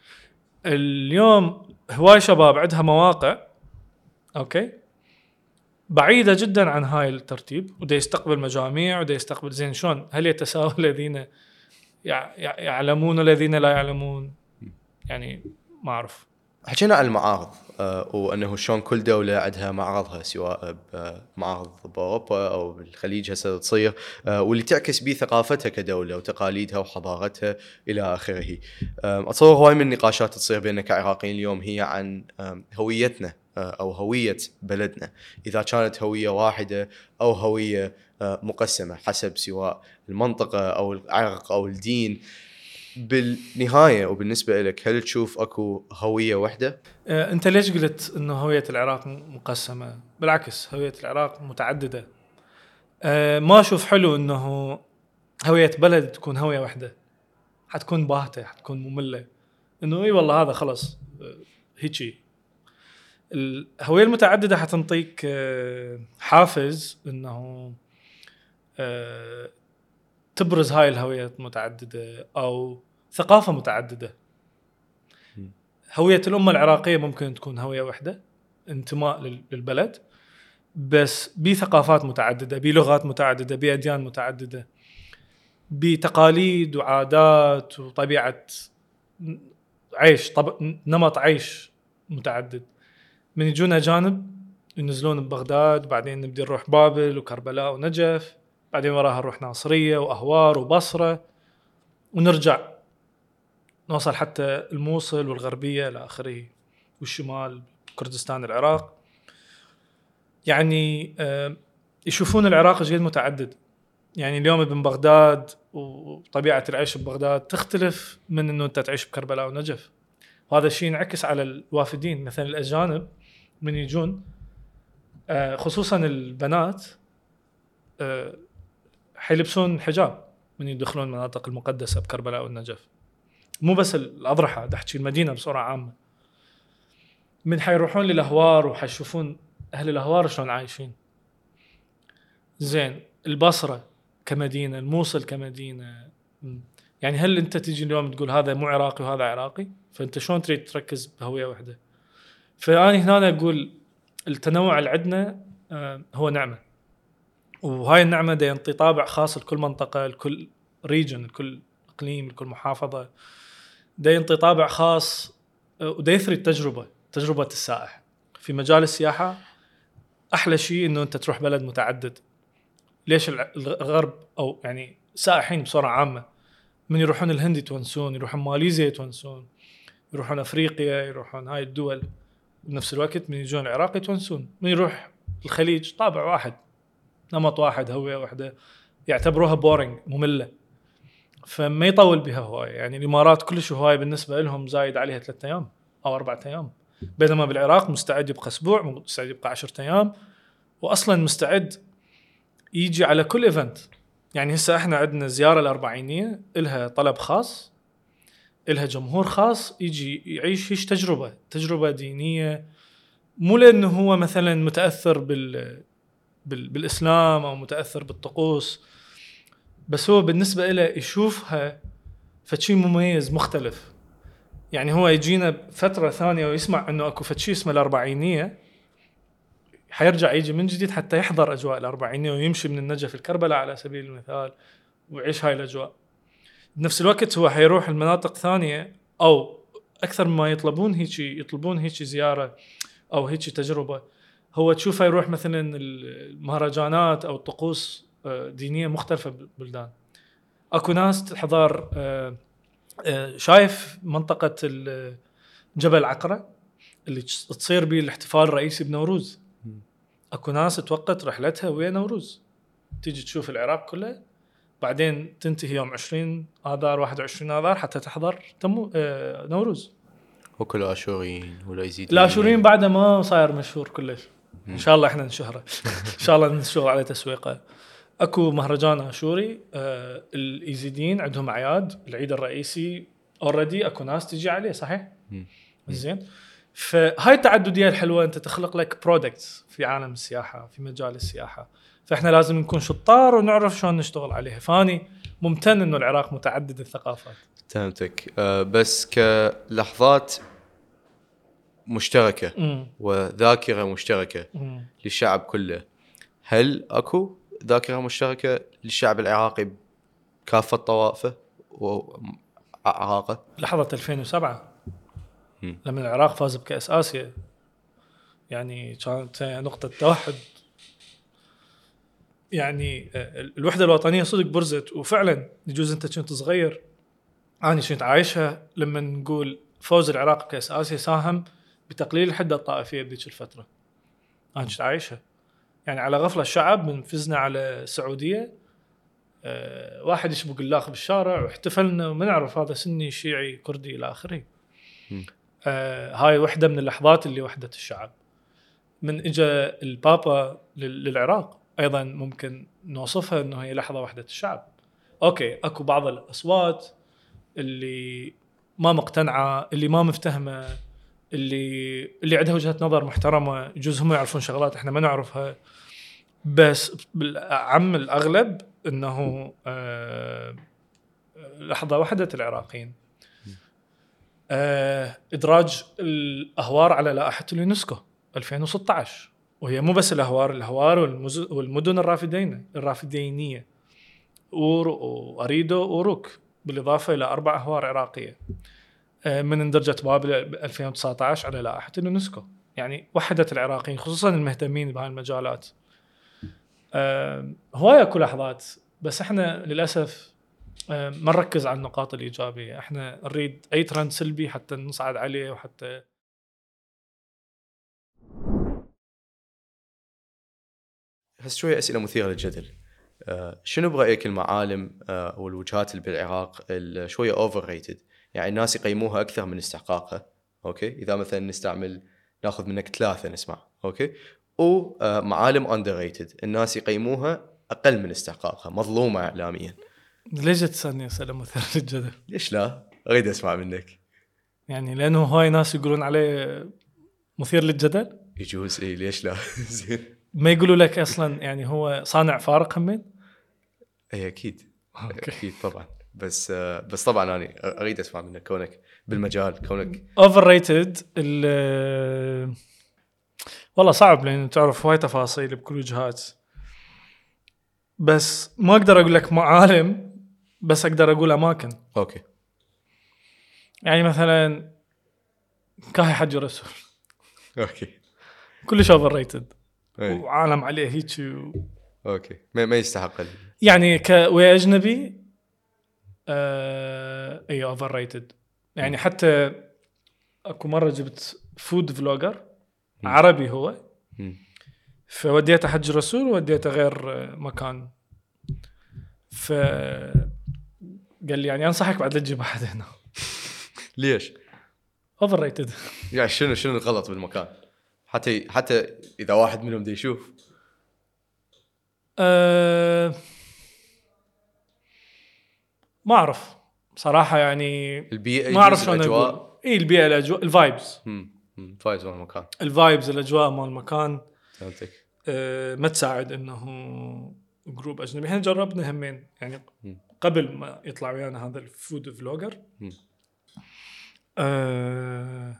اليوم هواي شباب عندها مواقع اوكي بعيده جدا عن هاي الترتيب، وده يستقبل مجاميع وده يستقبل زين. شلون هل يتساوى الذين يعلمون والذين لا يعلمون؟ يعني ما اعرف. حكينا عن المعارض آه وانه شلون كل دوله عندها معرضها، سواء بمعارض باوروبا او بالخليج هسه تصير آه واللي تعكس به ثقافتها كدوله وتقاليدها وحضارتها الى اخره. آه اتصور هواي من النقاشات تصير بيننا كعراقيين اليوم هي عن آه هويتنا آه او هويه بلدنا، اذا كانت هويه واحده او هويه آه مقسمه حسب سواء المنطقه او العرق او الدين. بالنهاية وبالنسبة لك هل تشوف أكو هوية واحدة؟ أه أنت ليش قلت إنه هوية العراق مقسمة؟ بالعكس هوية العراق متعددة. أه ما أشوف حلو إنه هوية بلد تكون هوية واحدة، حتكون باهتة، حتكون مملة. إنه إيه والله هذا خلص أه هيجي. الهوية المتعددة حتنطيك أه حافز إنه أه تبرز هاي الهوية المتعددة أو ثقافة متعددة. هوية الأمة العراقية ممكن تكون هوية واحدة، انتماء للبلد، بس بثقافات متعددة، بلغات متعددة، بأديان متعددة، بتقاليد وعادات وطبيعة عيش، طب... نمط عيش متعدد. من يجونا أجانب ينزلون ببغداد، بعدين نبدي نروح بابل وكربلاء ونجف، بعدين وراها نروح ناصرية وأهوار وبصرة، ونرجع نوصل حتى الموصل والغربية إلى آخره، والشمال كردستان العراق. يعني يشوفون العراق جدا متعدد. يعني اليوم ابن بغداد وطبيعة العيش ببغداد تختلف من أنه أنت تعيش بكربلاء ونجف. وهذا الشيء ينعكس على الوافدين، مثلا الأجانب من يجون خصوصا البنات حيلبسون حجاب من يدخلون المناطق المقدسة بكربلاء والنجف، مو بس الأضرحة، ده أحكي المدينة بصورة عامة. من حيروحون للأهوار وحيشوفون أهل الأهوار شلون عايشين. زين، البصرة كمدينة، الموصل كمدينة، يعني هل أنت تيجي اليوم تقول هذا مو عراقي وهذا عراقي؟ فأنت شلون تريد تركز بهوية واحدة؟ فأنا هنا أقول التنوع اللي عندنا هو نعمة، وهاي النعمة دا ينطي طابع خاص لكل منطقة، لكل ريجن، لكل إقليم، لكل محافظة، دا ينطي طابع خاص ودا يثري التجربة، تجربة السائح. في مجال السياحة أحلى شيء إنه أنت تروح بلد متعدد. ليش الغرب أو يعني سائحين بصورة عامة من يروحون الهند يتونسون، يروحون ماليزيا يتونسون، يروحون أفريقيا، يروحون هاي الدول، بنفس الوقت من يجون العراق يتونسون. من يروح الخليج طابع واحد، نمط واحد، هوية واحدة، يعتبروها بورينج، مملة، فما يطول بها هواية. يعني الإمارات كلش هواية بالنسبة لهم زايد عليها ثلاثة أيام أو أربعة أيام، بينما بالعراق مستعد يبقى أسبوع، مستعد يبقى عشرة أيام، وأصلا مستعد يجي على كل إيفنت. يعني هسه إحنا عندنا زيارة الأربعينية إلها طلب خاص، إلها جمهور خاص يجي يعيش هيش تجربة تجربة دينية، مو لأنه هو مثلا متأثر بال بالإسلام أو متأثر بالطقوس، بس هو بالنسبة إله يشوفها فشي مميز مختلف. يعني هو يجينا فترة ثانية ويسمع أنه أكو فشي اسمه الأربعينية، حيرجع يجي من جديد حتى يحضر أجواء الأربعينية، ويمشي من النجف الكربلاء على سبيل المثال ويعيش هاي الأجواء. بنفس الوقت هو حيروح المناطق ثانية، أو أكثر مما يطلبون هيك يطلبون هيك زيارة أو هيك تجربة، هو تشوفه يروح مثلا المهرجانات أو الطقوس دينية مختلفة بالبلدان. أكو ناس تحضر شايف منطقة جبل عقرة اللي تصير به الاحتفال الرئيسي بنوروز، أكو ناس توقت رحلتها ويا نوروز تيجي تشوف العراق كله، بعدين تنتهي يوم عشرين آذار واحد وعشرين آذار حتى تحضر تمو نوروز. وكل آشورين ولا يزيد الآشورين بعد ما صاير مشهور كلش، إن شاء الله إحنا نشهره إن شاء الله نشتغل على تسويقه. أكو مهرجان آشوري، آه الإيزيديين عندهم أعياد، العيد الرئيسي أوردي أكو ناس تجي عليه، صحيح؟ زين، فهاي التعددية الحلوة أنت تخلق لك برودكتس في عالم السياحة، في مجال السياحة، فإحنا لازم نكون شطار ونعرف شلون نشتغل عليها. فاني ممتن إنه العراق متعدد الثقافات. فهمتك. أه بس كلحظات مشتركة مم. وذاكرة مشتركة مم. للشعب كله، هل أكو ذاكرة مشتركة للشعب العراقي كافة طوائفه وأعراقه؟ لحظة ألفين وسبعة مم. لما العراق فاز بكأس آسيا، يعني كانت نقطة توحد. يعني الوحدة الوطنية صدق برزت، وفعلا يجوز أنت كنت صغير، أنا كنت عايشها لما نقول فوز العراق بكأس آسيا ساهم بتقليل الحدة الطائفية بذيك الفترة. أنا كنت عايشها، يعني على غفلة الشعب من فزنا على السعودية، أه واحد يشبك اللاخ بالشارع واحتفلنا وما نعرف هذا سني شيعي كردي إلى آخره. أه هاي وحدة من اللحظات اللي وحدة الشعب. من إجا البابا للعراق أيضا ممكن نوصفها أنه هي لحظة وحدة الشعب. أوكي، أكو بعض الأصوات اللي ما مقتنعة، اللي ما مفتهمة، اللي اللي عندها وجهة نظر محترمة، يجوز هم يعرفون شغلات إحنا ما نعرفها، بس بالعم الأغلب إنه آه لحظة وحدة العراقيين. آه إدراج الأهوار على لائحة اليونسكو ألفين وستة عشر، وهي مو بس الأهوار الأهوار والمز- والمدن الرافدين الرافدينية أور وأريدو وروك بالإضافة إلى أربع أهوار عراقية آه، من اندرجت بابل ألفين وتسعة عشر على لائحة اليونسكو. يعني وحدت العراقيين خصوصا المهتمين بهاي المجالات. آه، هواية أكو لحظات، بس احنا للأسف آه، ما نركز على النقاط الإيجابية. احنا نريد أي ترند سلبي حتى نصعد عليه وحتى هسه شوية أسئلة مثيرة للجدل. آه، شنو برأيك المعالم آه، أو الوجهات اللي بالعراق ال- شوية اوفر ريتد، يعني الناس يقيموها أكثر من استحقاقها؟ أوكي، إذا مثلا نستعمل ناخذ منك ثلاثة نسمع، أوكي، ومعالم اندر ريتد الناس يقيموها أقل من استحقاقها، مظلومة إعلاميا. ليش تسألني أسئلة مثيرة للجدل؟ ليش لا؟ أريد أسمع منك. يعني لأنه هواي ناس يقولون عليه مثير للجدل، يجوز، إيه ليش لا؟ زين. ما يقولوا لك أصلا يعني هو صانع فارق همين. اي اكيد. أوكي. اكيد طبعا، بس آه، بس طبعا انا اريد اسمع منك كونك بالمجال، كونك اوفر ريتد والله صعب، لأن تعرف هواي تفاصيل بكل وجهات، بس ما أقدر أقول لك معالم، بس أقدر أقول أماكن. اوكي. يعني مثلا كاهي حج رسول اوكي. كلش اوفر ريتد اي. وعالم عليه هيك و... اوكي، ما, ما يستحق ال... يعني كويا أجنبي آه... أي اوفر ريتد. يعني حتى أكو مرة جبت فود فلوجر عربي هو، مم. فوديته حج رسول ووديته غير آه، مكان، ف قال لي يعني انصحك بعد لا تجيب احد هنا. ليش؟ اوفر ريتد. يعني شنو شنو الغلط بالمكان؟ حتى حتى اذا واحد منهم دي يشوف. أه... ما اعرف صراحه، يعني البيئه ما اعرف يجوز شلون اقول. الاجواء. اي البيئه الاجواء الفايبز امم امم فايز ولا المكان. الفايبز الاجواء مال المكان فهمتك. أه... ما تساعد انه جروب اجنبي. احنا جربنا همين يعني مم. قبل ما يطلع ويانا هذا الفود فلوجر. مم. أه...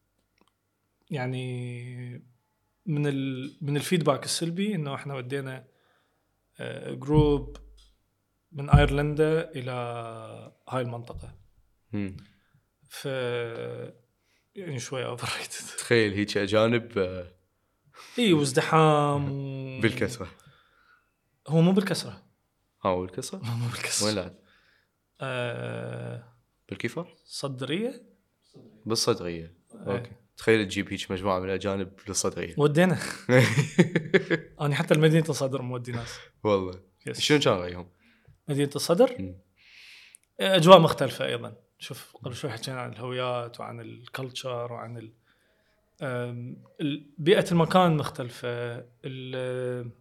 يعني من ال... من الفيدباك السلبي انه احنا ودينا أه... جروب من ايرلندا الى هاي المنطقه، مم. ف يعني شوي اوفر ريتد. تخيل هيك اجانب آه، اي وازدحام و... بالكثره. هو مو بالكسره. ها هو الكسره. هو مو بالكسره. وين لا؟ آه... بالكيفر. صدريه. بالصدريه. اوكي. تخيل تجيب هيك مجموعه من الاجانب للصدريه. ودينا انا حتى المدينه الصدر مودي ناس. والله. يس. شنو كان رايهم؟ مدينه الصدر مم. اجواء مختلفه ايضا. شوف قبل شوي حكينا عن الهويات وعن الكلتشر وعن ال... آم، ال- بيئه المكان مختلفه. ال...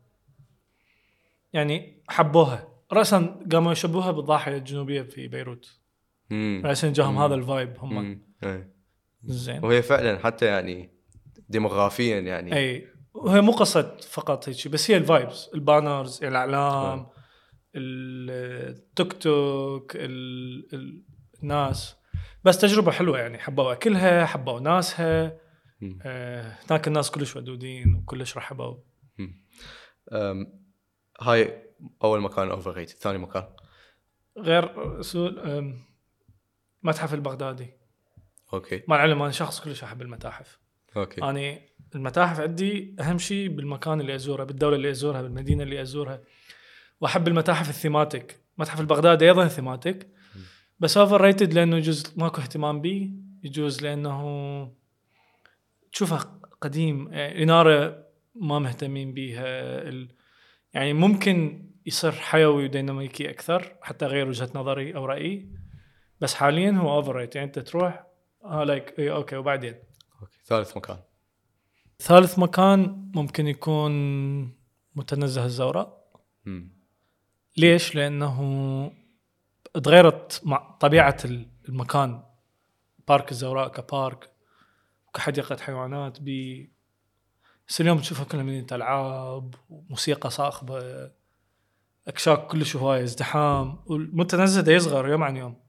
يعني حبوها رأسا، قاموا يشبهوها بالضاحية الجنوبية في بيروت مم. عشان جاهم مم. هذا الفايب هم. مم. إيه. زين. وهي فعلا حتى يعني ديموغرافيا يعني. اي وهي مو قصة فقط هيك، بس هي الفايبز، البانرز، الاعلام، آه. التوك توك، ال... ال... الناس. بس تجربة حلوة يعني، حبوا اكلها، حبوا ناسها. مم. آه، هناك الناس كلش ودودين وكلش رحبوا. مم. أم، هاي اول مكان اوفر ريتد. ثاني مكان غير سؤال أم، متحف البغدادي. اوكي. مع العلم انا شخص كلش احب المتاحف. اوكي. أنا المتاحف عندي أهم شيء بالمكان اللي أزوره، بالدولة اللي أزورها، بالمدينة اللي أزورها. وأحب المتاحف الثيماتيك. متحف البغداد أيضا ثيماتيك، بس اوفر ريتد لأنه يجوز ماكو اهتمام به، يجوز لأنه تشوفها قديم، إنارة ما مهتمين بيها. ال... يعني ممكن يصير حيوي وديناميكي أكثر، حتى غير وجهة نظري أو رأيي، بس حاليا هو اوفر ريتد. يعني أنت تروح آه لايك إيه أوكي وبعدين. اوكي. ثالث مكان ثالث مكان ممكن يكون متنزه الزوراء. مم. ليش؟ لأنه تغيرت مع طبيعة المكان. بارك الزوراء كبارك وكحديقة حيوانات بي، بس اليوم تشوفها كلها مدينة ألعاب وموسيقى صاخبة، أكشاك كلش هواية، ازدحام، والمتنزه ده يصغر يوم عن يوم.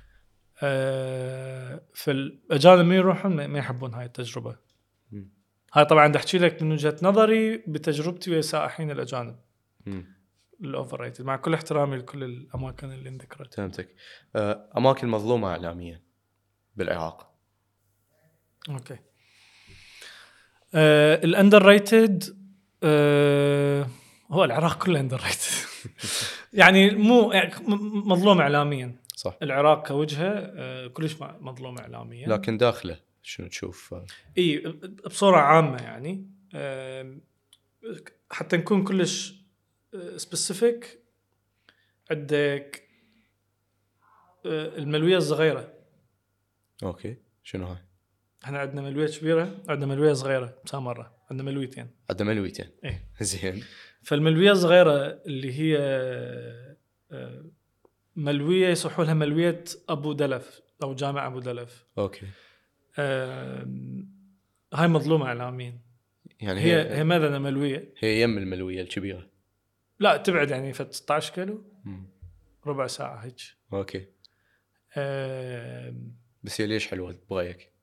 أه فالأجانب ما يروحون ما يحبون هاي التجربة. مم. هاي طبعا بدي احكي لك من وجهه نظري بتجربتي ويا سائحين الاجانب مم. الاوفر ريتد، مع كل احترامي لكل الاماكن اللي انذكرت. فهمتك. آه، اماكن مظلومه اعلاميا بالعراق. اوكي. آه الاندر ريتد، آه هو العراق كله اندر ريتد. يعني مو يعني م- مظلوم اعلاميا. صح. العراق كوجهه آه كلش مظلوم اعلاميا. لكن داخله شنو تشوف؟ آه، اي بصوره عامه يعني، آه حتى نكون كلش سبيسيفيك، عندك آه الملويه الصغيره. اوكي شنو هاي؟ احنا عندنا ملويه كبيره، عندنا ملويه صغيره مسامره، عندنا ملويتين. عندنا ملويتين. ايه زين. فالملويه الصغيره اللي هي آه، ملويه يصحوا لها ملويه ابو دلف او جامع ابو دلف. اوكي. آه، هاي مظلومه اعلاميا. يعني هي هي هي ماذا ملويه؟ هي يم الملويه الكبيره. لا تبعد يعني في ستة عشر كيلو، مم. ربع ساعه هيك. اوكي. آه، بس هي ليش حلوه برايك؟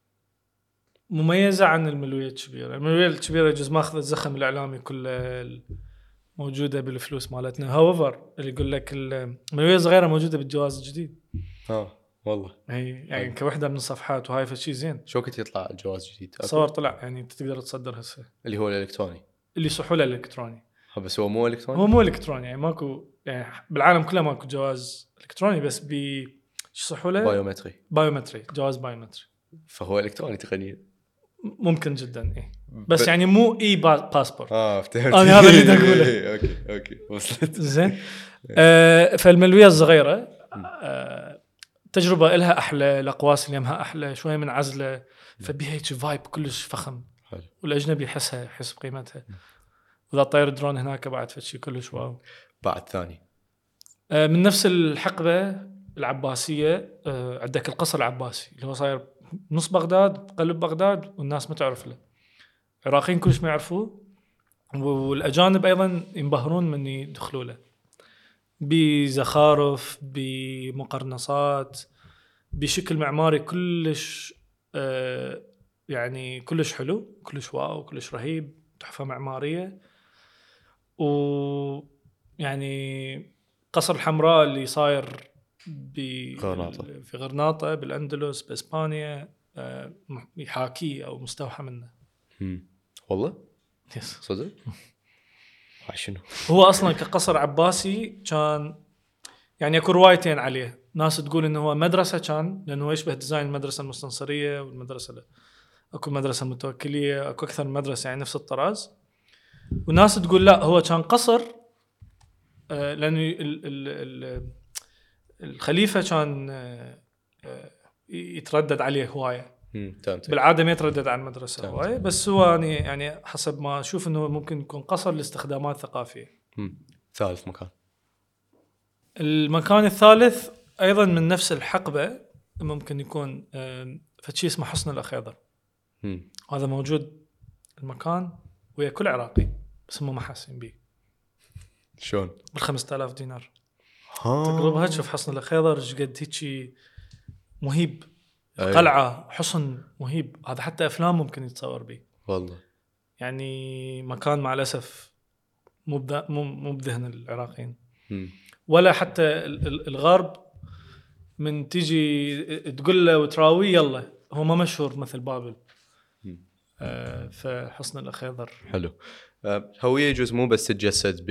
مميزه عن الملويه الكبيره. الملويه الكبيره يجوز ماخذ الزخم الاعلامي كله موجوده بالفلوس مالتنا. هاوفر اللي يقول لك الملويه الصغيره موجوده بالجواز الجديد. اه والله. هي يعني كوحده من الصفحات، وهاي فشي زين. شو كنت يطلع الجواز الجديد؟ صور طلع يعني انت تقدر تصدر هسه اللي هو الالكتروني. اللي يصحوا له الالكتروني. ها بس هو مو الكتروني. هو مو الكتروني يعني ماكو، يعني بالعالم كله ماكو جواز الكتروني، بس ب شو يصحوا له؟ بايومتري. بايومتري، جواز بايومتري. فهو الكتروني تقنيا. ممكن جدا ايه، بس يعني مو اي باسبورت. اه فهمت. انا هذا اللي بدي اقوله. اوكي اوكي وصلت. زين. آه فالملويه الصغيره آه تجربه لها احلى، الاقواس اللي يمها احلى شويه من عزله، فبيها هيك فايب كلش فخم. حلو. والاجنبي يحسها، يحس بقيمتها. واذا طير درون هناك بعد فشي كلش واو. بعد ثاني. آه من نفس الحقبه العباسيه، آه عندك القصر العباسي اللي هو صاير نص بغداد، قلب بغداد، والناس ما تعرف له. العراقيين كلش ما يعرفوه، والاجانب ايضا ينبهرون من يدخلوا له بزخارف، بمقرنصات، بشكل معماري كلش آه يعني كلش حلو، كلش واو، كلش رهيب، تحفه معماريه. و يعني قصر الحمراء اللي صاير غرناطة. في غرناطه بالاندلس باسبانيا آه يحاكي او مستوحى منه. امم والله يس. صدق. شنو هو اصلا كقصر عباسي كان يعني اكو روايتين عليه. ناس تقول انه هو مدرسه كان، لانه هو يشبه ديزاين المدرسه المستنصريه والمدرسه ل... اكو مدرسه متوكليه، اكو اكثر من مدرسه يعني نفس الطراز. وناس تقول لا هو كان قصر، آه لانه ال... ال... ال... الخليفه كان آه يتردد عليه هوايه. بالعاده ما يتردد على المدرسه هوايه، بس هو يعني يعني حسب ما اشوف انه ممكن يكون قصر لاستخدامات ثقافيه. امم ثالث مكان. المكان الثالث ايضا من نفس الحقبه، ممكن يكون فشي اسمه حصن الاخيضر. امم هذا موجود المكان ويا كل عراقي، بس هم ما حاسين به. شلون؟ بالخمسة آلاف دينار تقربها تشوف حصن الاخيضر ايش قد هيك مهيب. قلعه حصن مهيب، هذا حتى افلام ممكن يتصور به والله. يعني مكان مع الاسف مو مو بذهن العراقيين. امم ولا حتى الغرب من تيجي تقول له وتراوي يلا، هو ما مشهور مثل بابل. آه فحصن الأخيضر حلو. آه هوية يجوز مو بس تتجسد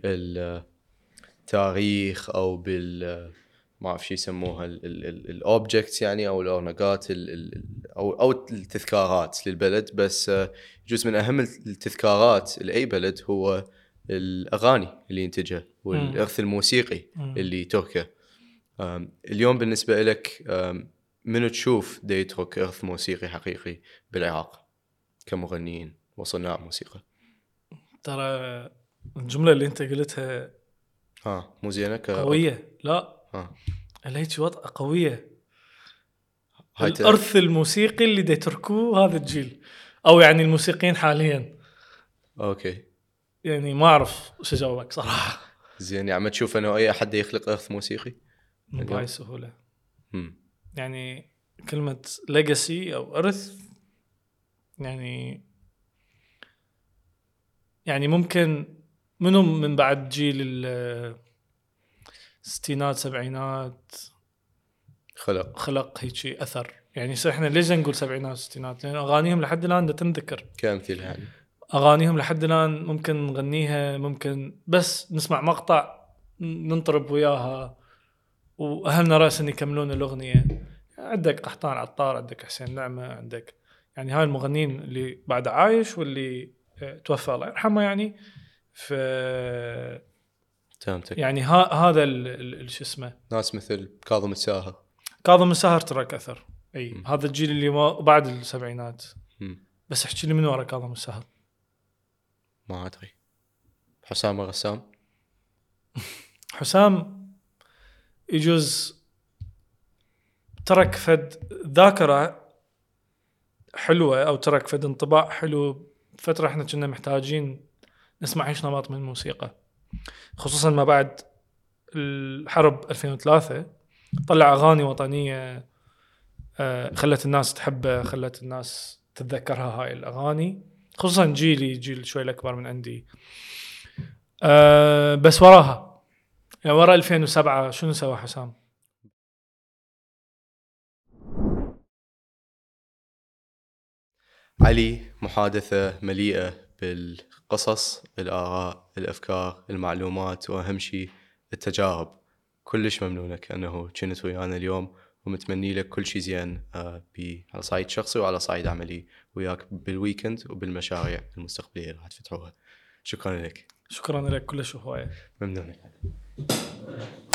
بالتاريخ أو بال ما أعرف شو يسموها الأوبجكتس يعني أو الأورنقات أو أو التذكارات للبلد، بس آه يجوز من أهم التذكارات لأي بلد هو الأغاني اللي ينتجها والإرث الموسيقي مم. اللي تركه. اليوم بالنسبة لك منو تشوف دا يترك إرث موسيقي حقيقي بالعراق كمغنيين وصناع موسيقى؟ ترى الجملة اللي انت قلتها ها مو زينة ك... قوية. لا ها ليش وضع قوية. الإرث الموسيقي اللي دا يتركوه هذا الجيل، أو يعني الموسيقيين حاليا. أوكي يعني ما أعرف شو جاوبك صراحة. زين يعني ما تشوف أنه أي أحد يخلق إرث موسيقي مو بهاي سهولة. مم. يعني كلمة legacy أو إرث يعني يعني ممكن منو من بعد جيل الستينات سبعينات خلق خلق هيك اثر. يعني احنا ليش نقول سبعينات وستينات؟ لان اغانيهم لحد الان دا تنذكر. كامثل يعني اغانيهم لحد الان ممكن نغنيها، ممكن بس نسمع مقطع ننطرب وياها واهلنا راسا يكملون الاغنيه. عندك قحطان عطار، عندك حسين نعمه، عندك يعني هاي المغنيين اللي بعد عايش واللي توفى الله يرحمه. يعني ف تمامتك. يعني ها هذا ال شو اسمه، ناس مثل كاظم الساهر. كاظم الساهر ترك اثر. اي م. هذا الجيل اللي ما بعد السبعينات. م. بس احكي لي من ورا كاظم الساهر. ما ادري. حسام غسام. حسام يجوز ترك فد ذاكرة حلوة أو ترك فد انطباع حلو. فترة احنا كنا محتاجين نسمع ايش نمط من الموسيقى، خصوصا ما بعد الحرب ألفين وثلاثة. طلع أغاني وطنية خلت الناس تحبه، خلت الناس تتذكرها هاي الأغاني، خصوصا جيلي جيل شوي الأكبر من عندي. أه بس وراها يعني ورا ألفين وسبعة شنو سوى حسام؟ علي محادثة مليئة بالقصص، الآراء، الأفكار، المعلومات، وأهم شيء التجارب. كلش ممنونك أنه كنت ويانا اليوم، ومتمني لك كل شيء زين آه على صعيد شخصي وعلى صعيد عملي وياك بالويكند وبالمشاريع المستقبلية اللي راح تفتحوها. شكرا لك. شكرا لك كلش هواية. ممنونك.